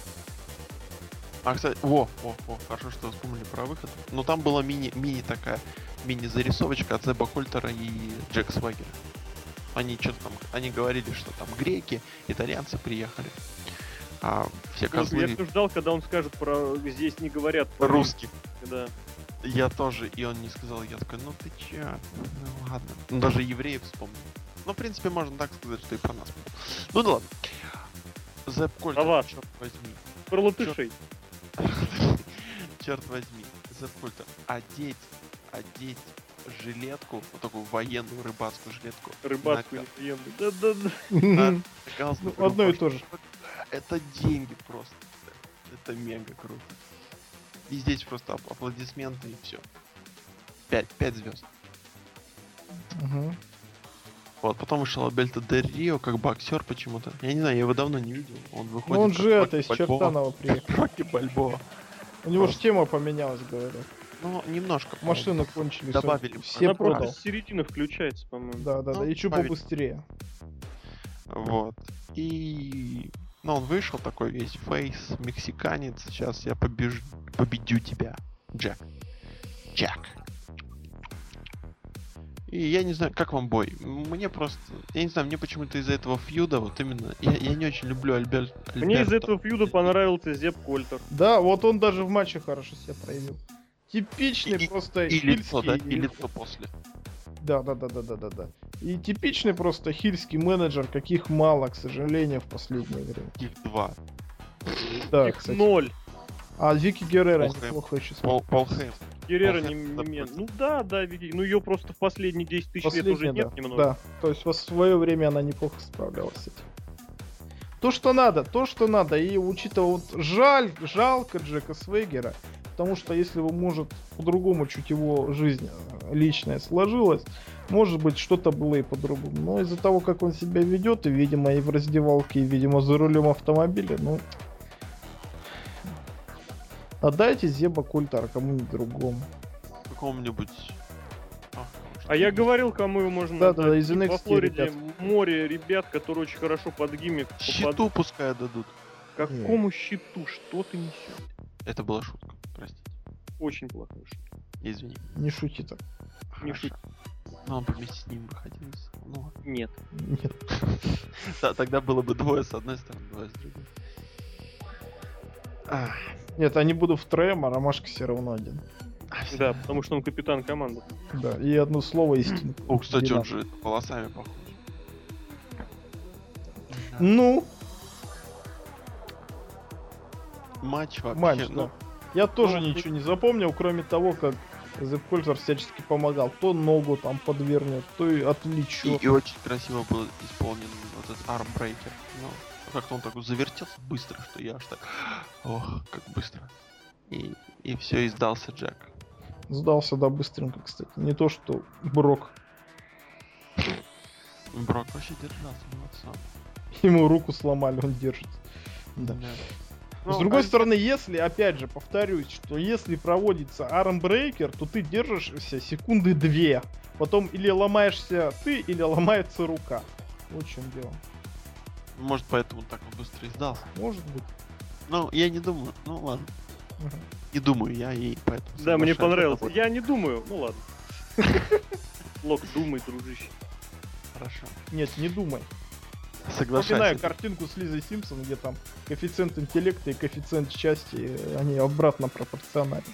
А, кстати, хорошо, что вы вспомнили про выход. Но там была мини-зарисовочка от Зеба Кольтера и Джека Свагера. Они что-то там, они говорили, что там греки, итальянцы приехали. А все Я козлы все ждал, когда он скажет про здесь не говорят по-русски. русские. Да. Я тоже, и он не сказал, я такой, ну ты чё, ну ладно. Ну, даже евреев вспомнил. Ну, в принципе, можно так сказать, что и про нас. Ну да ладно. Зеб Кольтер, А вас? черт возьми. Про латышей. Черт возьми, Зеб Кольтер, одеть жилетку, вот такую военную рыбацкую жилетку. Рыбацкую неприемную. Да-да-да. на галстук, Ну, одно и рубашку. то же. Это деньги просто. Это мега круто. И здесь просто аплодисменты и все. 5 звезд. Мгм. Вот, потом вышел Альберто Дель Рио как боксер почему-то. Я не знаю, я его давно не видел. Он Ну выходит. он как же Рокки это из Бальбоа. Чертанова приехал. Рокки Бальбоа. У него же Просто. тема поменялась, говорят. Ну, немножко. Машины кончились. он Добавили. Все Она продал. просто с середины включается, по-моему. Да. Ну, И что поверь. побыстрее. Вот. И... Ну, он вышел такой весь фейс, мексиканец. Сейчас я победю тебя, Джек. И я не знаю, как вам бой? Мне просто... Я не знаю, мне почему-то из-за этого фьюда, вот именно... Я не очень люблю Альберто. Мне из этого фьюда понравился Зеб Кольтер. Да, вот он даже в матче хорошо себя проявил. Типичный просто И лицо, да? хильский. И лицо после. Да. И типичный просто хильский менеджер, каких мало, к сожалению, в последнее время. Их 2. Да, Их кстати. 0. А Вики Геррера Пол Хэм. неплохо еще Пол Хэм. Геррера Пол не Хэм мен. такой. Ну да, Вики. Ну ее просто в последние 10 тысяч лет уже нет немного. Да, то есть во свое время она неплохо справлялась с этим. То, что надо. И учитывая, вот жалко Джека Свегера, потому что если бы, может, по-другому чуть его жизнь личная сложилась, может быть, что-то было и по-другому. Но из-за того, как он себя ведет, и, видимо, и в раздевалке, и, видимо, за рулем автомобиля, ну... Отдайте Зеба Кольтера кому-нибудь другому. Какому-нибудь... А я говорил, кому его можно Да, отдать. из Во NXT Флориде ребят. море ребят, которые очень хорошо под гиммик. Щиту пускай дадут. Какому щиту? Что ты несешь? Это была шутка, простите. Очень плохая шутка. Извини. Не шути так. Не Хорошо. шути. Ну, он бы вместе с ним выходил. Ну, ладно. Нет. Нет. Да, тогда было бы двое с одной стороны, двое с другой. Ах, Нет, они будут втроем, а Ромашка все равно один. Да, потому что он капитан команды. Да, и одно слово истины. О, кстати, он Двенадцать. же волосами похож. Ну, Матч вообще. матч, ну, да. Я тоже ну, ничего не запомнил, кроме того, как Зеб Кольтер всячески помогал. То ногу там подвернет, то и отвлечет. и очень красиво был исполнен вот этот армбрейкер. Ну, как-то он так вот завертелся быстро, что я аж так... Ох, как быстро. И все, и сдался Джек. Сдался, да, быстренько, кстати. Не то, что Брок. Брок вообще держался, молодцом. Ему руку сломали, он держится. Да. Ну, С другой стороны, если, опять же, повторюсь, что если проводится армбрейкер, то ты держишься секунды 2. Потом или ломаешься ты, или ломается рука. Вот в чем дело. Может, поэтому так он быстро и сдался. Может быть. Ну, я не думаю. Ну, ладно. Мгм. Не думаю я, и поэтому... Да, мне соглашаюсь с понравилось. тобой. Я не думаю. Ну ладно. Лок, думай, дружище. Хорошо. Нет, не думай. Соглашаюсь. Напоминаю картинку с Лизой Симпсон, где там коэффициент интеллекта и коэффициент счастья, они обратно пропорциональны.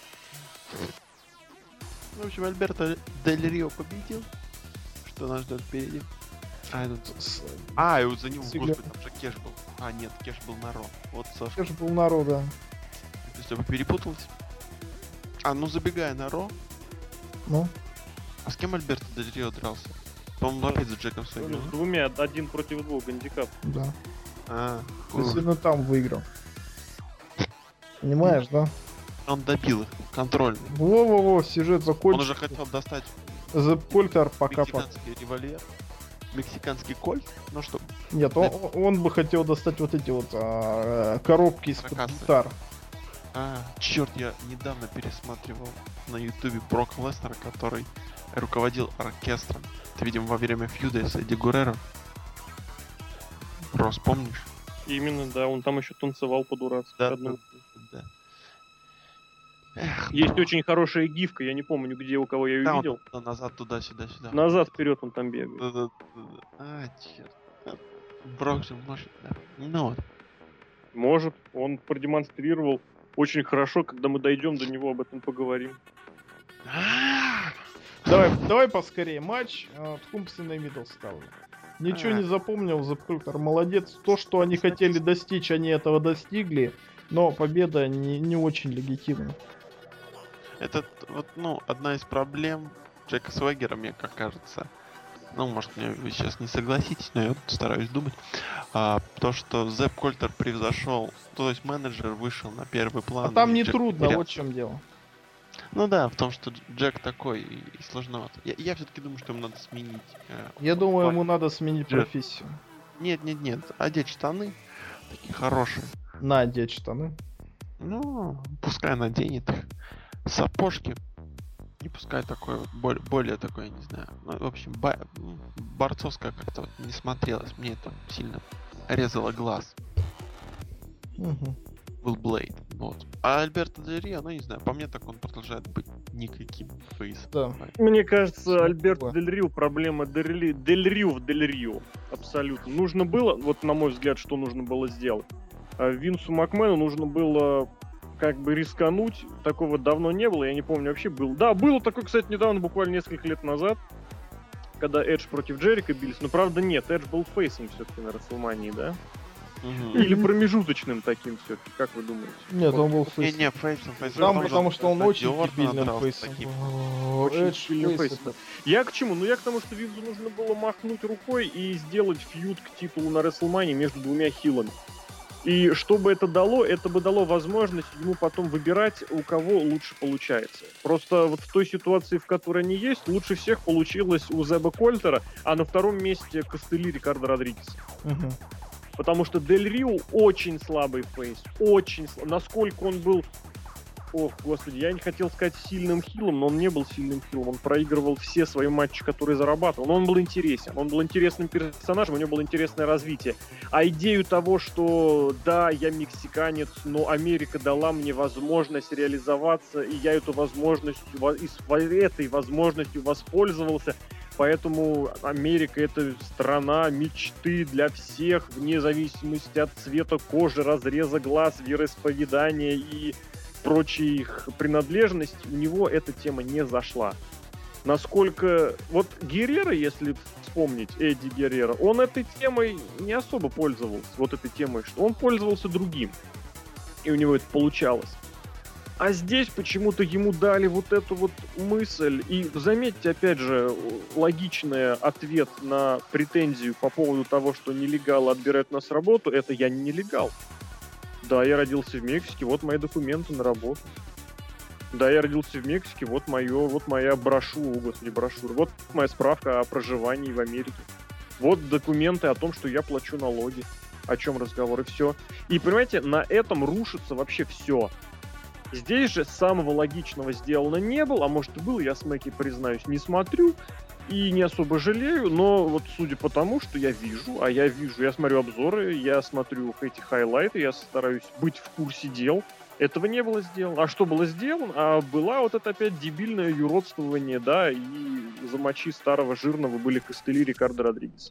В общем, Альберто Дель Рио победил. Что нас ждет впереди? А, этот... и вот за него, Сиглер. господи, там же Кеш был. А, нет, Кеш был на Ро. Вот, Саша, Я же был народа. то есть я бы перепутался. А, ну забегая на Ро, Ну, а с кем Альберто Дель Рио дрался? По-моему, опять за Джеком Свегером. С двумя, 1 против 2 гандикап. да. А, То есть именно там выиграл. Понимаешь, да? он добил их, контрольный. Во-во-во, сюжет Он закончен. уже хотел достать Зеб Кольтер пока... мексиканский револьвер. Мексиканский кольт. Ну что, Нет, он бы хотел достать вот эти вот коробки из-под Каркасы. гитар. Черт, я недавно пересматривал на ютубе Брока Леснера, который руководил оркестром. Ты, видимо, во время фьюда с Эдди Гурреро. Рос, помнишь? Именно, да, он там еще танцевал по-дурацки. Да, одну. да. Эх, Есть бро. очень хорошая гифка, я не помню, где, у кого я ее Да, он видел. назад, туда, сюда, сюда. Назад, вперед он там бегает. Да. Черт. Брок же может, да. Ну вот. Может, он продемонстрировал очень хорошо, когда мы дойдем до него, об этом поговорим. Давай поскорее матч. Тхумпсон и Миддлстаун. Ничего не запомнил, Зепкультер молодец. То, что они хотели достичь, они этого достигли. Но победа не очень легитимна. Это вот, ну, одна из проблем Джека Свегера, мне как кажется. Ну, может, вы сейчас не согласитесь, но я стараюсь думать. То, что Зепп Кольтер превзошел, то есть менеджер вышел на первый план. А там и не Джек трудно, потерял. вот в чем дело. Ну да, в том, что Джек такой и сложноват. Я все-таки думаю, что ему надо сменить. Я думаю, Пак. ему надо сменить Джек. профессию. Нет, одеть штаны такие хорошие. Надеть штаны. Ну, пускай наденет их. Сапожки. И пускай такой вот, более такой, я не знаю. Ну, в общем, борцовская как-то вот не смотрелось. Мне это сильно резало глаз. Мгм. Был Блейд. Вот. А Альберто Дель Рио, ну не знаю, по мне так он продолжает быть никаким фейсом. Да. Мне кажется, Всё Альберто такое. Дель Рио, проблема Дель Рио. Абсолютно. Нужно было, вот на мой взгляд, что нужно было сделать. Винсу Макмену нужно было как бы рискануть. Такого давно не было, я не помню, вообще был. Да, было такое, кстати, недавно, буквально несколько лет назад, когда Эдж против Джерика бились. Но правда нет, Эдж был фейсом все-таки на Расселмании, да? Мгм. Или промежуточным таким все-таки, как вы думаете? Нет, он был фейсом. Не, фейсом. Там, потому что он очень Ордена дебильным дрался фейсом. таким. Очень Эдж сильным фейс фейсом. это- Я к чему? Ну я к тому, что Винсу нужно было махнуть рукой и сделать фьюд к титулу на Расселмане между двумя хилами. И что бы это дало? Это бы дало возможность ему потом выбирать, у кого лучше получается. Просто вот в той ситуации, в которой они есть, лучше всех получилось у Зеба Кольтера, а на втором месте костыли Рикардо Родригеса. Мгм. Потому что Дель Рио очень слабый фейс. Очень слабый. Насколько он был... Ох, господи, я не хотел сказать сильным хилом, но он не был сильным хилом. Он проигрывал все свои матчи, которые зарабатывал. Но он был интересен. Он был интересным персонажем, у него было интересное развитие. А идею того, что да, я мексиканец, но Америка дала мне возможность реализоваться, и я эту возможность, этой возможностью воспользовался. Поэтому Америка — это страна мечты для всех, вне зависимости от цвета кожи, разреза глаз, вероисповедания и прочих принадлежностей. У него эта тема не зашла. Насколько... Вот Геррера, если вспомнить, Эдди Геррера, он этой темой не особо пользовался. Вот этой темой, что он пользовался другим. И у него это получалось. А здесь почему-то ему дали вот эту вот мысль. И заметьте, опять же, логичный ответ на претензию по поводу того, что нелегалы отбирают нас работу, это я не нелегал. Да, я родился в Мексике, вот мои документы на работу. Да, я родился в Мексике, вот моя брошюра, вот моя справка о проживании в Америке. Вот документы о том, что я плачу налоги. О чем разговор, и все. И, понимаете, на этом рушится вообще все. Здесь же самого логичного сделано не было, а может и было, я с Мэки, признаюсь, не смотрю и не особо жалею, но вот судя по тому, что я вижу, я смотрю обзоры, я смотрю эти хайлайты, я стараюсь быть в курсе дел, этого не было сделано. А что было сделано? А была вот это опять дебильное юродствование, да, и за мочи старого жирного были костыли Рикардо Родригеса.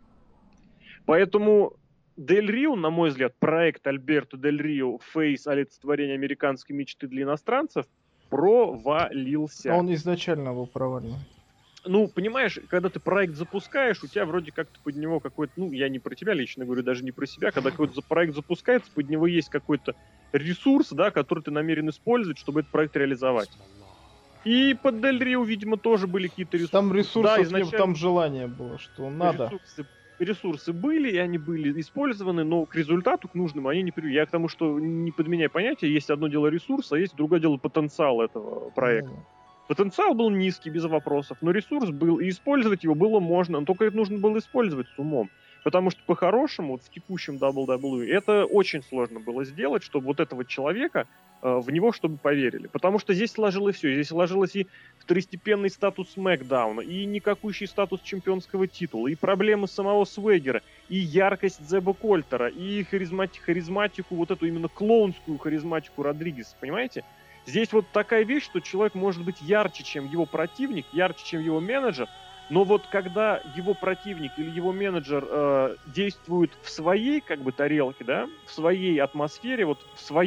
Поэтому Дель Рио, на мой взгляд, проект Альберто Дель Рио, фейс олицетворения американской мечты для иностранцев, провалился. Он изначально был провальным. Ну, понимаешь, когда ты проект запускаешь, у тебя вроде как-то под него какой-то, ну, я не про тебя лично говорю, даже не про себя, когда какой-то проект запускается, под него есть какой-то ресурс, да, который ты намерен использовать, чтобы этот проект реализовать. И под Дель Рио, видимо, тоже были какие-то ресурсы. Там ресурсов Да, не было, там желание было, что надо. Ресурсы были, и они были использованы, но к результату, к нужному, они не привели. Я к тому, что не подменяй понятие, есть одно дело ресурс, а есть другое дело потенциал этого проекта. Потенциал был низкий, без вопросов, но ресурс был, и использовать его было можно, но только это нужно было использовать с умом. Потому что по-хорошему вот в текущем WWE это очень сложно было сделать, чтобы вот этого человека в него чтобы поверили. Потому что здесь сложилось все. Здесь сложилось и второстепенный статус Смэкдауна, и никакущий статус чемпионского титула, и проблемы самого Свегера, и яркость Зеба Кольтера, и харизматику, вот эту именно клоунскую харизматику Родригеса, понимаете? Здесь вот такая вещь, что человек может быть ярче, чем его противник, ярче, чем его менеджер, но вот когда его противник или его менеджер действует в своей как бы тарелке, да, в своей атмосфере, вот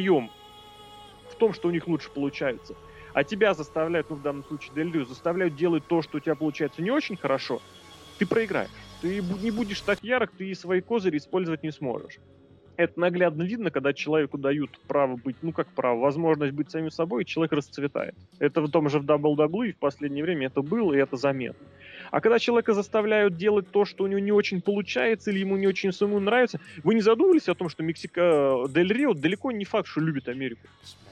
в том, что у них лучше получается, а тебя заставляют, ну в данном случае Дель Рио, заставляют делать то, что у тебя получается не очень хорошо, ты проиграешь. Ты не будешь так ярок, ты свои козыри использовать не сможешь. Это наглядно видно, когда человеку дают право быть, ну как право, возможность быть самим собой, и человек расцветает. Это в том же в WWE в последнее время это было, и это заметно. А когда человека заставляют делать то, что у него не очень получается, или ему не очень самому нравится, вы не задумывались о том, что Дель Рио далеко не факт, что любит Америку?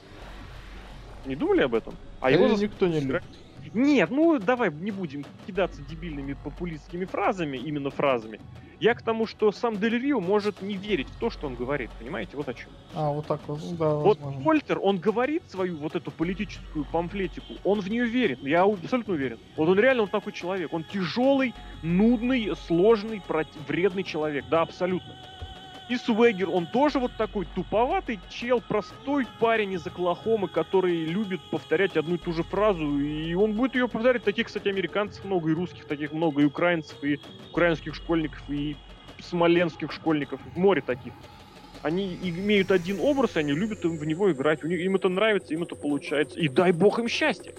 Не думали об этом? А его никто не любит. Нет, ну давай не будем кидаться дебильными популистскими фразами, именно фразами. Я к тому, что сам Дель Рио может не верить в то, что он говорит, понимаете? Вот о чем. Вот так вот, да, вот возможно. Кольтер, он говорит свою вот эту политическую памфлетику, он в нее верит, я абсолютно уверен. Вот он реально, он такой человек, он тяжелый, нудный, сложный, вредный человек, да, абсолютно. И Свегер, он тоже вот такой туповатый чел, простой парень из Оклахомы, который любит повторять одну и ту же фразу, и он будет ее повторять. Таких, кстати, американцев много, и русских таких много, и украинцев, и украинских школьников, и смоленских школьников, в море таких. Они имеют один образ, и они любят в него играть, им это нравится, им это получается, и дай бог им счастья.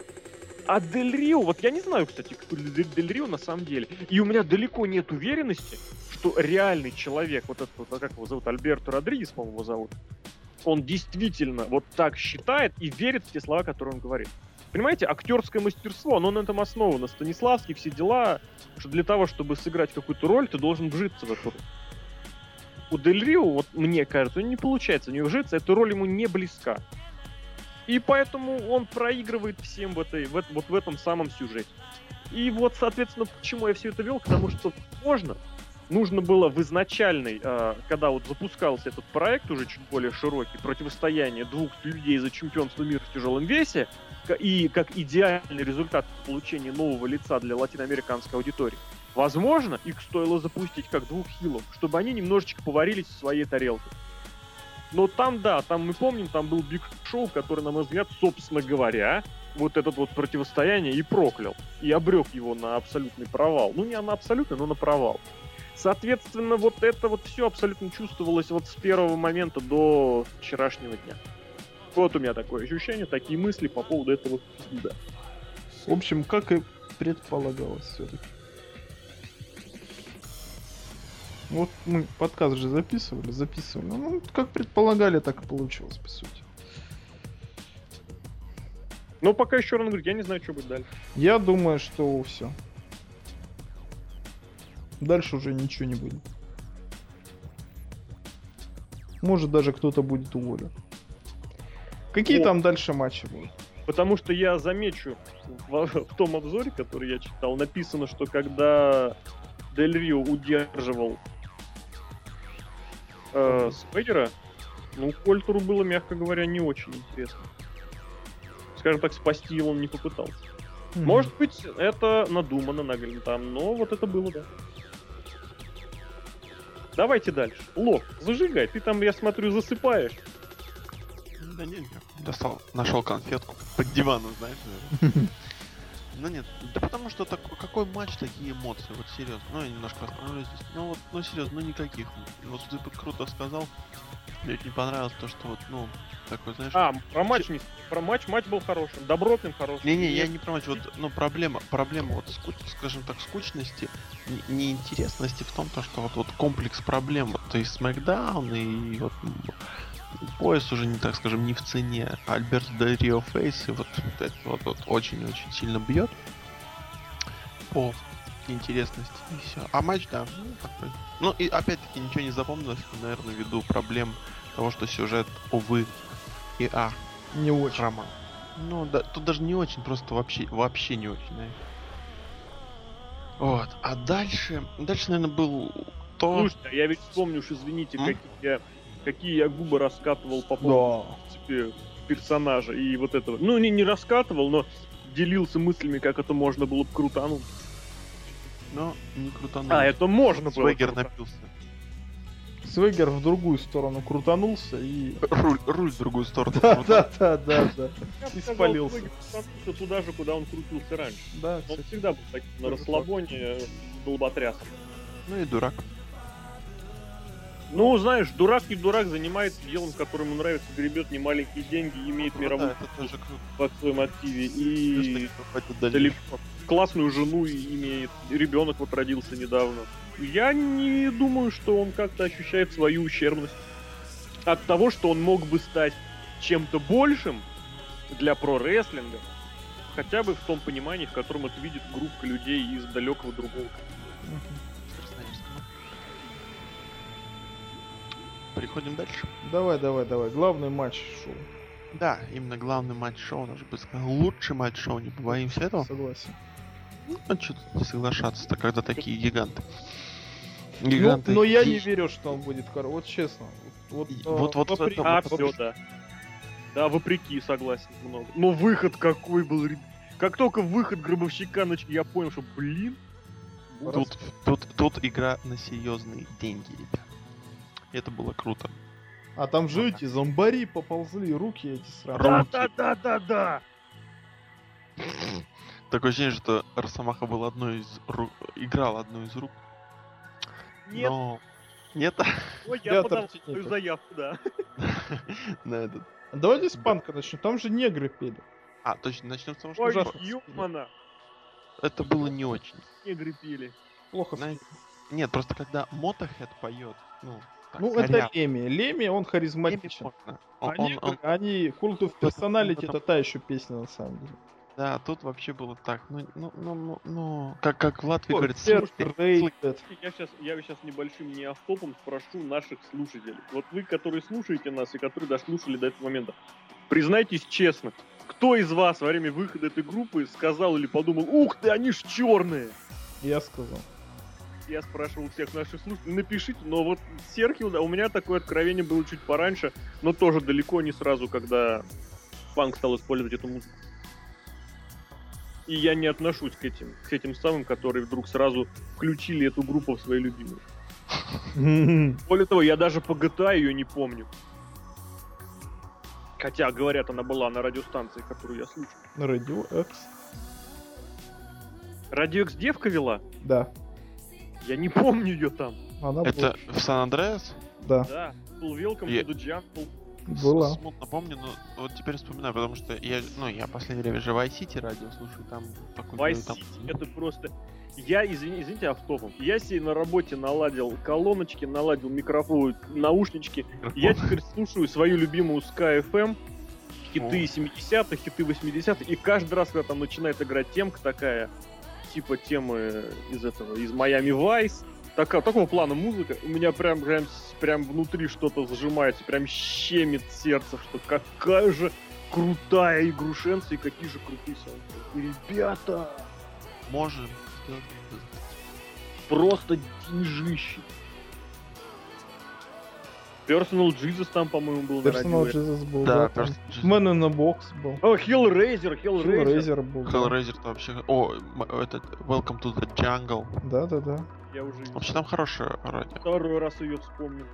А Дель Рио, вот я не знаю, кстати, кто Дель Рио на самом деле, и у меня далеко нет уверенности, что реальный человек, вот этот, как его зовут, Альберто Родригес, по-моему, его зовут, он действительно вот так считает и верит в те слова, которые он говорит. Понимаете, актерское мастерство, оно на этом основано. Станиславский, все дела, что для того, чтобы сыграть какую-то роль, ты должен вжиться в эту роль. У Дель Рио, вот мне кажется, не получается в нее вжиться, эта роль ему не близка. И поэтому он проигрывает всем вот в этом самом сюжете. И вот, соответственно, почему я все это вел, к тому, что нужно было в изначальной, когда вот запускался этот проект, уже чуть более широкий, противостояние двух людей за чемпионство мира в тяжелом весе, и как идеальный результат получения нового лица для латиноамериканской аудитории. Возможно, их стоило запустить как двух хилов, чтобы они немножечко поварились в своей тарелке. Но там, да, там мы помним, там был Биг Шоу, который, на мой взгляд, собственно говоря, вот это вот противостояние и проклял. И обрек его на абсолютный провал. Ну, не на абсолютный, но на провал. Соответственно, вот это вот все абсолютно чувствовалось вот с первого момента до вчерашнего дня. Вот у меня такое ощущение, такие мысли по поводу этого фьюда. В общем, как и предполагалось все-таки. Вот мы подкаст же записывали. Ну, как предполагали, так и получилось, по сути. Но пока еще раз говорю, я не знаю, что будет дальше. Я думаю, что все. Дальше уже ничего не будет. Может, даже кто-то будет уволен. Какие там дальше матчи будут? Потому что я замечу, в том обзоре, который я читал, написано, что когда Дель Рио удерживал Свегера, ну, Кольтеру было, мягко говоря, не очень интересно. Скажем так, спасти его он не попытался. Может быть, это надумано, наглядно там, но вот это было, да. Давайте дальше. Лох, зажигай, ты там, я смотрю, засыпаешь. Да нет, нашел конфетку под диваном, знаешь. Ну нет, да потому что какой матч, такие эмоции, вот серьезно. Ну я немножко остановлюсь здесь. Ну вот, ну серьезно, ну никаких. Вот ты круто сказал. Мне не понравилось то, что вот, ну, такой, знаешь... Про матч был хорошим, добротным хорошим. Не-не, я не про матч, вот, ну, проблема вот, скажем так, скучности, неинтересности в том, то, что вот комплекс проблем, вот, и Смэкдаун, и вот пояс уже, не так скажем, не в цене. Альберто Дель Рио Фейс, и вот это вот очень-очень сильно бьет по интересности, и все. А матч, да, ну, такой. Ну, и опять-таки ничего не запомнилось, наверное, ввиду проблем того, что сюжет, увы, и не очень. Роман. Ну, да, тут даже не очень, просто вообще не очень, да. Вот. А дальше, наверное, был что? Слушайте, а я ведь вспомню уж, извините, какие я губы раскатывал по поводу, Да. в принципе, персонажа и вот этого. Ну, не раскатывал, но делился мыслями, как это можно было бы крутануть. Но не крутанул. А, это можно было. Свегер крутануть. напился. Свегер в другую сторону крутанулся и... Руль в другую сторону. Да, крутанул. да. Я бы И сказал, спалился. Свегер крутанулся туда же, куда он крутился раньше. Да, Он кстати. всегда был таким на расслабоне, долботрясом. Ну и дурак. Ну, знаешь, дурак не дурак, занимается делом, которое ему нравится, гребет немаленькие деньги, имеет Ну мировую да, это тоже круто. в своем активе и Хватит дальше. далеко. Классную жену имеет, ребенок вот родился недавно. Я не думаю, что он как-то ощущает свою ущербность от того, что он мог бы стать чем-то большим для про-рестлинга, хотя бы в том понимании, в котором это видит группа людей из далекого другого. Переходим дальше. Давай. Главный матч шоу. Да, именно главный матч шоу, даже бы сказал. Лучший матч шоу, не побоимся этого. Согласен. Ну, что тут не соглашаться-то, когда такие гиганты. Но я не дичь. верю, что он будет хороший. Вот честно. Вот, Вот в вопреки- этом- А, вот все, да. Да, вопреки, согласен, много. Но выход какой был, как только выход гробовщика, я понял, что, блин, Тут игра на серьезные деньги, ребят. Это было круто. А там же эти зомбари поползли, руки эти сразу. да. Такое ощущение, что Росомаха был играл одной из рук. Нет, Но... Нет? ой, я я подал тортить свою не заявку, да. На этот. Давайте с панка начнем. Там же негры пели. А, точно, начнем с того, что Ой, ужасно. ёмана, это было не очень. негры пели. Плохо. Знаете, нет, просто когда Motorhead поет, так, Ну, это коряво, Леми. Леми, он Леми харизматичен. можно. Они Cult of Personality, это та еще песня на самом деле. Да, тут вообще было так. Как в Латвии говорят, First слушай, Rated. Я сейчас небольшим не автопом спрошу наших слушателей. Вот вы, которые слушаете нас и которые дослушали до этого момента, признайтесь честно, кто из вас во время выхода этой группы сказал или подумал: ух ты, они ж черные? Я сказал. Я спрашивал всех наших слушателей, напишите, но вот Серхио, да, у меня такое откровение было чуть пораньше, но тоже далеко не сразу, когда панк стал использовать эту музыку. И я не отношусь к этим самым, которые вдруг сразу включили эту группу в свои любимые. Более того, я даже по GTA ее не помню. Хотя, говорят, она была на радиостанции, которую я слушал. Radio X. Радио X девка вела? Да. Я не помню ее там. Она это в Сан-Андреас? была. Да. Да, был Welcome Я- to the Jungle. Была. Смутно помню, но вот теперь вспоминаю, потому что я в последнее время же Vice City радио слушаю, там такой... Vice там- City, это просто... Я, извините, автопом. Я себе на работе наладил колоночки, наладил микрофон, наушнички. Я теперь слушаю свою любимую Sky FM, хиты 70-х, хиты 80-х, и каждый раз, когда там начинает играть темка такая, типа темы из Miami Vice, такого плана музыка, у меня прям внутри что-то сжимается, прям щемит сердце, что какая же крутая игрушенция и какие же крутые саундтреки. Ребята, Можем сделать. просто деньжище. Personal Jesus там, по-моему, был на Personal радио. Jesus был. Да, там Personal Jesus. Man in a Box был. О, Hellraiser. Hellraiser был. да. Hellraiser-то вообще... этот Welcome to the Jungle. Да. Я уже Вообще там хорошее радио. второй раз ее вспомнил.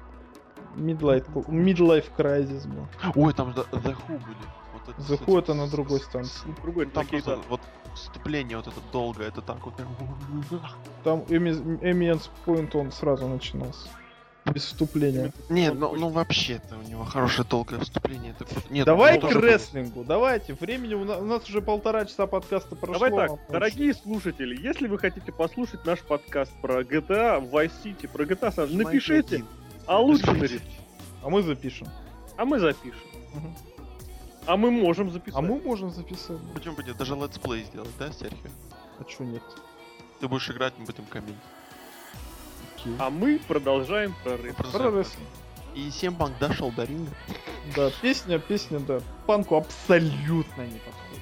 Midlife Crisis был. Ой, там The Who были. Вот это The с Who этим- это на другой станции. Другой, Там такие, просто вот вступление вот это долгое, это так вот... Там Eminence Point он сразу начинался. Без вступления. Не, Он ну вообще-то у него хорошее долгое вступление. Это круто. Нет, Давай ну, к тоже было. рестлингу, давайте. Времени у нас уже 1,5 часа подкаста прошло. Давай нам так, дорогие слушатели, если вы хотите послушать наш подкаст про GTA, Vice City, про GTA, San, напишите, Один. а лучше нарисуйте, А мы запишем. а мы запишем. Мгм. А мы можем записать. А мы можем записать. Почему бы нет? Даже летсплей сделать, да, Серхио? А чё нет? Ты будешь играть, мы будем комментировать. Окей. А мы продолжаем про рэп. Про рестлинг. И Семпанк дошел до ринга. Да, песня, да. Панку абсолютно не подходит.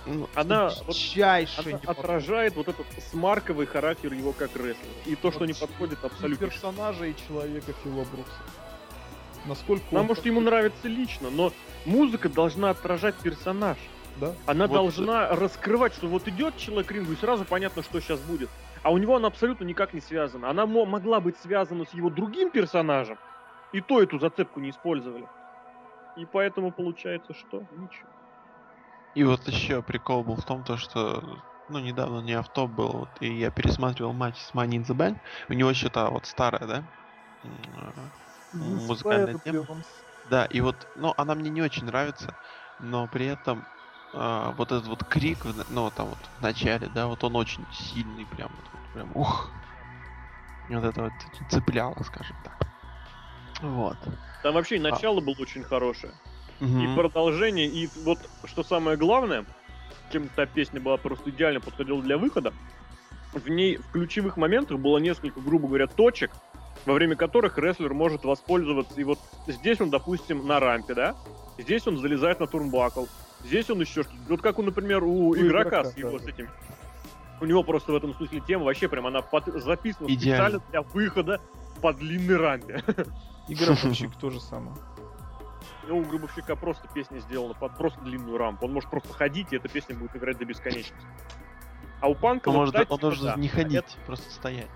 Ну, Она Дичайше Она не отражает вот этот смарковый характер его как рестлера. И то, что не Вообще, подходит и абсолютно. персонажа, и человека Фила Брукса. Насколько Нам, он может, ему нравится лично, но музыка должна отражать персонаж. да? Она Вот, должна раскрывать, что вот идет человек к рингу, и сразу понятно, что сейчас будет. А у него она абсолютно никак не связана. Она могла быть связана с его другим персонажем, и то эту зацепку не использовали. И поэтому получается, что? Ничего. И вот еще прикол был в том, то, что ну, недавно не автоп был, вот, и я пересматривал матч с Money in the Bank. У него еще та вот старая, да? Музыкальная тема. Да, и вот, ну, она мне не очень нравится, но при этом вот этот вот крик, ну, там вот в начале, да, вот он очень сильный, прям, вот прям, ух. И вот это вот цепляло, скажем так. Вот. Там вообще и начало было очень хорошее. И Мгм. продолжение, и вот что самое главное, чем та песня была просто идеально подходила для выхода, в ней в ключевых моментах было несколько, грубо говоря, точек, во время которых рестлер может воспользоваться. И вот здесь он, допустим, на рампе, да? Здесь он залезает на турнбакл. Здесь он еще что-то. Вот как, например, у игрока с его да. с этим. У него просто в этом смысле тема вообще прям она записана Идеально. специально для выхода по длинной рампе. И Гробовщик то же самое. Ну, у Гробовщика просто песня сделана под просто длинную рампу. Он может просто ходить, и эта песня будет играть до бесконечности. А у Панка... Он вот, может, кстати, он должен да, не ходить, это- просто стоять.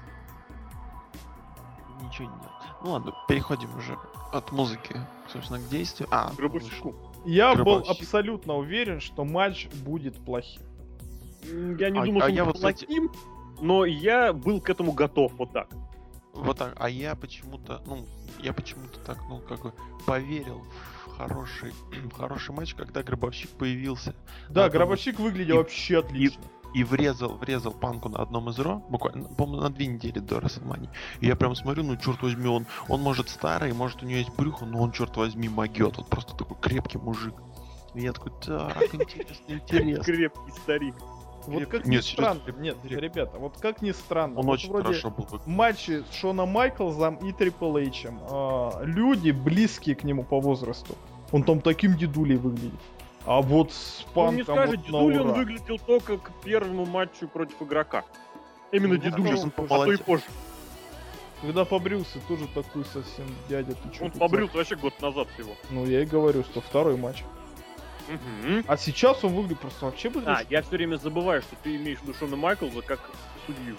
Ничего не делать. Ну ладно, переходим уже от музыки, собственно, к действию. Гробовщику. Я был Гробовщик. абсолютно уверен, что матч будет плохим. Я не думал, а что я он вот, кстати- плохим, но я был к этому готов вот так. Вот так. А я почему-то, так, ну, как бы поверил в хороший матч, когда Гробовщик появился. Да, На одном Гробовщик выглядел и- вообще отлично. и врезал Панку на одном из Ро, буквально, по-моему, на 2 недели до WrestleMania. И я прям смотрю, ну, черт возьми, он может старый, может у него есть брюхо, но он, черт возьми, могет. Вот просто такой крепкий мужик. И я такой, так, интересно. Крепкий старик. Вот как Нет, ни странно, серьезно, нет, крепкий. ребята, вот как ни странно, Он вот очень вроде хорошо был. в матче с Шоном Майклзом и Трипл Эйчем люди, близкие к нему по возрасту, он там таким дедулей выглядит. А вот с Он Панком не скажет, вот на дедулей он ура. выглядел только к первому матчу против игрока. Именно Ну, дедулей, сейчас он а то и помолодел. позже. Когда побрился, тоже такой совсем дядя, ты чё Он тут побрился вообще год назад всего. Ну, я и говорю, что второй матч. Мгм. А сейчас он выглядит просто вообще выглядит. Я все время забываю, что ты имеешь в виду Шона Майклза как судью.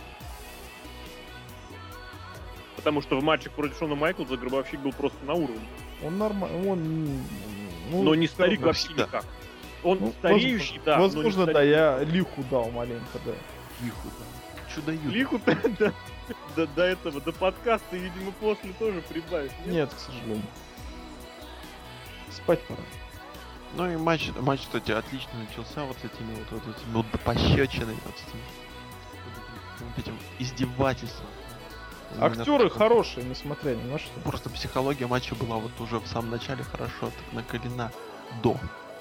Потому что в матчах против Шона Майклза Гробовщик был просто на уровне. Он нормальный, он... ну, Но не всё старик равно. вообще всегда. никак. Он Ну, стареющий, да. но не Возможно, да, старик. я лиху дал маленько, да. Лиху, да. Чудо-юдо. Лиху-то до этого, до подкаста, видимо, после тоже прибавишь. Нет, к сожалению. Спать пора. Ну и матч, кстати, отлично начался вот с этими вот пощечинами, вот этим издевательством. Именно Актеры так, хорошие, несмотря ни на что. Просто психология матча была вот уже в самом начале хорошо так накалена до.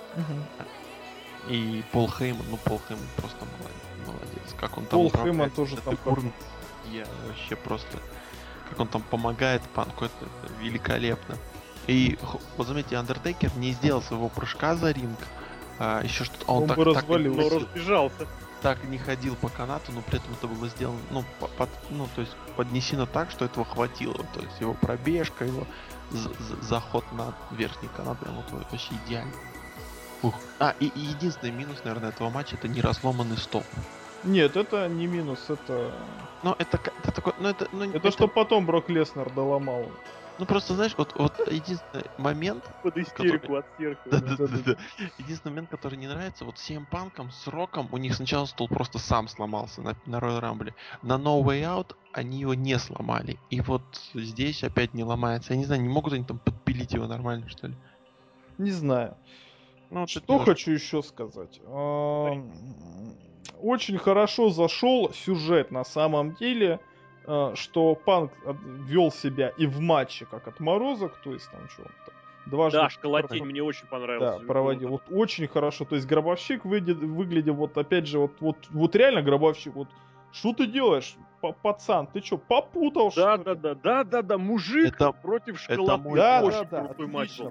И Пол Хейман просто молодец. Как он там Пол управляет Хейман тоже этой там урной. Я вообще просто... Как он там помогает Панку, это великолепно. И вот заметьте, Андертейкер не сделал своего прыжка за ринг. Еще что-то... Он бы Но развалился. разбежался. так не ходил по канату, но при этом это было сделано, то есть поднесено так, что этого хватило. То есть его пробежка, его заход на верхний канат, прям вот вообще идеально. Ух. И единственный минус, наверное, этого матча — это не разломанный стол. Нет, это не минус, это... Но это такой, Это что потом Брок Леснер доломал. Ну просто, знаешь, вот единственный момент, Под истерику от сердца. да. Единственный момент, который не нравится, вот с CM Punk'ом, с Роком, у них сначала стол просто сам сломался на Royal Rumble. На No Way Out они его не сломали. И вот здесь опять не ломается. Я не знаю, не могут они там подпилить его нормально, что ли? Не знаю. Ну, вот Что это немножко- хочу еще сказать. Очень хорошо зашел сюжет на самом деле, что Панк вел себя и в матче как отморозок, то есть там что там дважды... Да, школотень мне очень понравился. Да, проводил. Вот очень хорошо. То есть Гробовщик выглядел вот опять же вот реально Гробовщик. Вот что ты делаешь, пацан? Ты что, попутал что ли? Да, мужик Это- против это школотни. мой- Да, Очень да, крутой матч был. отлично.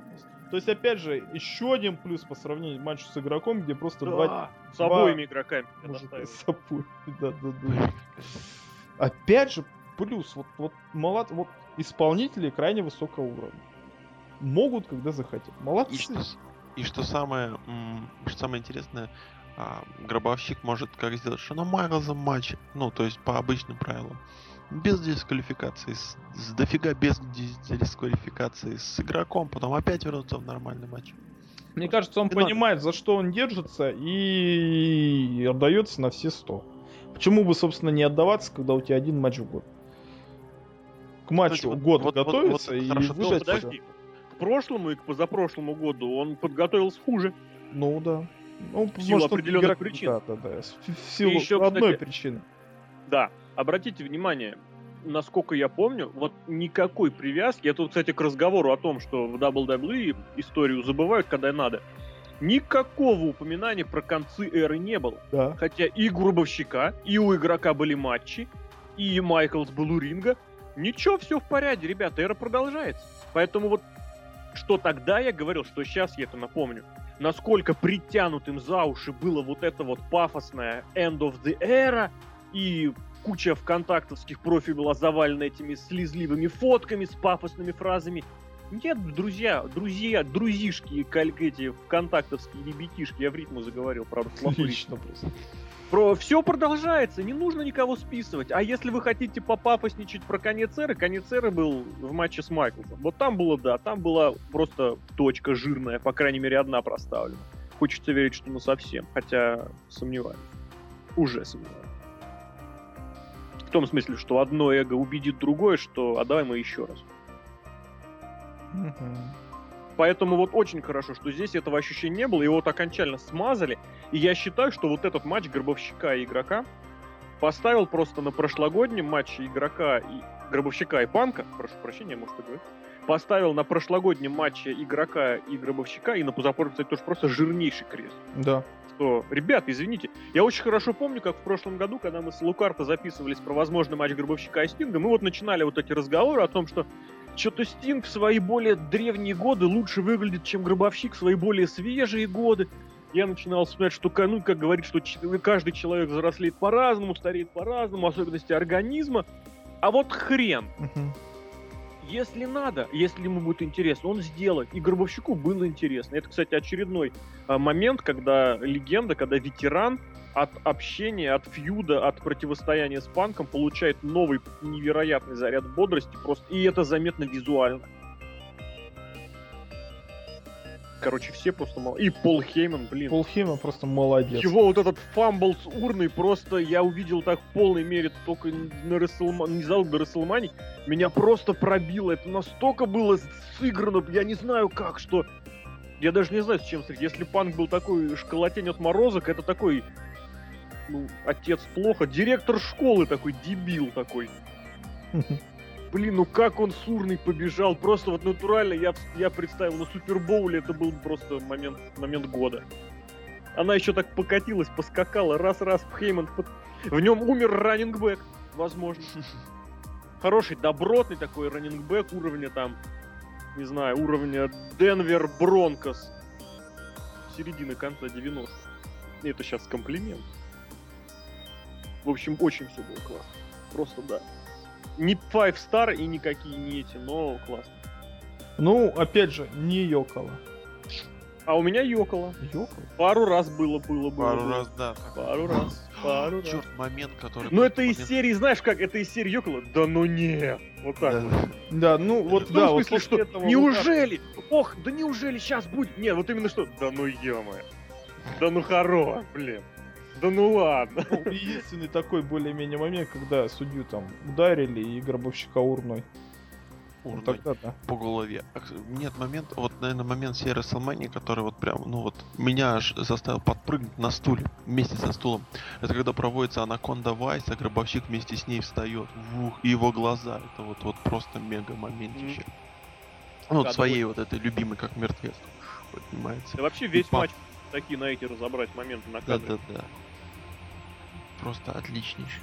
То есть, опять же, еще один плюс по сравнению с матчем с игроком, где просто два с обоими игроками. я мужика настаиваю. с собой. Да. Опять же, плюс, вот исполнители крайне высокого уровня. Могут, когда захотят. Молодцы. И что самое интересное, Гробовщик может как сделать, что на Майлза матче, ну, то есть по обычным правилам, без дисквалификации, с дофига без дисквалификации, с игроком, потом опять вернуться в нормальный матч. Мне кажется, он понимает, за что он держится, и отдается на все 100. Почему бы, собственно, не отдаваться, когда у тебя один матч в год? К матчу год готовиться и хорошо, выдать. Подожди. К прошлому и к позапрошлому году он подготовился хуже. Ну да. Ну, В силу может, он определенных игрок- причин. Да. В силу еще, одной кстати, причины. Да, обратите внимание, насколько я помню, вот никакой привязки, это, кстати, к разговору о том, что в WWE историю забывают, когда надо, никакого упоминания про концы эры не было. Да. Хотя и у Гробовщика, и у игрока были матчи, и Майклс был у ринга. Ничего, все в порядке, ребята, эра продолжается. Поэтому вот, что тогда я говорил, что сейчас я это напомню, насколько притянутым за уши было вот это вот пафосное End of the Era, и куча вконтактовских профилей была завалена этими слезливыми фотками с пафосными фразами. Нет, друзишки, эти вконтактовские ребятишки, я в ритму заговорил, правда, плохой Отлично просто. Все продолжается, не нужно никого списывать. А если вы хотите попафосничать про конец эры был в матче с Майклсом. Вот там было, да, там была просто точка жирная, по крайней мере, одна проставлена. Хочется верить, что совсем, хотя сомневаюсь. Уже сомневаюсь. В том смысле, что одно эго убедит другое, что а давай мы еще раз. Поэтому вот очень хорошо, что здесь этого ощущения не было, его вот окончательно смазали. И я считаю, что вот этот матч Гробовщика и игрока поставил просто на прошлогоднем матче игрока и Гробовщика и Панка, прошу прощения, может и говорить, поставил на прошлогоднем матче игрока и Гробовщика, и на позапрошлом, кстати, тоже просто жирнейший крест. Да. Что, ребята, извините, я очень хорошо помню, как в прошлом году, когда мы с Лукарто записывались про возможный матч Гробовщика и Стинга, мы вот начинали вот эти разговоры о том, что что-то Стинг в свои более древние годы лучше выглядит, чем Гробовщик в свои более свежие годы. Я начинал вспоминать, что, ну, как говорит, что каждый человек взрослеет по-разному, стареет по-разному, особенности организма. А вот хрен. Если надо, если ему будет интересно, он сделает. И Гробовщику было интересно. Это, кстати, очередной момент, когда легенда, когда ветеран от общения, от фьюда, от противостояния с Панком получает новый невероятный заряд бодрости. Просто, и это заметно визуально. Короче, все просто мало. И Пол Хейман, блин. Пол Хейман просто молодец. Его вот этот фамбл с урной просто я увидел так в полной мере только на WrestleMania, незадолго до WrestleMania. Меня просто пробило. Это настолько было сыграно, я не знаю как, что... Я даже не знаю, с чем сравнить. Если Панк был такой школотень от морозок, это такой... Ну, отец плохо. Директор школы такой, дебил такой. Блин, ну как он с урной побежал. Просто вот натурально я представил, на Супербоуле это был просто момент года. Она еще так покатилась, поскакала, раз-раз Хейман. В нем умер раннингбэк, возможно. Хороший, добротный такой раннингбэк уровня там, не знаю, уровня Денвер Бронкос. Середины конца 90-х. Это сейчас комплимент. В общем, очень все было классно. Просто да. Не 5-star и никакие не эти, но классно. Ну, опять же, не ёкало. А у меня ёкало. Ёкало? Пару раз было. Пару раз, да. Пару раз. Черт, момент, который... Ну это из серии, знаешь как, это из серии ёкало? Да ну нет. Вот так вот. Да, ну вот Ну, да. в вот смысле, после что этого неужели? Ох, да неужели сейчас будет? Нет, вот именно что? Да ну ё-моё. Да ну хорош, блин. Да ну ладно. Ну, единственный такой более-менее момент, когда судью там ударили и Гробовщика урной. Вот Урной. тогда да. По голове. Нет, момент, вот, наверное, момент всей WrestleMania, который вот прям, ну вот, меня аж заставил подпрыгнуть на стуле, вместе со стулом. Это когда проводится Анаконда Вайс, а Гробовщик вместе с ней встает. Вух, и его глаза. Это вот просто мега моментище. Ну, вот своей вот этой любимой, как мертвец. Понимаете? Да вообще весь И пап- матч такие на эти разобрать моменты на кадре. Да. Просто отличнейший.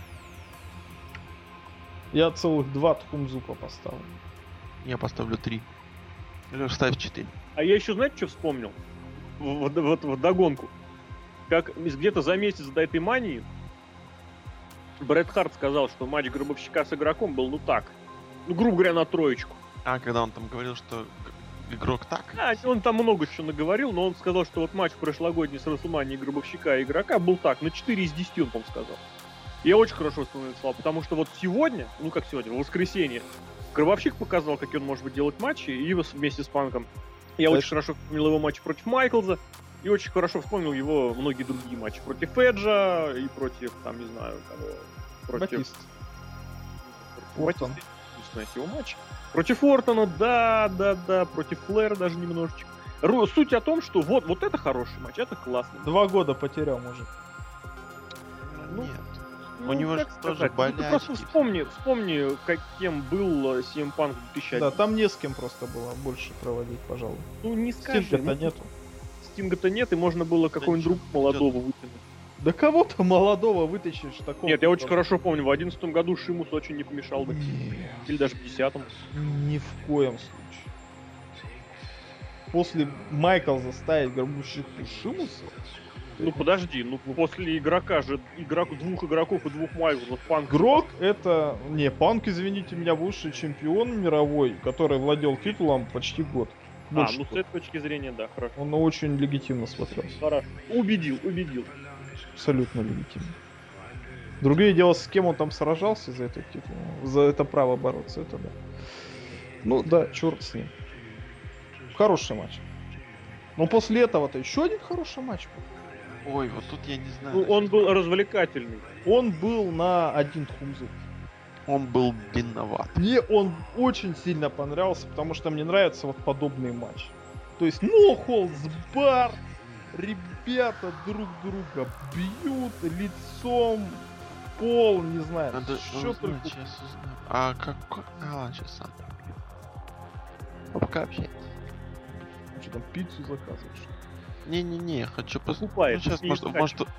Я целых 2 Тхумзупа поставил. Я поставлю 3. Лёш, ставь 4. А я еще, знаете, что вспомнил? Вот вдогонку. Как где-то за месяц до этой мании Брэд Харт сказал, что матч Гробовщика с игроком был, ну так. Ну, грубо говоря, на троечку. А, когда он там говорил, что игрок так? А, он там много чего наговорил, но он сказал, что вот матч прошлогодний с WrestleMania Гробовщика и игрока был так, на 4 из 10 он, по-моему, сказал. Я очень хорошо вспомнил слова, потому что вот сегодня, ну как сегодня, в воскресенье, Гробовщик показал, какие он может быть делать матчи, и вместе с Панком. Я очень хорошо вспомнил его матч против Майклза, и очень хорошо вспомнил его многие другие матчи против Эджа и против, там, не знаю, кого. Против Батист. Батиста. Не знаю, его матч. Против Ортона, да, против Флэра даже немножечко. Суть о том, что вот это хороший матч, это классный. 2 года потерял, мужик. Ну, Нет. Ну, У него как же тоже сказать, ну, ты просто болячки. вспомни, каким был CM Punk в 2001. Да, там не с кем просто было больше проводить, пожалуй. Ну, не скажи. Стинга-то Ну, нету. Стинга-то нет, и можно было какого-нибудь ничего, другого молодого вытянуть. Да кого-то молодого вытащишь такого. Нет, я очень хорошо помню, в 2011 году Шимус очень не помешал бы. Не, Или даже в 2010. ни в коем случае. После Майклза ставить Гробовщику Шимуса? Ну подожди, ну после игрока же двух игроков и двух Майклзов Панк. Грок это... Не, Панк, извините меня, высший чемпион мировой, который владел титулом почти год. Больше Ну с года. этой точки зрения, да, хорошо. Он очень легитимно смотрелся. Хорошо. Убедил. Абсолютно легитимно. Другое дело, с кем он там сражался за этот титул. За это право бороться, это да. Ну да, черт с ним. Хороший матч. Но после этого-то еще один хороший матч был. Ой, вот тут я не знаю. Ну, он был развлекательный. Он был на один хумзу. Он был длинноват. Мне он очень сильно понравился, потому что мне нравятся вот подобные матчи. То есть no holds barred, ребята друг друга бьют лицом в пол, не знаю, Надо что узнать, только... сейчас узнаю. А как... А, ладно, сейчас сам. А пока общается. Что там, пиццу заказываешь? Не-не-не, хочу Покупает, сейчас, не может, хочу.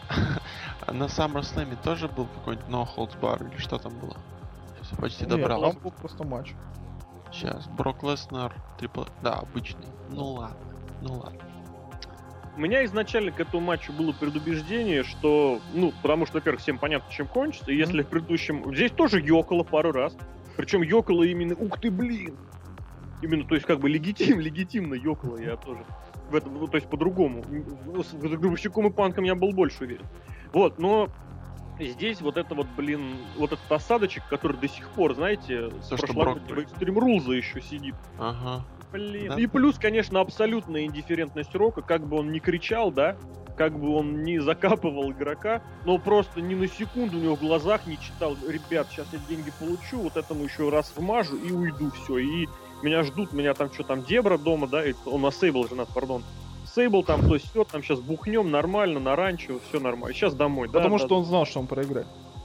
на SummerSlam тоже был какой-нибудь No Holds Bar или что там было? Сейчас я почти Нет, добрался. там был просто матч. Сейчас, Брок Леснер, трипл... Да, обычный. Ну ладно. У меня изначально к этому матчу было предубеждение, что, ну, потому что, во-первых, всем понятно, чем кончится, и если в предыдущем... Здесь тоже ёкало пару раз, причем ёкало именно, ух ты, блин! Именно, то есть, как бы легитимно ёкало я тоже. В этом, ну, то есть, по-другому. С Гробовщиком и Панком я был больше уверен. Вот, но здесь вот это вот, блин, вот этот осадочек, который до сих пор, знаете, с То, что прошлогоднего Брок Extreme Rules еще сидит. Ага. Блин. Да. И плюс, конечно, абсолютная индифферентность Рока, как бы он ни кричал, да, как бы он ни закапывал игрока, но просто ни на секунду у него в глазах не читал: ребят, сейчас я деньги получу, вот этому еще раз вмажу и уйду, все. И меня ждут, меня там что там, Дебра дома, да, и он на Сейбл женат, пардон. Сейбл там то сё, там сейчас бухнем нормально, на ранчо, все нормально. Сейчас домой, да. Потому да, что он знал, что он проиграет.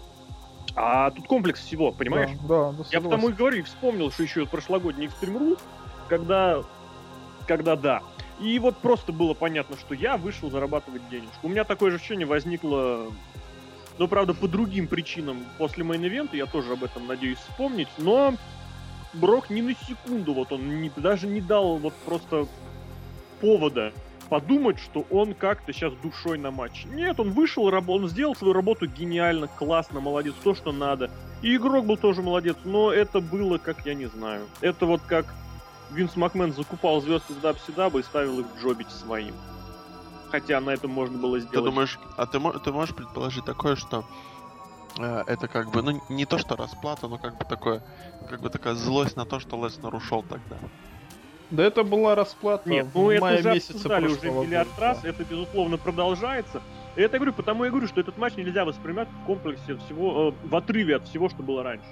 А тут комплекс всего, понимаешь? Да, Я потому и говорю, и вспомнил, что еще прошлогодний Extreme Rules, когда да. И вот просто было понятно, что я вышел зарабатывать денежку. У меня такое же ощущение возникло, ну, правда, по другим причинам после мейн-ивента, я тоже об этом надеюсь вспомнить, но Брок ни на секунду, вот он даже не дал вот просто повода подумать, что он как-то сейчас душой на матч. Нет, он вышел, он сделал свою работу гениально, классно, молодец, то, что надо. И игрок был тоже молодец, но это было, как я не знаю. Это вот как Винс Макмен закупал звезд из WCW и ставил их джобить своим. Хотя на этом можно было сделать. Ты думаешь, ты можешь предположить такое, что это как бы, ну, не то что расплата, но как бы такая злость на то, что Леснер ушел тогда. Да это была расплата Нет, в ну это мае уже месяце обсуждали уже прошлого миллиард года. раз, это безусловно продолжается. И это я говорю, потому я говорю, что этот матч нельзя воспринимать в комплексе всего, в отрыве от всего, что было раньше.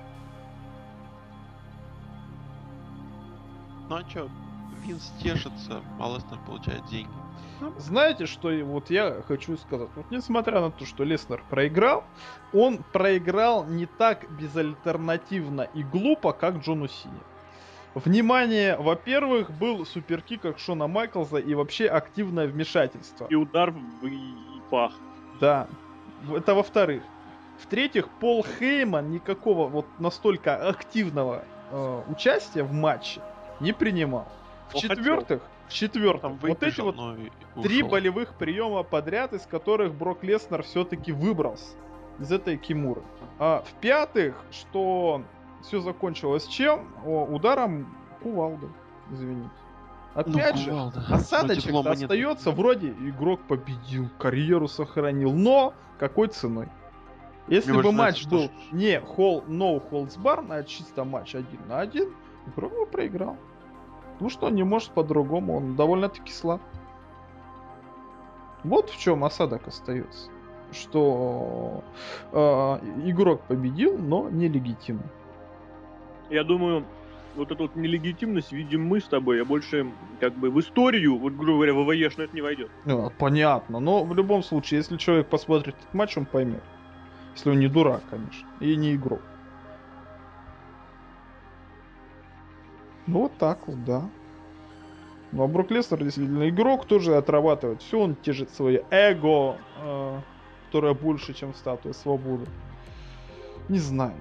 Ну а чё, Винс тешится, а Леснер получает деньги. Знаете, что вот я хочу сказать? Вот несмотря на то, что Леснер проиграл, он проиграл не так безальтернативно и глупо, как Джону Сине. Внимание, во-первых, был суперкик от Шона Майклза и вообще активное вмешательство. И удар и пах. Да, это во-вторых. В-третьих, Пол Хейман никакого вот настолько активного участия в матче не принимал. В-четвертых, Там вот эти выбежал, вот но и 3 ушел. болевых приема подряд, из которых Брок Леснер все-таки выбрался из этой Кимуры. А в-пятых, что все закончилось чем? Ударом кувалды, извините. Ну, Опять же, кувалда. осадочек Диплома нет. остается, вроде игрок победил, карьеру сохранил, но какой ценой? Если Мне бы больше матч нравится был то, что- не no holds bar, а чисто матч 1-1, игрок бы проиграл. Ну что, не может по-другому, он довольно-таки слаб. Вот в чем осадок остается. Что игрок победил, но нелегитимно. Я думаю, вот эту вот нелегитимность видим мы с тобой, а больше как бы в историю, вот, грубо говоря, в ВВЕшную это не войдет. Ну, понятно, но в любом случае, если человек посмотрит этот матч, он поймет. Если он не дурак, конечно, и не игрок. Ну вот так вот, да. Ну а Брок Леснер действительно игрок, тоже отрабатывает все, он тешит свое эго, которое больше, чем статуя свободы. Не знаю.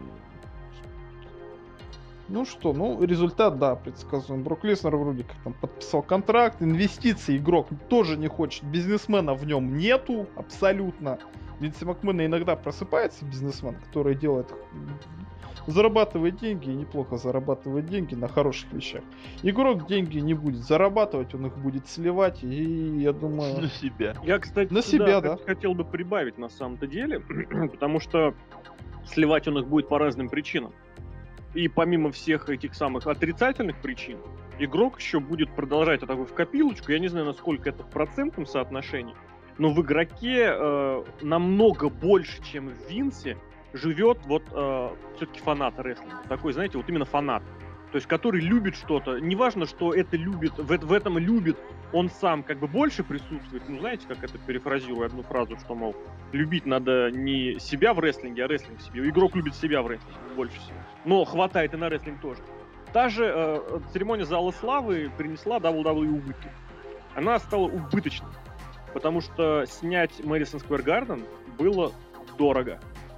Ну что, ну результат, да, предсказуем. Брок Леснер вроде как там подписал контракт, инвестиции игрок тоже не хочет, бизнесмена в нем нету абсолютно. Винси Макмена иногда просыпается бизнесмен, который делает, зарабатывает деньги и неплохо зарабатывает деньги на хороших вещах. Игрок деньги не будет зарабатывать, он их будет сливать, и я думаю... На себя. Я, кстати, На себя, да. хотел бы прибавить на самом-то деле, потому что сливать он их будет по разным причинам. И помимо всех этих самых отрицательных причин, игрок еще будет продолжать вот такую в копилочку. Я не знаю, насколько это в процентном соотношении, но в игроке намного больше, чем в Винсе, живет вот все-таки фанат рестлинга. Такой, знаете, вот именно фанат. То есть, который любит что-то. Неважно, что это любит, в этом любит он сам как бы больше присутствует. Ну, знаете, как это перефразирую одну фразу, что, мол, любить надо не себя в рестлинге, а рестлинг в себе. Игрок любит себя в рестлинге больше всего. Но хватает и на рестлинг тоже. Та же церемония Зала Славы принесла WWE убытки. Она стала убыточной. Потому что снять Madison Square Garden было дорого.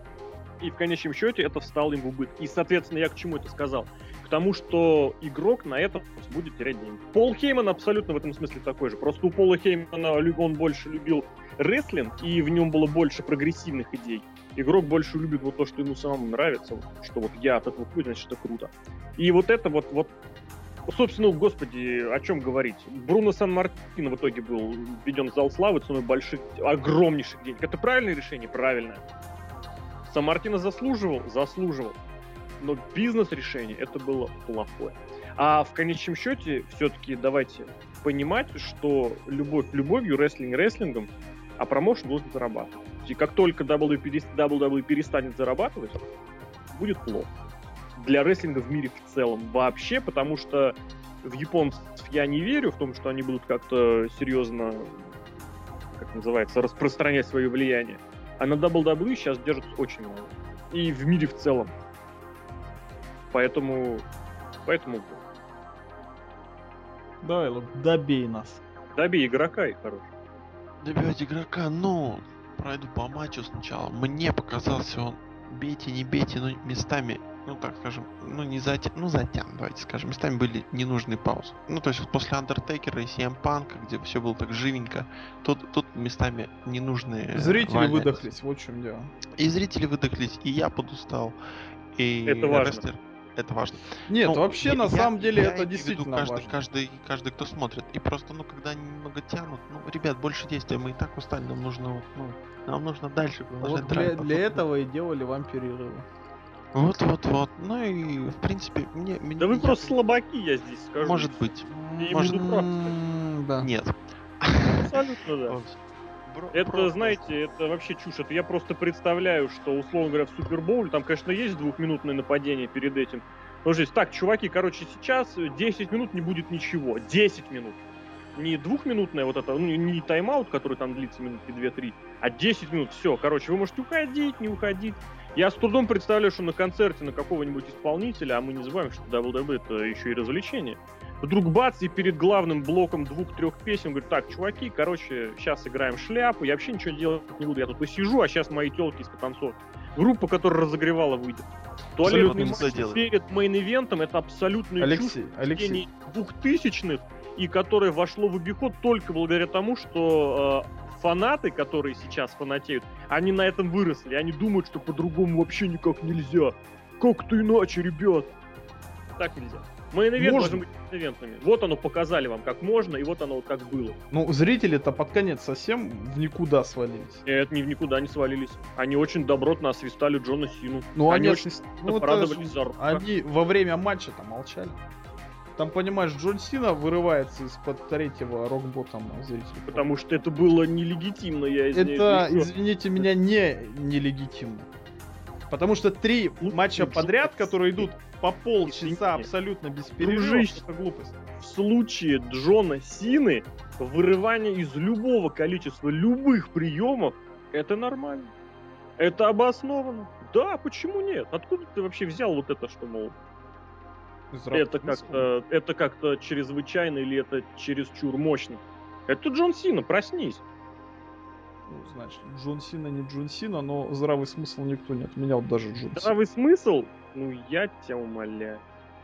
И в конечном счете это встало им в убыток. И, соответственно, я к чему это сказал? К тому, что игрок на этом будет терять деньги. Пол Хейман абсолютно в этом смысле такой же. Просто у Пола Хеймана он больше любил рестлинг, и в нем было больше прогрессивных идей. Игрок больше любит вот то, что ему самому нравится, что вот я от этого хуй, значит, это круто. И вот это вот собственно, господи, о чем говорить? Бруно Сан-Мартино в итоге был введен в зал славы ценой больших, огромнейших денег. Это правильное решение? Правильное. Сан-Мартино заслуживал? Заслуживал. Но бизнес-решение это было плохое. А в конечном счете, все-таки давайте понимать, что любовь любовью, рестлинг рестлингом, а промоушен должен зарабатывать. И как только WWE перестанет зарабатывать, будет плохо. Для рестлинга в мире в целом вообще, потому что в японцев я не верю в том, что они будут как-то серьезно, как называется, распространять свое влияние. А на WWE сейчас держится очень мало. И в мире в целом. Поэтому... Давай, добей нас. Добей игрока и хорош. Добивать игрока, ну, пройду по матчу сначала. Мне показался он, бейте, не бейте, но местами, ну так скажем, ну не затян, давайте скажем, местами были ненужные паузы. Ну то есть вот после Undertaker и CM Punk, где все было так живенько, тут местами ненужные Зрители валялись. выдохлись, вот в чем дело. И зрители выдохлись, и я подустал, и Это важно. рестлер... Это важно. Нет, Ну, вообще на самом деле это имею в виду действительно важно. каждый, кто смотрит. И просто, ну, когда они немного тянут, ну, ребят, больше действия, мы и так устали, нам нужно, нам нужно дальше продолжать Вот драйв. для этого и делали вам перерывы. Вот. Ну и, в принципе, мне... Да вы я- просто слабаки, я здесь скажу. Может быть. И может, буду прав. Да. Нет. Абсолютно, да. Это, знаете, это вообще чушь. Это я просто представляю, что, условно говоря, в Супербоуле, там, конечно, есть двухминутное нападение перед этим. Но здесь, так, чуваки, короче, сейчас 10 минут не будет ничего. 10 минут. Не двухминутное вот это, ну, не тайм-аут, который там длится минутки 2-3, а 10 минут. Все, короче, вы можете уходить, не уходить. Я с трудом представляю, что на концерте на какого-нибудь исполнителя, а мы не забываем, что WWE это еще и развлечение, вдруг бац, и перед главным блоком 2-3 песен говорит: так, чуваки, короче, сейчас играем шляпу, я вообще ничего делать не буду, я тут посижу, а сейчас мои телки из потанцов. Группа, которая разогревала, выйдет. Туалетный не матч заделает. перед мейн-ивентом — это абсолютный Алексей, течение 2000-х, и которое вошло в обиход только благодаря тому, что фанаты, которые сейчас фанатеют, они на этом выросли. Они думают, что по-другому вообще никак нельзя. Как-то иначе, ребят. Так нельзя. Мейн-ивент должен быть мейн-ивентами. Вот оно показали вам, как можно, и вот оно как было. Ну, зрители-то под конец совсем в никуда свалились. Это в никуда не свалились. Они очень добротно освистали Джона Сину. Ну, они они очень ну, порадовались за Рока. Они во время матча-то молчали. Там, понимаешь, Джон Сина вырывается из-под третьего рок-ботома зрителя. Потому что это было нелегитимно, я извиняюсь. Это, извините меня, нелегитимно. Потому что 3 матча подряд, которые идут по полчаса абсолютно без перерыва, это глупость. В случае Джона Сины вырывание из любого количества любых приемов — это нормально. Это обосновано. Да, почему нет? Откуда ты вообще взял вот это, что, мол, это как-то чрезвычайно или это чересчур мощно? Это Джон Сина, проснись. Ну, значит, Джон Сина не Джон Сина, но здравый смысл никто не отменял, даже Джон Сина. Здравый смысл? Ну, я тебя умоляю.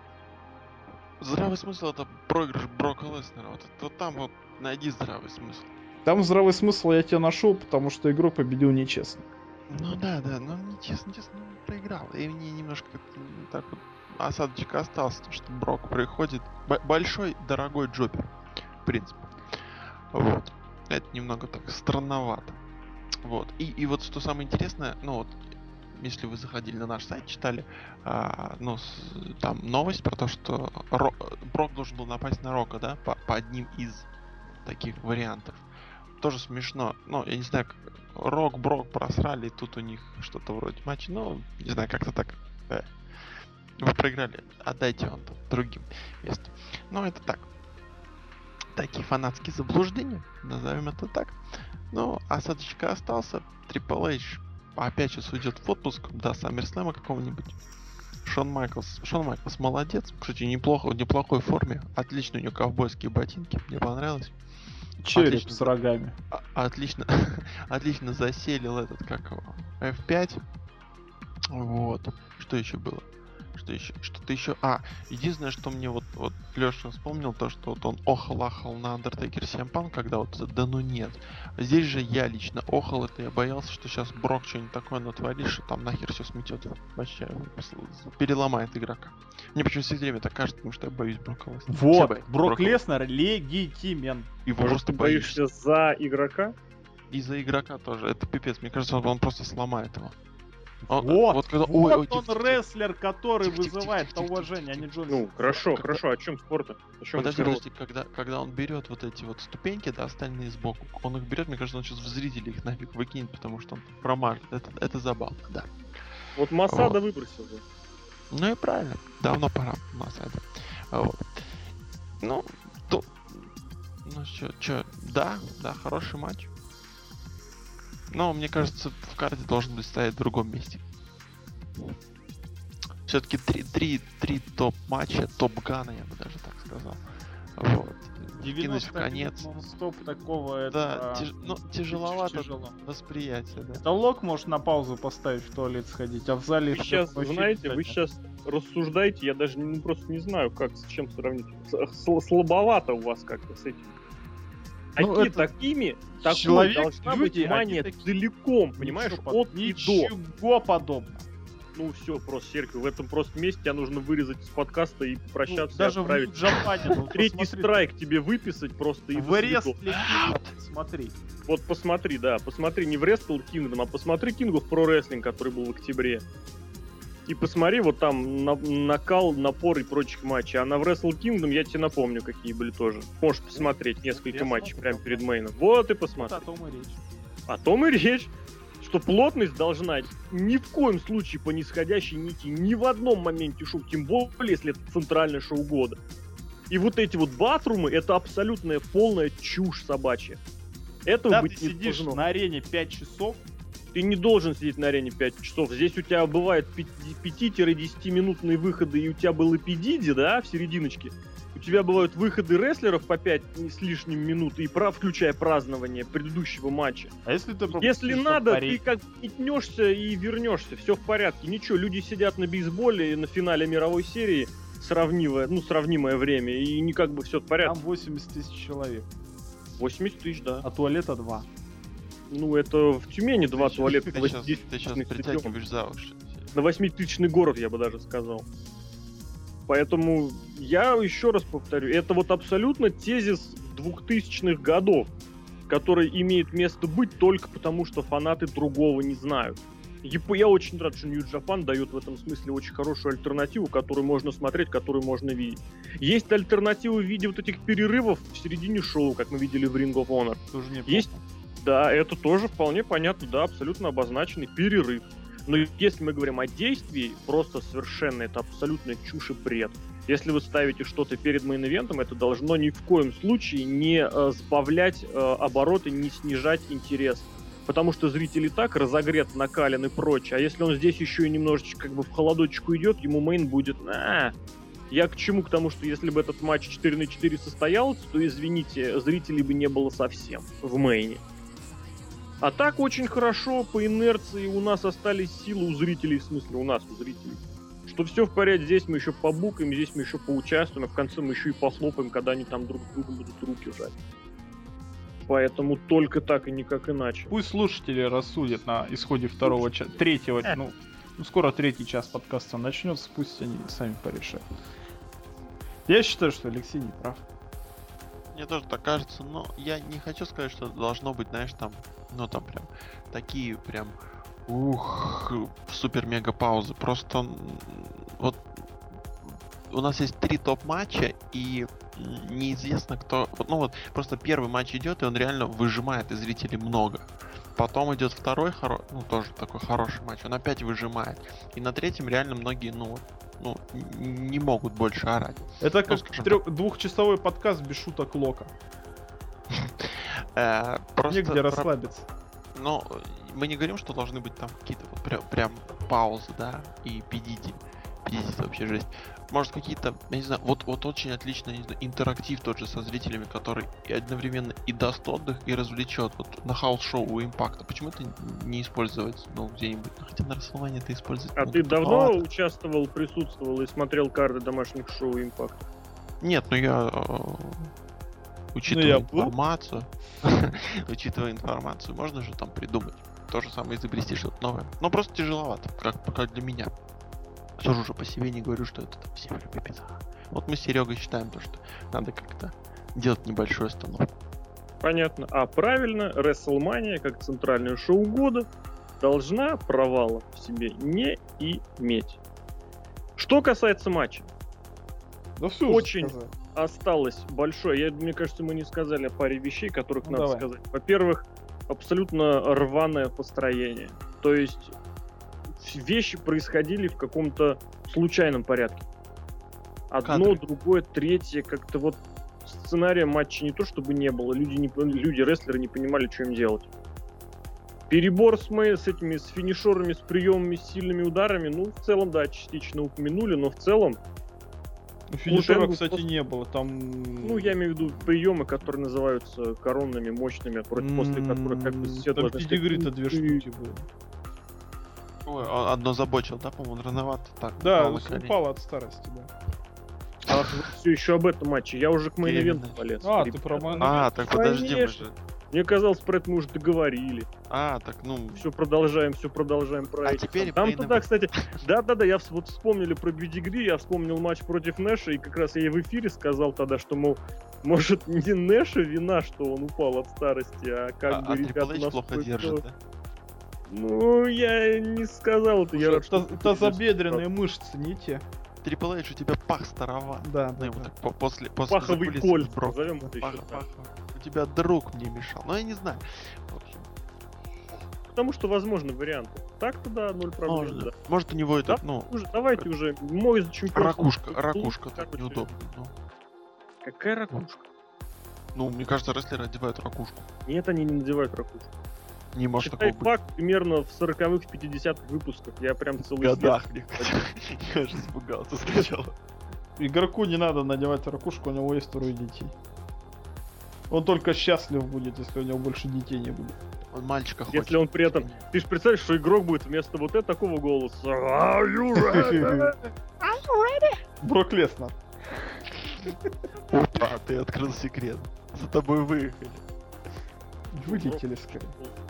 Здравый смысл — это проигрыш Брока Леснера. Вот там вот найди здравый смысл. Там здравый смысл я тебя нашел, потому что игрок победил нечестно. Ну да, но честно, проиграл. И мне немножко так вот осадочек остался, что Брок приходит. Большой, дорогой джобер, в принципе. Вот. Это немного так странновато. Вот. И вот что самое интересное, ну вот, если вы заходили на наш сайт, читали, там новость про то, что Брок должен был напасть на Рока, да, по одним из таких вариантов. Тоже смешно. Ну, я не знаю, как Рок, Брок просрали, и тут у них что-то вроде матча. Ну, не знаю, как-то так. Вы проиграли, отдайте он там другим местом. Ну, это так. Такие фанатские заблуждения, назовем это так. Ну, осадочка остался. Triple H опять сейчас уйдет в отпуск до SummerSlam какого-нибудь. Шон Майклс молодец. Кстати, в неплохой форме. Отлично у него ковбойские ботинки. Мне понравилось. Череп Отлично. с рогами. Отлично заселил этот, как его, F5. Вот. Что еще было? Что-то еще. Единственное, что мне вот Леша вспомнил, то, что вот он охал на Undertaker CM Punk, когда вот да ну нет. Здесь же я лично охал, это я боялся, что сейчас Брок что-нибудь такое натворит, что там нахер все сметет. Вообще переломает игрока. Мне почему-то все время так кажется, потому что я боюсь Брока Леснера. Вот, Брок Леснер легитимен. Его Может, просто ты боишься за игрока? И за игрока тоже. Это пипец. Мне кажется, он просто сломает его. Когда, он тихо, рестлер, который тихо, вызывает тихо, уважение, а не Джон Ну, Сина. хорошо. О чем спорт-то? Подожди, когда он берет вот эти вот ступеньки, да, остальные сбоку, он их берет, мне кажется, он сейчас в зрителей их нафиг выкинет, потому что он промажет. Это забавно, да. Вот Масада Вот. выбросил бы. Ну и правильно. Давно пора Масада. Вот. Ну, чё, да, хороший матч. Но, мне кажется, в карте должен быть стоять в другом месте. Все-таки три топ-матча, топ-гана, я бы даже так сказал. Вот. Кинуть в конец. Стоп такого, Да, это... тяжеловато тяжело. восприятие, да. Это лог может на паузу поставить, в туалет сходить, а в зале... Вы сейчас, знаете, вы сейчас рассуждаете, я даже просто не знаю, как с чем сравнить. Слабовато у вас как-то с этим. Такими человек, должна люди, быть внимание они такие. целиком, понимаешь, от и до. Ничего подобного. Ну все, просто, Серхио, в этом просто месте тебя нужно вырезать из подкаста и попрощаться, даже и отправить. в Джапане. Третий страйк тебе выписать просто и В до свидос. рестле смотри. Вот посмотри, не в Wrestle Kingdom, а посмотри King of Pro Wrestling, который был в октябре. И посмотри, вот там накал, напор и прочих матчей. А на Wrestle Kingdom я тебе напомню, какие были тоже. Можешь посмотреть несколько матчей прямо перед мейном. Вот и посмотри. Вот о том и речь. О том и речь, что плотность должна ни в коем случае по нисходящей нити ни в одном моменте шоу, тем более, если это центральное шоу года. И вот эти вот батрумы — это абсолютная полная чушь собачья. Этого Когда быть ты не сидишь должно. на арене 5 часов, Ты не должен сидеть на арене 5 часов. Здесь у тебя бывают 5-10-минутные выходы, и у тебя был эпидиди, да, в серединочке. у тебя бывают выходы рестлеров по 5 с лишним минут, и включая празднование предыдущего матча. А если ты Если надо, ты как метнешься и вернешься, все в порядке. Ничего, люди сидят на бейсболе на финале мировой серии, сравнимое время, и не как бы все в порядке. Там 80 тысяч человек. 80 тысяч, да. А туалета 2. Ну, это в Тюмени 2 туалета. Ты сейчас притягиваешь за уши. На 8-тысячный город, я бы даже сказал. Поэтому я еще раз повторю, это вот абсолютно тезис 2000-х годов, который имеет место быть только потому, что фанаты другого не знают. Я очень рад, что New Japan дает в этом смысле очень хорошую альтернативу, которую можно смотреть, которую можно видеть. Есть альтернативы в виде вот этих перерывов в середине шоу, как мы видели в Ring of Honor. Тоже неплохо. Есть, да, это тоже вполне понятно, да, абсолютно обозначенный перерыв. Но если мы говорим о действии, просто совершенно это абсолютно чушь и бред. Если вы ставите что-то перед мейн-ивентом, это должно ни в коем случае не сбавлять обороты, не снижать интерес. Потому что зритель и так разогрет, накален и прочее. А если он здесь еще и немножечко как бы в холодочку идет, ему мейн будет... Я к чему? К тому, что если бы этот матч 4-4 состоялся, то, извините, зрителей бы не было совсем в мейне. А так очень хорошо, по инерции у нас остались силы у зрителей, в смысле у зрителей. Что все в порядке, здесь мы еще побукаем, здесь мы еще поучаствуем, а в конце мы еще и похлопаем, когда они там друг другу будут руки жать. Поэтому только так и никак иначе. Пусть слушатели рассудят на исходе третьего, скоро третий час подкаста начнется, пусть они сами порешают. Я считаю, что Алексей не прав. Мне тоже так кажется, но я не хочу сказать, что должно быть, знаешь, там прям такие прям супер-мега паузы. Просто вот у нас есть 3 топ-матча, и неизвестно кто... просто первый матч идет, и он реально выжимает из зрителей много. Потом идет второй, тоже такой хороший матч, он опять выжимает. И на третьем реально многие, не могут больше орать. Это как двухчасовой подкаст без шуток Лока. Негде расслабиться. Но мы не говорим, что должны быть там какие-то вот прям паузы, да, и PDD вообще жесть. Может какие-то, я не знаю, вот очень отлично, не знаю, интерактив тот же со зрителями, который и одновременно и даст отдых, и развлечет. Вот на хаус-шоу у Импакта. Почему это не использовать, где-нибудь? Хотя на Расселмании это использовать. А ты давно участвовал, присутствовал и смотрел карды домашних шоу Импакта? Нет, я... Учитывая информацию, можно же там придумать. То же самое изобрести что-то новое. Но просто тяжеловато, как для меня. Все же уже по себе не говорю, что это там всем любит. Вот мы с Серегой считаем то, что надо как-то делать небольшую остановку. Понятно. А правильно, WrestleMania, как центральное шоу года, должна провала в себе не иметь. Что касается матча. Да все очень осталось большое. Мне кажется, мы не сказали о паре вещей, которых надо сказать. Во-первых, абсолютно рваное построение. То есть вещи происходили в каком-то случайном порядке. Одно, другое, третье, как-то вот сценария матча не то чтобы не было, рестлеры не понимали, что им делать. Перебор с финишерами, с приемами, с сильными ударами, в целом, да, частично упомянули, но в целом... Финишера, кстати, не было, там... я имею в виду приемы, которые называются коронными, мощными, после которых как бы все должны сказать... Там педигри-то 2 штуки было. Ой, он забочил, да, по-моему, рановато так. Да, упал от старости, да. А все еще об этом матче. Я уже к мейн-ивенту полез. Ты про мейн-ивент. Так подожди, мы же... Мне казалось, про это мы уже договорили. Все продолжаем про это. Теперь там-то, кстати, да, я вспомнили про Педигри, я вспомнил матч против Нэша, и как раз я в эфире сказал тогда, что, может, не Нэша вина, что он упал от старости, а как бы ребята нас плохо держит, да? Я не сказал это, я рад, что... Тазобедренные мышцы не те. Triple H, у тебя пах староват. Да. Так, после паховый кольт, назовем это еще так. У тебя друг мне мешал. Я не знаю. В общем. Потому что возможны варианты. Так-то да, 0 проблем. Да. Может у него это, давайте уже. Мой чемпион. Ракушка так неудобно. Какая ракушка? Мне кажется, рестлеры одевают ракушку. Нет, они не надевают ракушку. Не может такого быть. Факт примерно в 40-х, 50-х выпусках. Я прям целый годах, мне кажется. Я же испугался сначала. Игроку не надо надевать ракушку, у него есть 2 детей. Он только счастлив будет, если у него больше детей не будет. Он мальчика хочет. Если он при этом... Ты же представляешь, что игрок будет вместо вот такого голоса. Are you ready? Брок Леснар. Опа, ты открыл секрет. За тобой выехали. Вылетели скорее.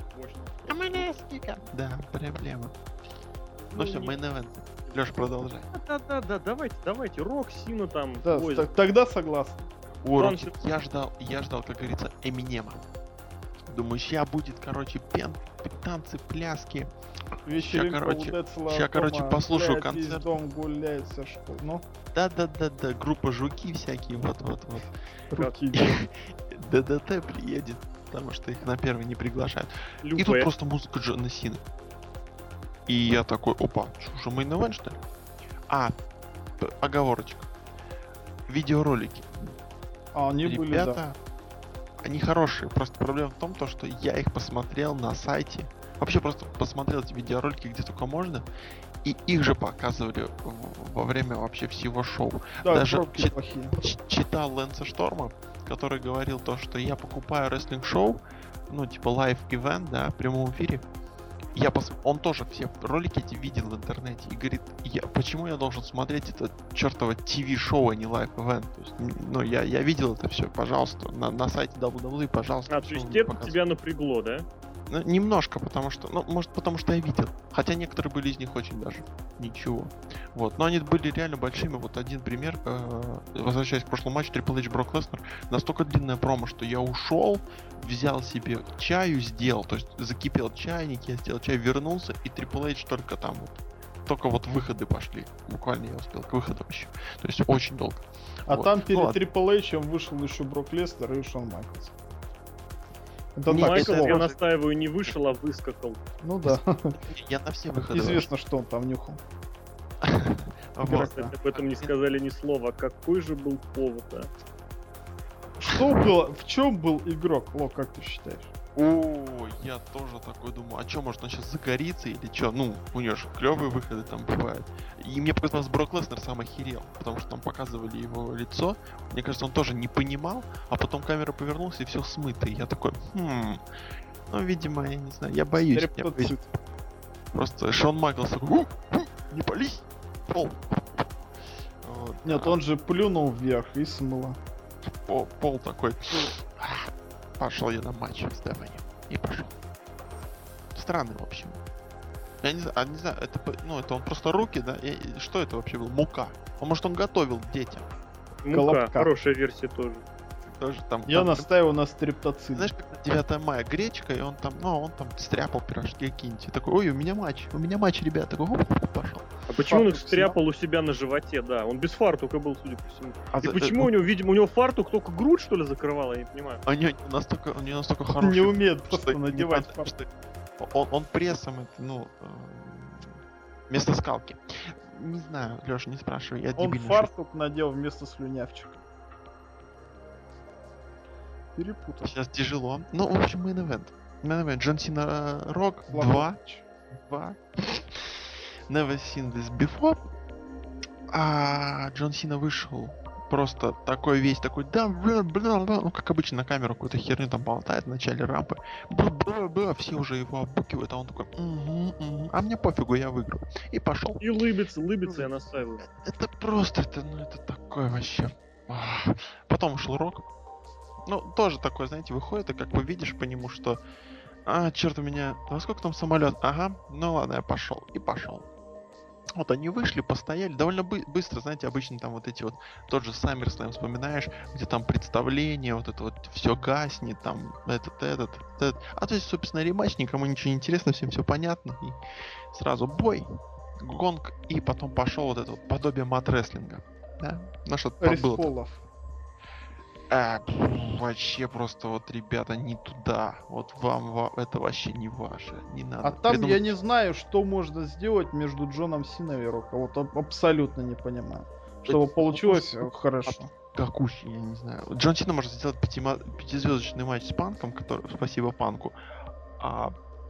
Да, проблема. Ну все, не- мейн-эвент. Лёш, продолжай. Да, давайте. Рок, Сина там. Да, ой, тогда согласен. Короче, я ждал, как говорится, Эминема. Думаю, ща будет, короче, танцы, пляски. Вечеринка короче, у Децла ща, короче, дома, послушаю блядь, весь концерт. дом гуляет, все что. Ну, Да, группа жуки всякие, вот. руки. ДДТ приедет, потому что их на первый не приглашают. И тут Любэ. просто музыка Джона Сины. И я такой, опа, что же мейн-эвент, что ли? Оговорочка. Видеоролики. А они были, да. Ребята, они хорошие. Просто проблема в том, что я их посмотрел на сайте. Вообще просто посмотрел эти видеоролики где только можно. И их же показывали во время вообще всего шоу. Да, Даже пробки плохие. читал Лэнса Шторма, который говорил то, что я покупаю рестлинг-шоу, ну типа лайв-ивент, да, в прямом эфире. Он тоже все ролики эти видел в интернете и говорит, почему я должен смотреть это чертово ТВ-шоу, а не лайв-ивент? То есть, ну, я видел это все, пожалуйста, на сайте WWE, пожалуйста. То есть это тебя напрягло, да? Ну, немножко, потому что, может, потому что я видел. Хотя некоторые были из них очень даже ничего. Вот, но они были реально большими. Вот один пример, возвращаясь к прошлому матчу, Triple H Брок Леснер, настолько длинная промо, что я ушел, взял себе чаю, сделал, то есть закипел чайник, я сделал чай, вернулся, и Triple H только вот выходы пошли. Буквально я успел к выходу еще. То есть очень долго. А Вот. там перед Ну, Triple H вышел еще Брок Леснер и Шон Майклс. Это Не, так, Майкл, к я слову. настаиваю, не вышел, а выскакал. Ну да. Я на все выходы. Известно, что он там нюхал. Вот. Кстати, об этом не сказали ни слова. Какой же был повод, а? Что было? В чем был игрок? Ло, как ты считаешь? О, я тоже такой думаю, а чё, может он сейчас загорится или чё? Ну, у него же клевые выходы там бывают. И мне показалось, Брок Леснер сам охерел, потому что там показывали его лицо. Мне кажется, он тоже не понимал, а потом камера повернулась и все смыто. И я такой, ну, видимо, я не знаю, я боюсь. Рептоцит. Просто Шон Майклс такой, не пались, пол. Вот, Нет, он же плюнул вверх и смыло. пол такой. Пошел я на матч с Стефани. И пошел. Странный, в общем. Я не знаю, это он просто руки, да? Что это вообще было? Мука. Может, он готовил детям. Мука, Колобка. хорошая версия тоже. Тоже там. Я там, настаиваю на стриптоциде. знаешь, как на 9 мая гречка, и он там стряпал пирожки какие-нибудь. И такой, ой, у меня матч, ребят. Такой, пошел. А почему он их Фартук стряпал у себя на животе, да? Он без фартука был, судя по всему. И за- почему у него, видимо, у него фартук только грудь, что ли, закрывал, я не понимаю. У него настолько хороший. Не умеет что просто надевать непонятно, фартук. что он прессом, вместо скалки. Не знаю, Леша, не спрашивай, я Он дебильный. фартук надел вместо слюнявчика. Перепутал. Сейчас тяжело. Ну, в общем, мейн-эвент. Джон Сина Рок Слабо. 2. Never seen this before. А Джон Сина вышел. Просто такой весь такой, ну как обычно на камеру какую-то херню там болтает в начале рампы. Все уже его оббукивают, а он такой, а мне пофигу, я выиграю. И пошел. И лыбится, я настаиваю. Это просто, это такое вообще. Потом ушел Рок. Ну, тоже такой, знаете, выходит, и как бы видишь по нему, что черт, у меня... Во сколько там самолет? Ага, ну ладно, я пошел. И пошел. Вот они вышли, постояли довольно быстро, знаете, обычно там вот эти вот, тот же SummerSlam вспоминаешь, где там представление, вот это вот все гаснет, там этот. А то есть, собственно, рематч, никому ничего не интересно, всем все понятно, и сразу бой, гонг, и потом пошел вот это вот подобие мат-рестлинга, да? Ну что было. Рисполов. Вообще просто вот, ребята, не туда. Вот вам это вообще не ваше. Не надо. А там я не знаю, что можно сделать между Джоном Синой и Роком. Вот абсолютно не понимаю. Чтобы получилось хорошо. Какущий, я не знаю. Джон Сина может сделать 5-звездочный матч с Панком, который, спасибо Панку. А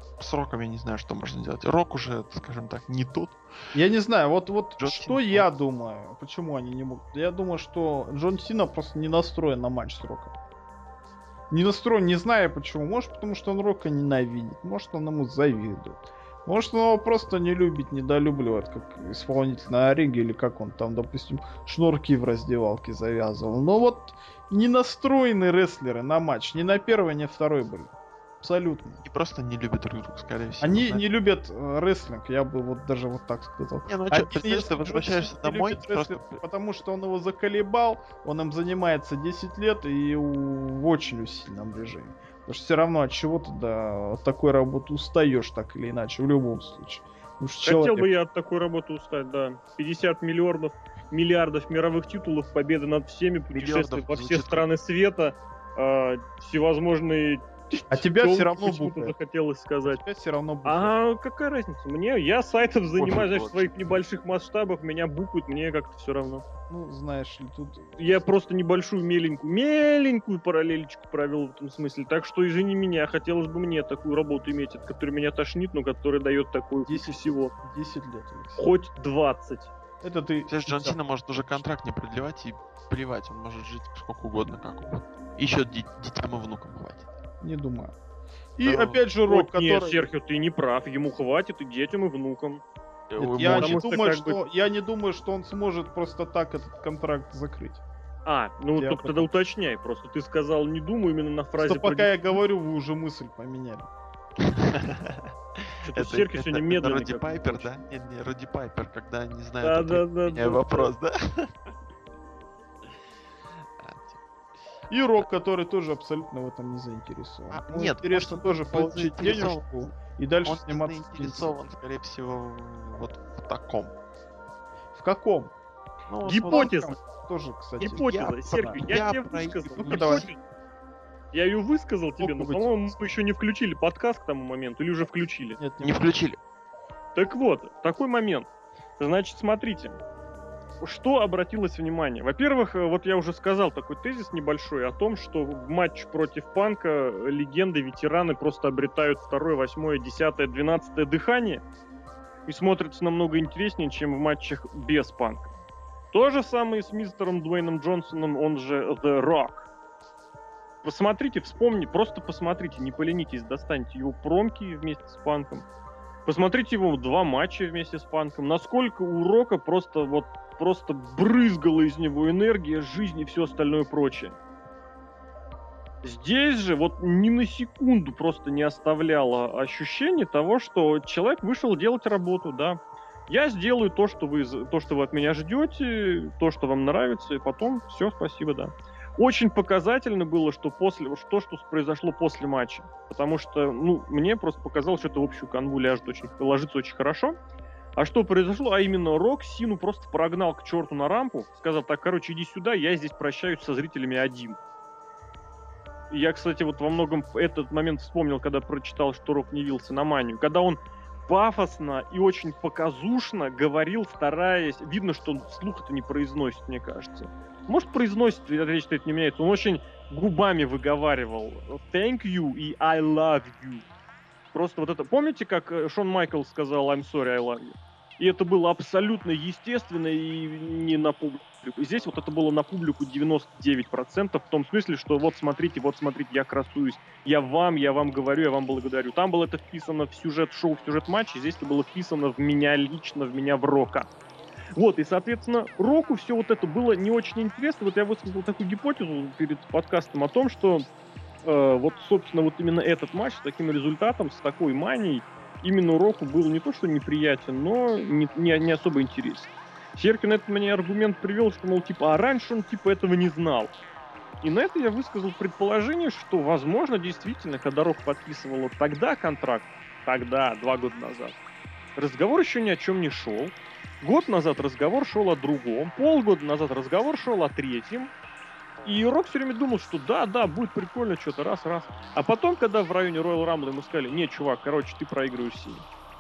с Роком я не знаю, что можно делать. Рок уже, скажем так, не тот. Я не знаю, вот Джон что Сина. я думаю, почему они не могут. Я думаю, что Джон Сина просто не настроен на матч с Роком. Не настроен, не знаю почему. Может, потому что он Рока ненавидит. Может, он ему завидует. Может, он его просто не любит, недолюбливает, как исполнитель на ринге, или как он там, допустим, шнурки в раздевалке завязывал. Но вот не настроены рестлеры на матч. Ни на первый, ни на второй были. Абсолютно. И просто не любят друг друга, скорее всего. Они знаешь. не любят рестлинг, я бы вот даже вот так сказал. Не, ну Один что, представляешь, из ты возвращаешься Джон Сина не домой, любит просто... рестлинг, потому что он его заколебал, он им занимается 10 лет и в очень усиленном режиме. Потому что все равно от чего-то от такой работы устаешь так или иначе, в любом случае. Потому что Хотел человек- бы я от такой работы устать, да. 50 миллиардов мировых титулов, победы над всеми, путешествия Миллиардов во все звучит страны света, всевозможные... А тебя тёлки все равно почему-то букают. захотелось сказать. Тебя все равно букают. А какая разница? Я сайтом занимаюсь, знаешь, в вообще. своих небольших масштабах, меня букают, мне как-то все равно. Ну, знаешь ли, тут... Я просто небольшую меленькую параллелечку провел в этом смысле. Так что извини меня, хотелось бы мне такую работу иметь, от которой меня тошнит, но которая дает такую 10 всего. 10 лет, Алексей. Хоть 20. Это ты... Знаешь, Джон Сина может уже контракт не продлевать и плевать, он может жить сколько угодно, как угодно. Еще детям и внукам хватит. Не думаю. И Да. опять же Рок, Вот нет, который... Серхио, ты не прав. Ему хватит и детям, и внукам. Нет, Ему я, очень- не Потому что думаю, как бы- что, я не думаю, что он сможет просто так этот контракт закрыть. Ну Я только об тогда уточняй. Просто ты сказал не думаю именно на фразе. Что пока я говорю, вы уже мысль поменяли. Что-то Серхио сегодня медленный. Роди как-то Пайпер, очень. да? Не, Роди Пайпер, когда не знаю, Да. вопрос, да? И Рок, который тоже абсолютно в этом не заинтересован. А, Ему нет, интересно может, тоже он получить заинтересован. денежку и дальше Он сниматься. в заинтересован, скорее всего, вот в таком. телевизоре. В каком? Ну, вот Гипотеза. Тоже, кстати. Гипотеза, Я- Серхио, я я тебе про высказал. Ну-ка, давай. Гипотезу. Я ее высказал тебе, но, быть. по-моему, мы еще не включили подкаст к тому моменту, или уже включили. Нет, Не включили. Так вот, такой момент. Значит, смотрите, что обратилось внимание. Во-первых, вот я уже сказал такой тезис небольшой о том, что в матче против Панка легенды, ветераны просто обретают 2, 8, 10, 12 дыхание и смотрятся намного интереснее, чем в матчах без Панка. То же самое с мистером Дуэйном Джонсоном, он же The Rock. Посмотрите, вспомните, просто посмотрите, не поленитесь, достаньте его промки вместе с Панком. Посмотрите его 2 матча вместе с Панком. Насколько у Рока просто брызгала из него энергия, жизнь и все остальное прочее. Здесь же вот ни на секунду просто не оставляло ощущение того, что человек вышел делать работу, да. Я сделаю то, что вы от меня ждете, то, что вам нравится, и потом все, спасибо, да. Очень показательно было, что что произошло после матча. Потому что, мне просто показалось, что это в общую канву ложится очень хорошо. А что произошло? А именно Рок Сину просто прогнал к черту на рампу, сказал: так, короче, иди сюда, я здесь прощаюсь со зрителями один. И я, кстати, вот во многом этот момент вспомнил, когда прочитал, что Рок не явился на Манию. Когда он пафосно и очень показушно говорил, стараясь... Видно, что он вслух это не произносит, мне кажется. Может, произносит, речь-то это не меняется. Он очень губами выговаривал «thank you» и «I love you». Просто вот это... Помните, как Шон Майклс сказал «I'm sorry, I love you»? И это было абсолютно естественно и не на публику. И здесь вот это было на публику 99%, в том смысле, что вот смотрите, я красуюсь, я вам говорю, я вам благодарю. Там было это вписано в сюжет шоу, в сюжет матча, здесь это было вписано в меня лично, в меня, в Рока. Вот, и, соответственно, Року все вот это было не очень интересно. Вот я высказал такую гипотезу перед подкастом о том, что вот, собственно, вот именно этот матч с таким результатом, с такой манией, именно Року был не то что неприятен, но не особо интересен. Серхио на этот мне аргумент привел, что, мол, а раньше он, этого не знал. И на это я высказал предположение, что, возможно, действительно, когда Рок подписывал тогда контракт, 2 года назад, разговор еще ни о чем не шел. Год назад разговор шел о другом, полгода назад разговор шел о третьем. И Рок все время думал, что да, будет прикольно, что-то раз. А потом, когда в районе Royal Rumble ему сказали: не, чувак, ты проигрываешь Сине.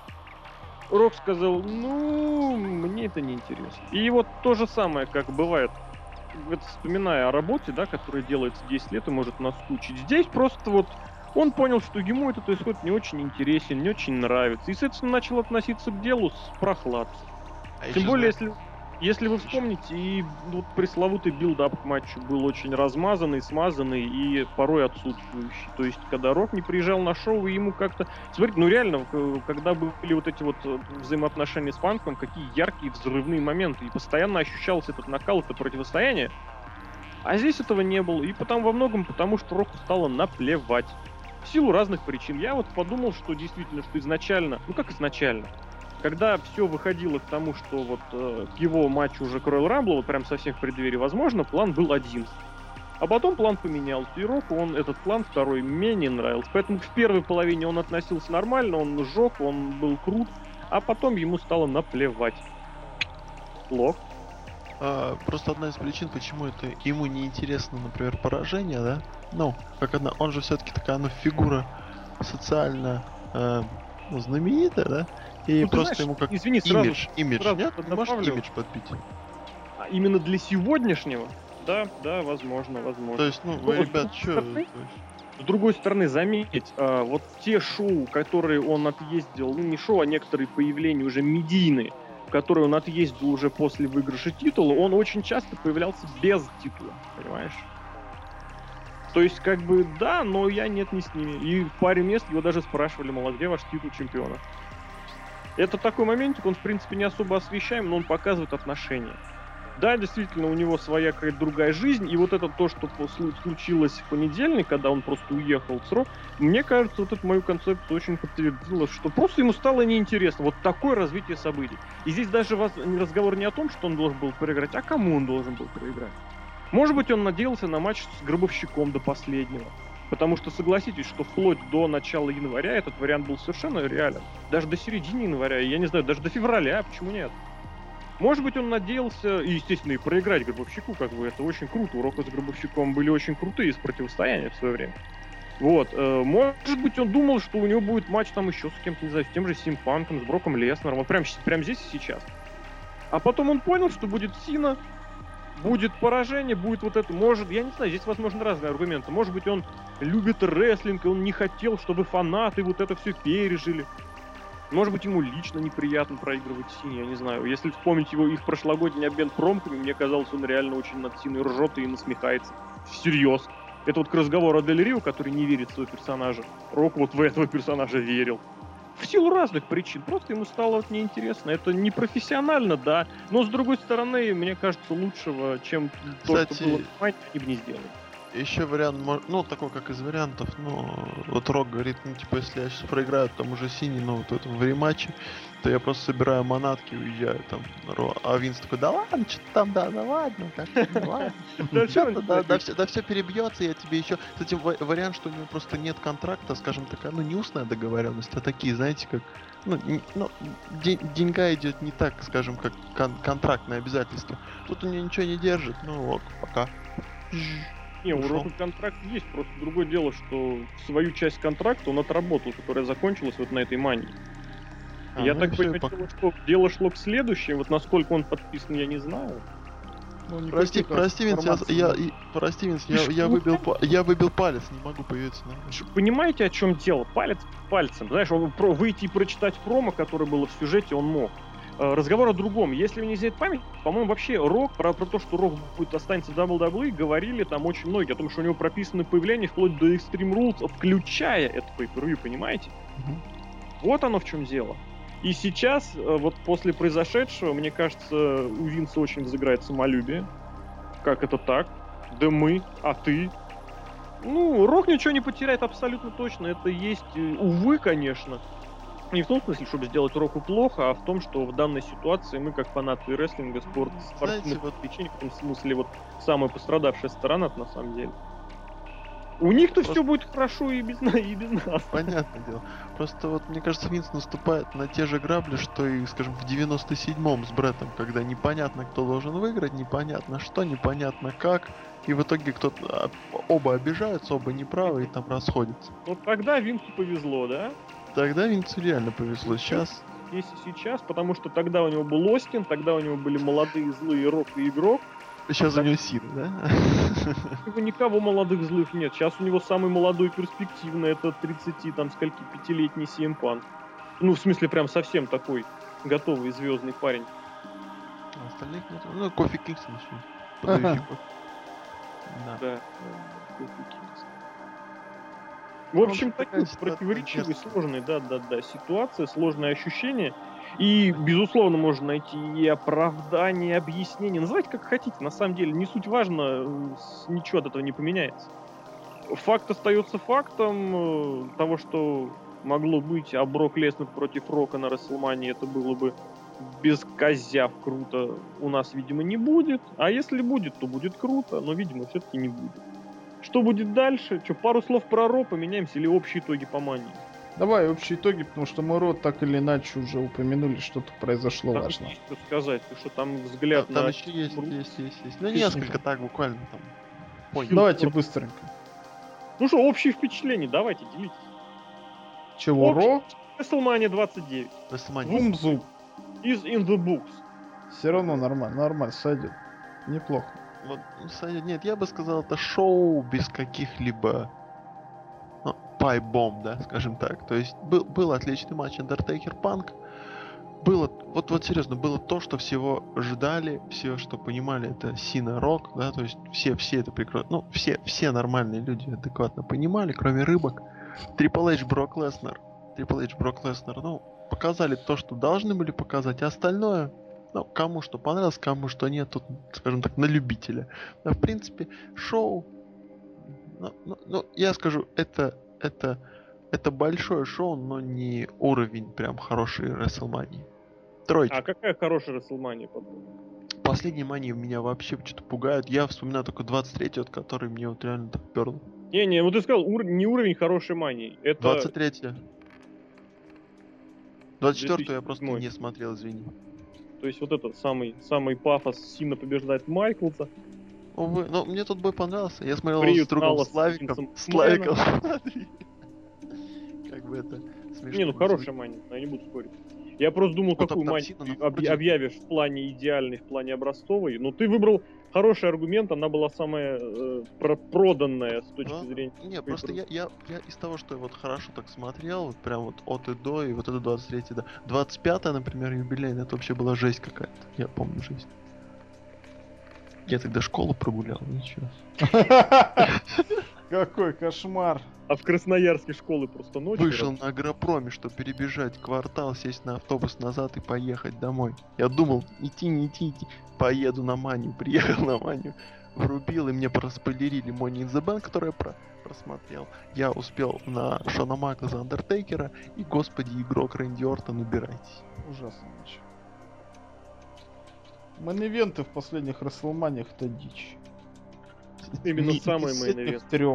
Рок сказал: мне это не интересно. И вот то же самое, как бывает, вспоминая о работе, да, которая делается 10 лет и может наскучить. Здесь просто вот Он понял, что ему этот исход не очень интересен, не очень нравится. И, соответственно, начал относиться к делу с прохладцей. Тем более, если вы вспомните, и вот пресловутый билдап к матчу был очень размазанный, смазанный и порой отсутствующий. То есть, когда Рок не приезжал на шоу, и ему как-то... Смотрите, ну реально, когда были вот эти вот взаимоотношения с Панком, какие яркие взрывные моменты. И постоянно ощущался этот накал, это противостояние. А здесь этого не было. И во многом потому, что Року стало наплевать. В силу разных причин. Я вот подумал, что действительно, что изначально... Ну как изначально? Когда все выходило к тому, что вот к его матчу уже к Royal Rumble, вот прям совсем в преддверии, возможно, план был один. А потом план поменялся, и Року этот план второй менее нравился. Поэтому в первой половине он относился нормально, он сжег, он был крут, а потом ему стало наплевать. Лох. Просто одна из причин, почему это ему не интересно, например, поражение, да? Ну, как одна, он же все-таки такая, ну, фигура социально знаменитая, да? И Ну, просто знаешь, ему как извини, имидж, сразу нет? Ты можешь добавлю. имидж подбить? А именно для сегодняшнего? Да, возможно. То есть, ну, вы, Ну, ребят, с что? другой С другой стороны, заметь, вот те шоу, которые он отъездил, ну не шоу, а некоторые появления уже медийные, которые он отъездил уже после выигрыша титула, он очень часто появлялся без титула, понимаешь? То есть, как бы, да, но я нет, не с ними. И в паре мест его даже спрашивали, мол, а где ваш титул чемпиона? Это такой моментик, он, в принципе, не особо освещаем, но он показывает отношения. Да, действительно, у него своя какая-то другая жизнь, и вот это то, что случилось в понедельник, когда он просто уехал с Ро, мне кажется, вот эту мою концепцию очень подтвердило, что просто ему стало неинтересно. Вот такое развитие событий. И здесь даже разговор не о том, что он должен был проиграть, а кому он должен был проиграть. Может быть, он надеялся на матч с Гробовщиком до последнего. Потому что, согласитесь, что вплоть до начала января этот вариант был совершенно реален. Даже до середины января, я не знаю, даже до февраля, почему нет? Может быть, он надеялся, и, естественно, и проиграть Гробовщику, как бы, это очень круто. У Рока с Гробовщиком были очень крутые из противостояния в свое время. Вот. Может быть, он думал, что у него будет матч там еще с кем-то, не знаю, с тем же Симпанком, с Броком Леснером, вот прям здесь и сейчас. А потом он понял, что будет Сина, будет поражение, будет вот это, может, я не знаю, здесь, возможно, разные аргументы. Может быть, он любит рестлинг, и он не хотел, чтобы фанаты вот это все пережили. Может быть, ему лично неприятно проигрывать Сине, я не знаю. Если вспомнить их прошлогодний обмен промками, мне казалось, он реально очень над Синой ржет и насмехается. Всерьез. Это вот к разговору о Дель Рио, который не верит в своего персонажа. Рок вот в этого персонажа верил. В силу разных причин. Просто ему стало вот неинтересно. Это не профессионально, да. Но, с другой стороны, мне кажется, лучшего, чем то, что было в матче, они бы не сделали. Еще вариант, ну, такой, как из вариантов, ну, вот Рок говорит, ну, типа, если я сейчас проиграю тому же Синий, ну, вот в этом в рематче, то я просто собираю манатки и уезжаю там на Ро. А Винс такой, да ладно, что там, да ладно, да все перебьется, я тебе еще... Кстати, вариант, что у него просто нет контракта, скажем, такая, ну, не устная договоренность, а такие, знаете, как... Ну, деньга идет не так, скажем, как контрактное обязательство. Тут у него ничего не держит, ну, ок, пока. Не, у Рока контракт есть, просто другое дело, что свою часть контракта он отработал, которая закончилась вот на этой мании. Я так понимаю, что дело шло к следующему, вот насколько он подписан, я не знаю. Прости, Винс, я выбил палец, не могу появиться. Понимаете, о чем дело? Палец пальцем. Знаешь, выйти и прочитать промо, которое было в сюжете, он мог. Разговор о другом. Если мне не изменяет память, по-моему, вообще Рок, про то, что Рок останется в WWE, говорили там очень многие, о том, что у него прописаны появления вплоть до Extreme Rules, включая это pay-per-view, понимаете? Вот оно в чем дело. И сейчас, вот после произошедшего, мне кажется, у Винса очень взыграет самолюбие. Как это так? Да мы, а ты? Ну, Рок ничего не потеряет абсолютно точно. Это есть, увы, конечно. Не в том смысле, чтобы сделать Року плохо, а в том, что в данной ситуации мы, как фанаты рестлинга, спортивных развлечений, в этом смысле, вот самая пострадавшая сторона на самом деле. У них-то все будет хорошо и без нас. Понятное дело. Просто вот, мне кажется, Винс наступает на те же грабли, что и, скажем, в 97-м с Бреттом, когда непонятно, кто должен выиграть, непонятно что, непонятно как, и в итоге кто-то оба обижаются, оба неправы и там расходятся. Вот тогда Винсу повезло, да? Тогда Винсу реально повезло. Сейчас... Здесь и сейчас, потому что тогда у него был Остин, тогда у него были молодые злые Рок и Игрок, Сейчас у него Син, да? Никого молодых злых нет. Сейчас у него самый молодой и перспективный, это 30, там, скольки, 5-летний CM Punk. Ну, в смысле, прям совсем такой готовый звездный парень. А остальных нет. Ну, Кофи Кингстон еще. Подающий кофе. Да. Да. Кофи Кингстон. В общем, такая противоречивая, сложная, да, ситуация, сложное ощущение. И, безусловно, можно найти и оправдание, и объяснение. Называйте как хотите, на самом деле, не суть важно, ничего от этого не поменяется. Факт остается фактом того, что могло быть, а Брок Леснер против Рока на Расселмании, это было бы без козяв круто. У нас, видимо, не будет. А если будет, то будет круто, но, видимо, все-таки не будет. Что будет дальше? Что, пару слов про Ро поменяемся или общие итоги по Мании? Давай общие итоги, потому что мы Ро так или иначе уже упомянули, что-то произошло Там важно. есть что сказать, ты что там взгляд Там на... еще есть. Ну, Ты несколько что? так буквально там. Понял. Давайте быстренько. Ну что, общие впечатления, давайте, делитесь. Чего, Общий. Ро? WrestleMania 29. WrestleMania. Бум-зуб. Is in the books. Все равно нормально, сойдет. Неплохо. Вот, нет, я бы сказал, это шоу без каких-либо пайбомб, да, скажем так. То есть был отличный матч Undertaker Punk. Было, вот серьезно, было то, что всего ожидали, все, что понимали, это Сина Рок, да, то есть все это прекрасно, ну, все нормальные люди адекватно понимали, кроме рыбок. Triple H, Брок Леснер, ну, показали то, что должны были показать, а остальное, ну, кому что понравилось, кому что нет, тут, скажем так, на любителя. Да, в принципе, шоу, ну, я скажу, это большое шоу, но не уровень прям хорошей WrestleMania. Троечка. А какая хорошая WrestleMania, по-твоему? Последние мании меня вообще что-то пугают. Я вспоминаю только 23-й, от которой мне вот реально так перло. Не, вот ты сказал, не уровень хорошей мании. Это 23-я. 24-ю я просто 2007. не смотрел, извини. То есть вот этот самый пафос, Сина побеждает Майклса. Увы, но мне тот бой понравился. Я смотрел Приют с другом Алла с Славиком. Винсом Как бы это смешно. Не, ну хорошая мания, я не буду спорить. Я просто думал, Вот какую там манию Сина ты напротив. объявишь в плане идеальной, в плане образцовой. Но ты выбрал хороший аргумент, она была самая проданная с точки Да. зрения... Не, просто я из того, что я вот хорошо так смотрел, вот прям вот от и до, и вот это 23-й, да. 25-я, например, юбилейная, это вообще была жесть какая-то. Я помню жесть. Я тогда школу прогулял, ничего. Какой кошмар. А в Красноярске школы просто ночью... Вышел на агропроме, чтобы перебежать квартал, сесть на автобус назад и поехать домой. Я думал, идти. Поеду на Манию. Приехал на Манию, врубил, и мне проспойлерили Money in the Bank, который я просмотрел. Я успел на Шона Майклса Андертейкера, и, господи, игрок Рэнди Ортон, убирайтесь. Ужасно матч. Мейн-ивенты в последних Расселманиях это дичь. Именно самый Из мейн-ивент. этих трех.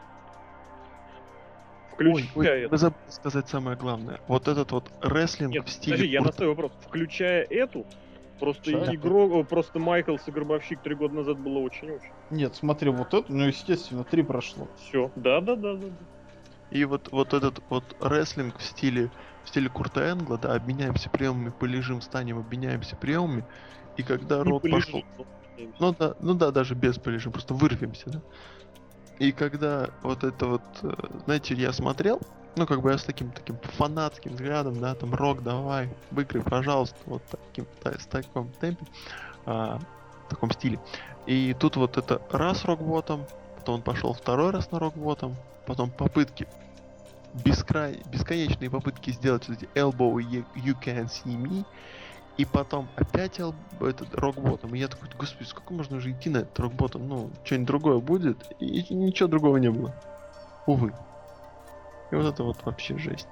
Включая вы забыли сказать самое главное. Вот этот вот рестлинг Нет, в стиле... подожди, я на свой вопрос. Включая эту, просто Чё? игрок, просто Майклс и Гробовщик 3 года назад было очень-очень. Нет, смотри, вот это, ну естественно, 3 прошло. Все. Да. И вот этот вот рестлинг в стиле Курта Энгла, да, обменяемся приемами, полежим, станем, обменяемся приемами. И когда Не Рок полежи, пошел... но надеемся. Ну да, даже без полежим, просто вырвемся, да. И когда вот это вот, знаете, я смотрел, ну как бы я с таким фанатским взглядом, да, там, Рок, давай, выиграй, пожалуйста, вот в таком темпе, в таком стиле. И тут вот это раз Рок-ботом, потом он пошел второй раз на Рок-ботом, потом попытки, бесконечные попытки сделать вот эти elbow и you can't see me, и потом опять этот рок-ботом. И я такой, господи, сколько можно уже идти на этот рок-ботом? Ну, что-нибудь другое будет? И ничего другого не было. Увы. И вот это вот вообще жесть.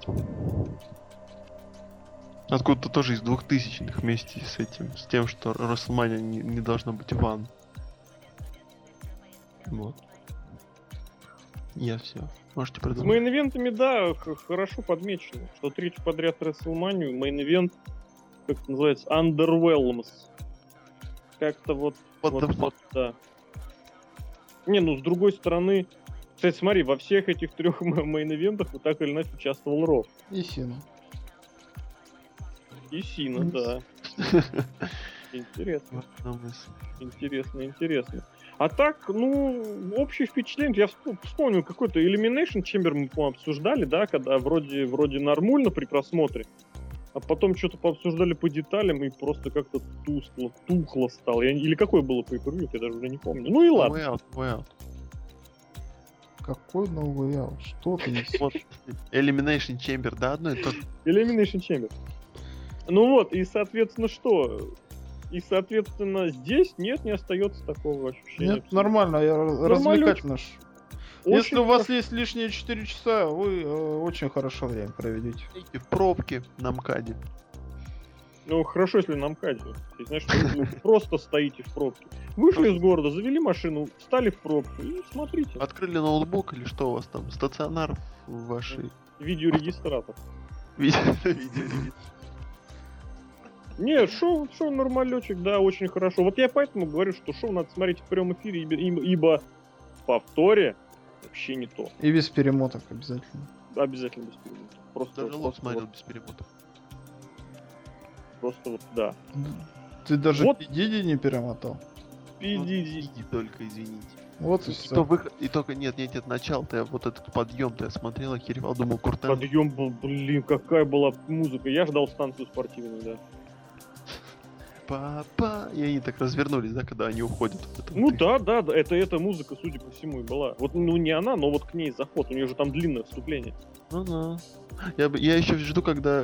Откуда-то тоже из 2000-х вместе с этим, с тем, что WrestleMania не должно быть ван. Вот. Я все. Можете С продолжать. мейн-ивентами, да, хорошо подмечено, что третью подряд WrestleMania, мейн-ивент, как это называется, underwhelms. Как-то вот, да. Не, ну с другой стороны, кстати, смотри, во всех этих 3 мейн-ивентах вот так или иначе участвовал Рок. И Сина. И Сина, да. Интересно. Одна мысль. Интересно. А так, ну, общее впечатление, я вспомнил какой-то Elimination Chamber мы, по-моему, обсуждали, да, когда вроде нормально при просмотре, а потом что-то пообсуждали по деталям и просто как-то тухло стало. Или какое было pay-per-view, я даже уже не помню. Ну и ладно. Way Out. Какой новый аут? Что ты несешь? Вот. Elimination Chamber, да, одно и то же. Elimination Chamber. Ну вот, и соответственно что? И соответственно здесь не остается такого ощущения. Нет, нормально, развлекательно. Очень Если у вас есть лишние 4 часа, вы очень хорошо время проведете. Идите в пробке на МКАДе. Ну, хорошо, если на МКАДе. Ты знаешь, что вы просто стоите в пробке. Вышли из города, завели машину, встали в пробку и смотрите. Открыли ноутбук или что у вас там? Стационар в вашей... Видеорегистратор. Видеорегистратор. Не, шоу нормалечек, да, очень хорошо. Вот я поэтому говорю, что шоу надо смотреть в прямом эфире, ибо в повторе вообще не то. И без перемоток обязательно. Обязательно без перемоток. Просто, Даже Лок смотрел без перемоток. Просто вот, да. Ты даже Вот. Диди не перемотал. Иди. Только, извините. Вот и И все. то выход, и только нет, начало-то я вот этот подъем-то я смотрел, охеревал, думал, Куртен. Подъем был, блин, какая была музыка. Я ждал станцию спортивную, да. Папа. И они так развернулись, да, когда они уходят. Вот это Ну вот их. да, это музыка, судя по всему, и была. Вот, ну не она, но вот к ней заход, у нее же там длинное вступление. Ну-ну. Я еще жду, когда,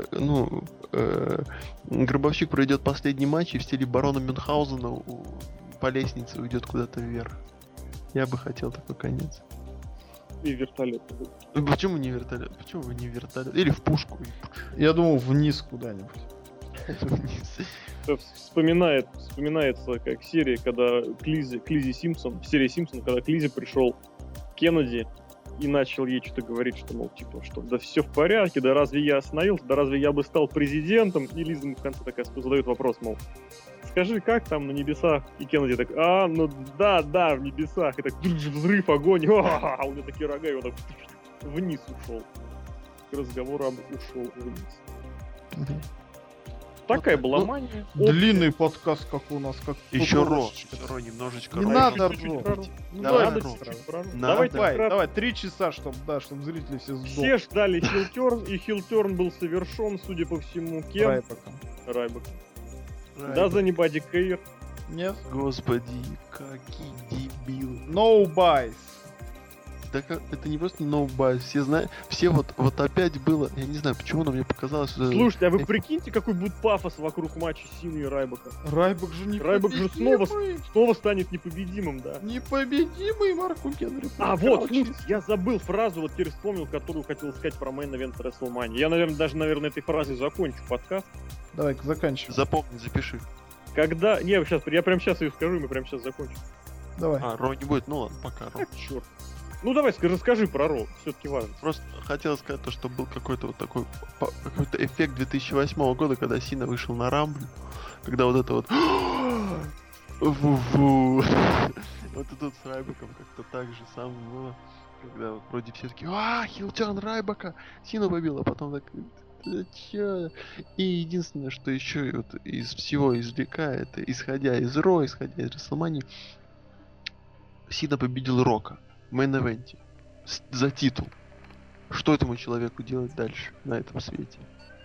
Гробовщик проведет последний матч и в стиле барона Мюнхгаузена по лестнице уйдет куда-то вверх. Я бы хотел такой конец. И вертолет. Почему не вертолет? Почему вы не вертолет? Или в пушку. Я думал, вниз куда-нибудь. Вниз. Вспоминается как серия, когда Клизи Симпсон, серия Симпсон, когда Клизи пришел к Кеннеди и начал ей что-то говорить, что, мол, типа, что да все в порядке, да разве я остановился, да разве я бы стал президентом? И Лиза ему в конце такая задает вопрос, мол, скажи, как там на небесах? И Кеннеди так, ну да, в небесах. И так взрыв, огонь, а у него такие рога, и он так вниз ушел. Разговор ушел вниз. Такая была мания. Длинный подкаст, как у нас, как Еще художечка. Ро, немножечко Не Ро. надо Чуть-чуть Ро. про Ро. Ну, Давай, давай, Ро. чуть-чуть про Ро. Надо. Давайте давай, вкратце. давай, 3 часа, чтобы зрители все сдохли. Все ждали хилтерн, и хилтерн был совершен, судя по всему, кем? Райбаком. Райбаком. Райбак. Да, за Anybody Care. Нет? Господи, какие дебилы. No buys. Да как, это не просто ноубай, все знают, все вот опять было, я не знаю, почему, но мне показалось, что... Слушайте, а вы прикиньте, какой будет пафос вокруг матча Сины и Райбака. Райбак же не Райбак же снова станет непобедимым, да. Непобедимый Марку Генри. А вот, слушай, я забыл фразу, вот теперь вспомнил, которую хотел сказать про мейн-эвент WrestleMania. Я, наверное, этой фразой закончу подкаст. Давай, заканчивай. Запомни, запиши. Когда... Не, я прямо сейчас ее скажу, и мы прямо сейчас закончим. Давай. Ро не будет, ну ладно, пока, Ро. А, черт. Ну давай, расскажи про Ро, все-таки важно. Просто хотел сказать то, что был какой-то вот такой, какой-то эффект 2008 года, когда Сина вышел на Рамбль, когда вот это вот... Ву-ву. Вот и тут с Райбаком как-то так же самое было, когда вот вроде все таки хилтерн Райбака, Сина побил, а потом так... Да чё? И единственное, что еще вот из всего извлекает, исходя из Ро, исходя из WrestleMania, Сина победил Рока в мейн-эвенте за титул. Что этому человеку делать дальше на этом свете?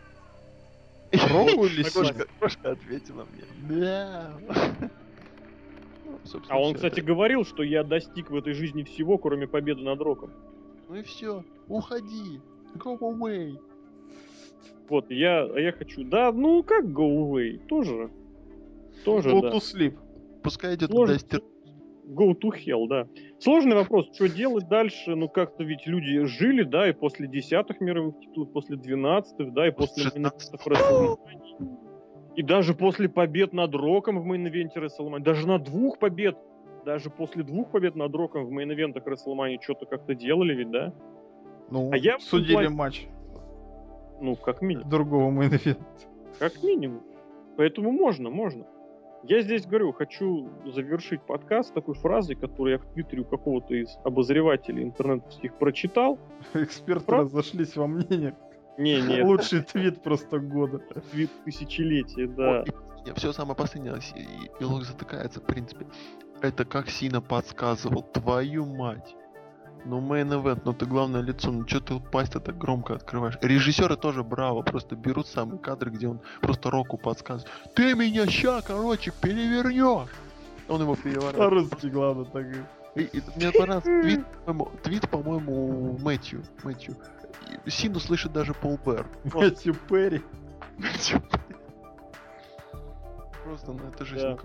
Року или Сине? Кошка ответила мне. Да. Ну, собственно, А он, всё кстати, это. говорил, что я достиг в этой жизни всего, кроме победы над Роком. Ну и все. Уходи. Go away. Вот, я хочу... Да, ну как go away? Тоже, Go да. to sleep. Пускай идет Сложно. Дастер. Go to hell, да. Сложный вопрос, что делать дальше? Ну, как-то ведь люди жили, да, и после 10-х мировых титулов, после 12-х, да, и после 16-х. WrestleMania. И даже после побед над Роком в мейн-ивенте WrestleMania. Даже на 2 побед. Даже после 2 побед над Роком в мейн-ивентах WrestleMania что-то как-то делали ведь, да? Ну, А я судили платил. матч Ну, как минимум. другого мейн-эвента. Как минимум. Поэтому можно. Я здесь говорю, хочу завершить подкаст такой фразой, которую я в твиттере у какого-то из обозревателей интернетовских прочитал. Эксперты Правда? разошлись во мнениях. Не, Лучший твит просто года. твит тысячелетия, да. все самое последнее, и Лок затыкается, в принципе. Это как Сина подсказывал, твою мать. Ну, main event, ну ты главное лицо, ну что ты пасть так громко открываешь? Режиссеры тоже браво, просто берут самые кадры, где он просто Року подсказывает. Ты меня ща, короче, перевернешь! Он его переворачивает. По-русски, главное, так. И мне понравился твит, по-моему, Мэтью. Сину слышит даже Пол Бэр. Мэтью Перри. Просто, ну это же Да. как...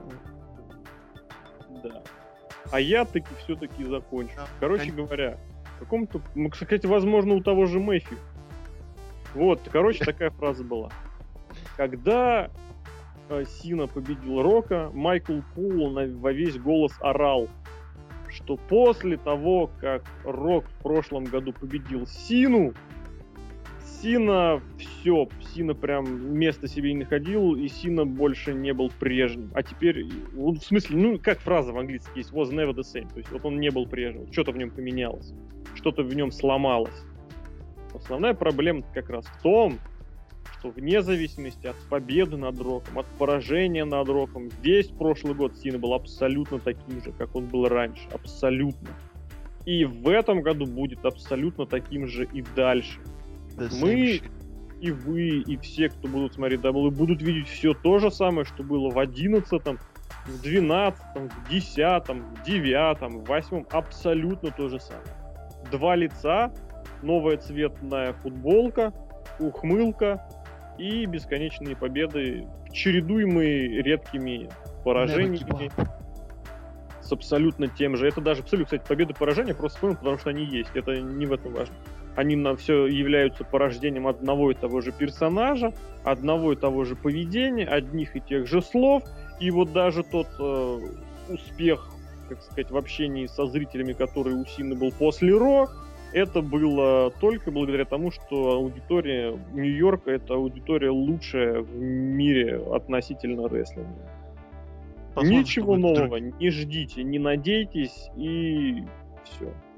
Да. А я таки все-таки закончу. Да, Короче конечно. говоря, в каком-то, кстати, возможно, у того же Мэфью. Вот, короче, такая фраза была. Когда Сина победил Рока, Майкл Кул во весь голос орал, что после того, как Рок в прошлом году победил Сину, Сина прям места себе не находил, и Сина больше не был прежним. А теперь, в смысле, ну, как фраза в английском есть, was never the same. То есть вот он не был прежним, что-то в нем поменялось, что-то в нем сломалось. Основная проблема как раз в том, что вне зависимости от победы над Роком, от поражения над Роком, весь прошлый год Сина был абсолютно таким же, как он был раньше. Абсолютно. И в этом году будет абсолютно таким же и дальше. Мы, и вы, и все, кто будут смотреть WWE, будут видеть все то же самое, что было в 11-м, в 12-м, в 10-м, в 9-м, в 8-м. Абсолютно то же самое. Два лица, новая цветная футболка, ухмылка и бесконечные победы, чередуемые редкими поражениями с абсолютно тем же. Это даже абсолютно, кстати, победы и поражения просто вспомнил, потому что они есть. Это не в этом важно. Они на все являются порождением одного и того же персонажа, одного и того же поведения, одних и тех же слов. И вот даже тот успех, как сказать, в общении со зрителями, который у Сины был после Ро, это было только благодаря тому, что аудитория Нью-Йорка — это аудитория лучшая в мире относительно рестлинга. Ничего нового не ждите, не надейтесь, и все.